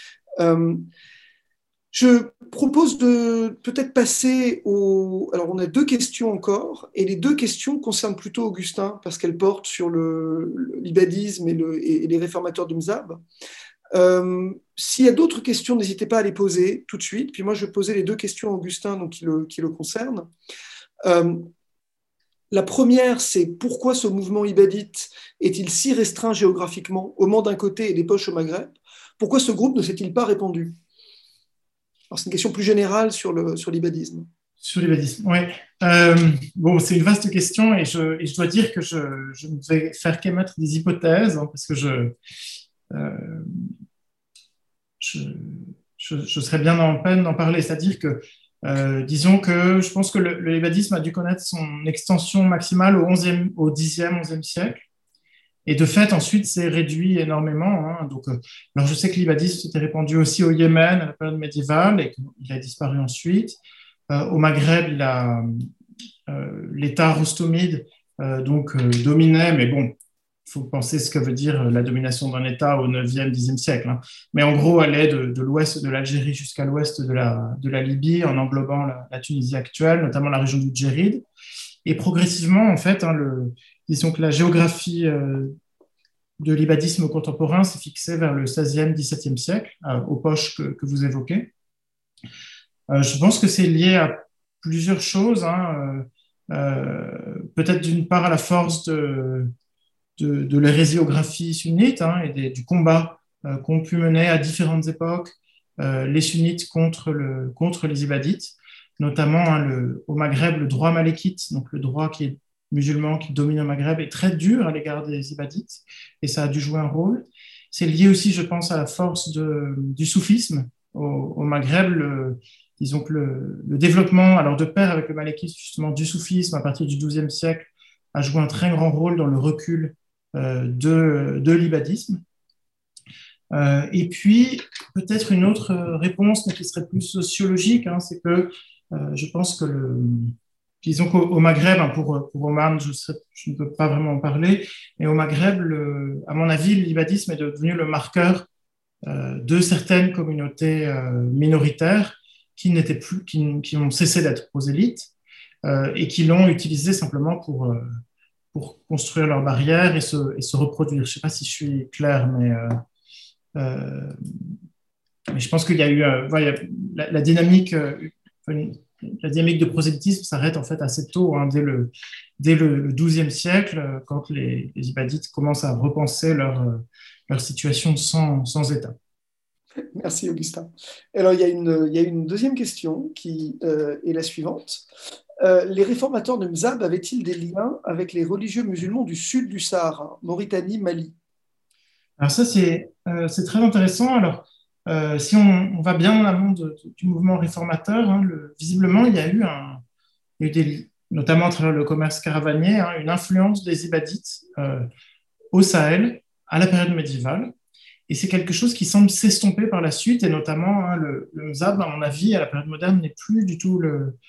Je propose de peut-être passer Alors, on a 2 questions encore, et les 2 questions concernent plutôt Augustin, parce qu'elles portent sur l'ibadisme et les réformateurs du Mzab. S'il y a d'autres questions, n'hésitez pas à les poser tout de suite. Puis moi, je vais poser les 2 questions à Augustin donc, qui le concernent. La première, c'est pourquoi ce mouvement ibadite est-il si restreint géographiquement, au Mans d'un côté et des Poches au Maghreb ? Pourquoi ce groupe ne s'est-il pas répandu ? Alors, c'est une question plus générale sur l'ibadisme. Sur l'ibadisme, oui. Bon, c'est une vaste question et je dois dire que je ne vais faire qu'émettre des hypothèses hein, parce que je serais bien en peine d'en parler. C'est-à-dire que Disons que je pense que le ibadisme a dû connaître son extension maximale au Xe, XIe siècle. Et de fait, ensuite, c'est réduit énormément. Hein. Donc, alors je sais que l'ibadisme s'était répandu aussi au Yémen à la période médiévale et qu'il a disparu ensuite. Au Maghreb, l'État rostomide dominait, mais bon, il faut penser ce que veut dire la domination d'un État au 9e, 10e siècle. Hein. Mais en gros, elle est de l'ouest de l'Algérie jusqu'à l'ouest de la Libye, en englobant la Tunisie actuelle, notamment la région du Djerid. Et progressivement, en fait, hein, disons que la géographie de l'ibadisme contemporain s'est fixée vers le 16e, 17e siècle, aux poches que vous évoquez. Je pense que c'est lié à plusieurs choses. Hein. Peut-être d'une part à la force de l'hérésiographie sunnite hein, et du combat qu'ont pu mener à différentes époques les sunnites contre les ibadites, notamment hein, au Maghreb, le droit malékite, donc le droit qui est musulman qui domine au Maghreb, est très dur à l'égard des ibadites, et ça a dû jouer un rôle. C'est lié aussi, je pense, à la force du soufisme au Maghreb. Disons que le développement, alors de pair avec le malékisme, justement, du soufisme à partir du XIIe siècle, a joué un très grand rôle dans le recul de l'ibadisme. Et puis, peut-être une autre réponse, mais qui serait plus sociologique, hein, c'est que je pense que disons qu'au Maghreb, hein, pour Oman, je ne peux pas vraiment en parler, mais au Maghreb, à mon avis, l'ibadisme est devenu le marqueur de certaines communautés minoritaires qui ont cessé d'être prosélytes et qui l'ont utilisé simplement pour construire leurs barrières et se reproduire. Je ne sais pas si je suis clair, mais je pense qu'il y a eu la dynamique de prosélytisme s'arrête en fait assez tôt, hein, dès le XIIe siècle, quand les ibadites commencent à repenser leur situation sans État. Merci Augustin. Alors il y a une deuxième question qui est la suivante. Les réformateurs de Mzab avaient-ils des liens avec les religieux musulmans du sud du Sahara, Mauritanie, Mali? Alors ça, c'est très intéressant. Alors, si on va bien en amont du mouvement réformateur, hein, visiblement, il y a eu notamment à travers le commerce caravanier, hein, une influence des ibadites au Sahel à la période médiévale. Et c'est quelque chose qui semble s'estomper par la suite, et notamment hein, le Mzab, à mon avis, à la période moderne, n'est plus du tout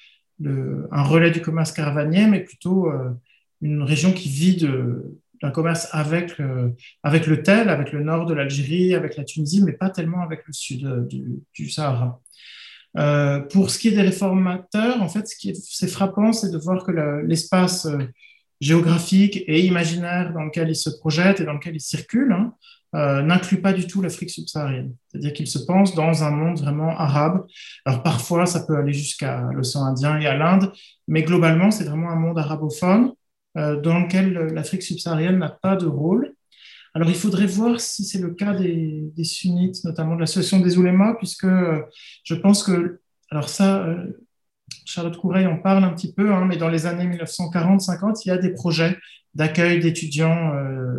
un relais du commerce caravanier, mais plutôt une région qui vit d'un commerce avec le Tel, avec le nord de l'Algérie, avec la Tunisie, mais pas tellement avec le sud du Sahara. Pour ce qui est des réformateurs, en fait, c'est frappant, c'est de voir que l'espace géographique et imaginaire dans lequel ils se projettent et dans lequel ils circulent hein, n'inclut pas du tout l'Afrique subsaharienne. C'est-à-dire qu'ils se pensent dans un monde vraiment arabe. Alors parfois, ça peut aller jusqu'à l'océan Indien et à l'Inde, mais globalement, c'est vraiment un monde arabophone dans lequel l'Afrique subsaharienne n'a pas de rôle. Alors, il faudrait voir si c'est le cas des sunnites, notamment de l'association des oulémas, puisque je pense que, alors ça, Charlotte Coureil en parle un petit peu, hein, mais dans les années 1940-50, il y a des projets d'accueil d'étudiants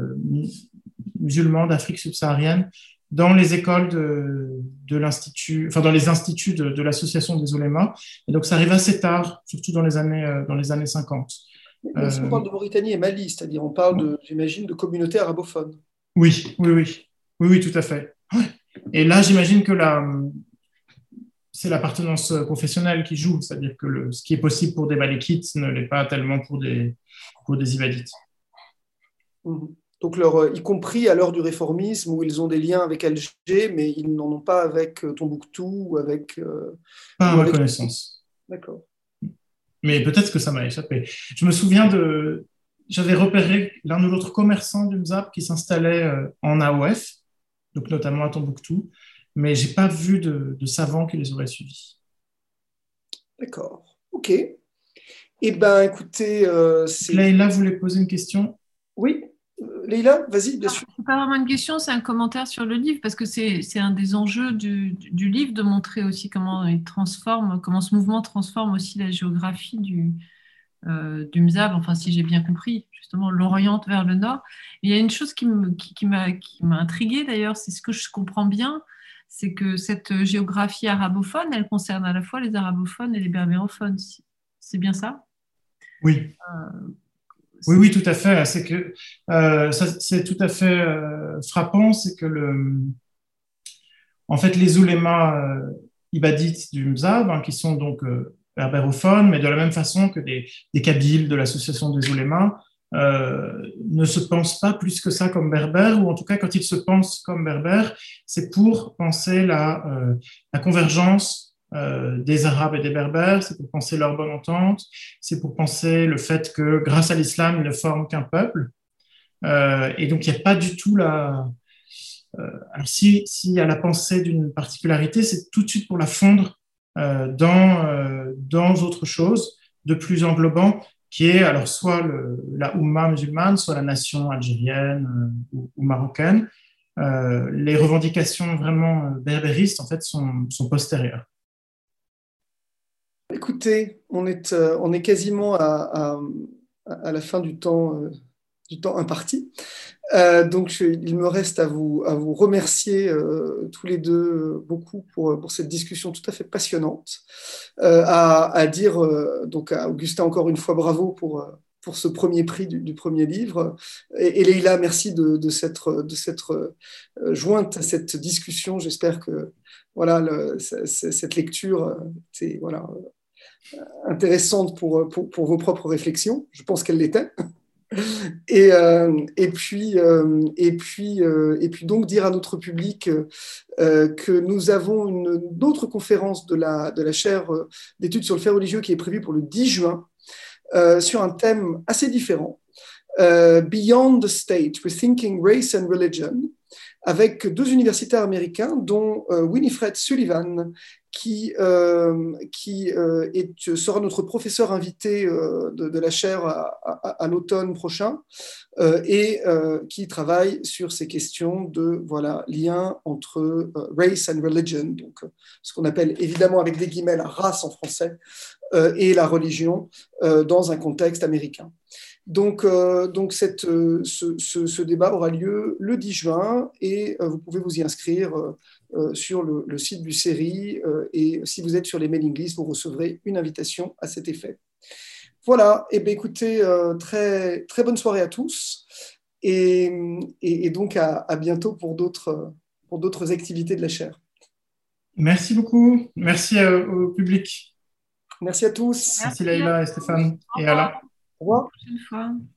musulmans d'Afrique subsaharienne dans les écoles de l'institut, enfin dans les instituts de l'association des oulémas. Et donc, ça arrive assez tard, surtout dans les années 50. Mais si on parle de Mauritanie et Mali, c'est-à-dire on parle, j'imagine, de communautés arabophones. Oui, tout à fait. Ouais. Et là, j'imagine que c'est l'appartenance confessionnelle qui joue, c'est-à-dire que ce qui est possible pour des malékites ne l'est pas tellement pour des ibadites. Donc, y compris à l'heure du réformisme, où ils ont des liens avec Alger, mais ils n'en ont pas avec Tombouctou ou avec... pas à ma connaissance. D'accord. Mais peut-être que ça m'a échappé. Je me souviens j'avais repéré l'un ou l'autre commerçant du Mzab qui s'installait en AOF, donc notamment à Tombouctou, mais je n'ai pas vu de savants qui les auraient suivis. D'accord. OK. Eh bien, écoutez... Leïla voulait poser une question. Oui. Leïla, vas-y, bien sûr. Ce n'est pas vraiment une question, c'est un commentaire sur le livre, parce que c'est un des enjeux du livre, de montrer aussi comment ce mouvement transforme aussi la géographie du Mzab, enfin si j'ai bien compris, justement l'oriente vers le nord. Et il y a une chose qui m'a intriguée d'ailleurs, c'est ce que je comprends bien, c'est que cette géographie arabophone, elle concerne à la fois les arabophones et les berbérophones. C'est bien ça? Oui. Oui, tout à fait. C'est que c'est tout à fait frappant, c'est que en fait, les oulémas ibadites du Mzab, qui sont donc berbérophones, mais de la même façon que des Kabyles de l'association des oulémas, ne se pensent pas plus que ça comme berbères, ou en tout cas, quand ils se pensent comme berbères, c'est pour penser la convergence des Arabes et des Berbères, c'est pour penser leur bonne entente, c'est pour penser le fait que grâce à l'islam, ils ne forment qu'un peuple. Et donc, il n'y a pas du tout alors, s'il y a la pensée d'une particularité, c'est tout de suite pour la fondre dans autre chose de plus englobant, qui est alors soit la Oumma musulmane, soit la nation algérienne ou marocaine. Les revendications vraiment berbéristes, en fait, sont postérieures. Écoutez, on est quasiment à la fin du temps imparti. Donc, il me reste à vous remercier tous les deux beaucoup pour cette discussion tout à fait passionnante. À dire donc à Augustin encore une fois bravo pour ce premier prix du premier livre. Et Leïla, merci de s'être jointe à cette discussion. J'espère que voilà, cette lecture c'est voilà, intéressante pour vos propres réflexions. Je pense qu'elle l'était. Et puis donc dire à notre public que nous avons une autre conférence de la chaire d'études sur le fait religieux qui est prévue pour le 10 juin sur un thème assez différent, Beyond the State, Rethinking Race and Religion, avec deux universitaires américains, dont Winifred Sullivan, qui sera notre professeur invité de la chaire à l'automne prochain, et qui travaille sur ces questions de lien entre race and religion, donc ce qu'on appelle évidemment avec des guillemets la race en français, et la religion dans un contexte américain. Donc ce débat aura lieu le 10 juin et vous pouvez vous y inscrire sur le site du CERI et si vous êtes sur les mailing lists, vous recevrez une invitation à cet effet. Voilà, et bien écoutez, très, très bonne soirée à tous et donc à bientôt pour d'autres activités de la chaire. Merci beaucoup, merci au public. Merci à tous. Merci Leïla et Stéphane et Alain. Au revoir. À la prochaine fois.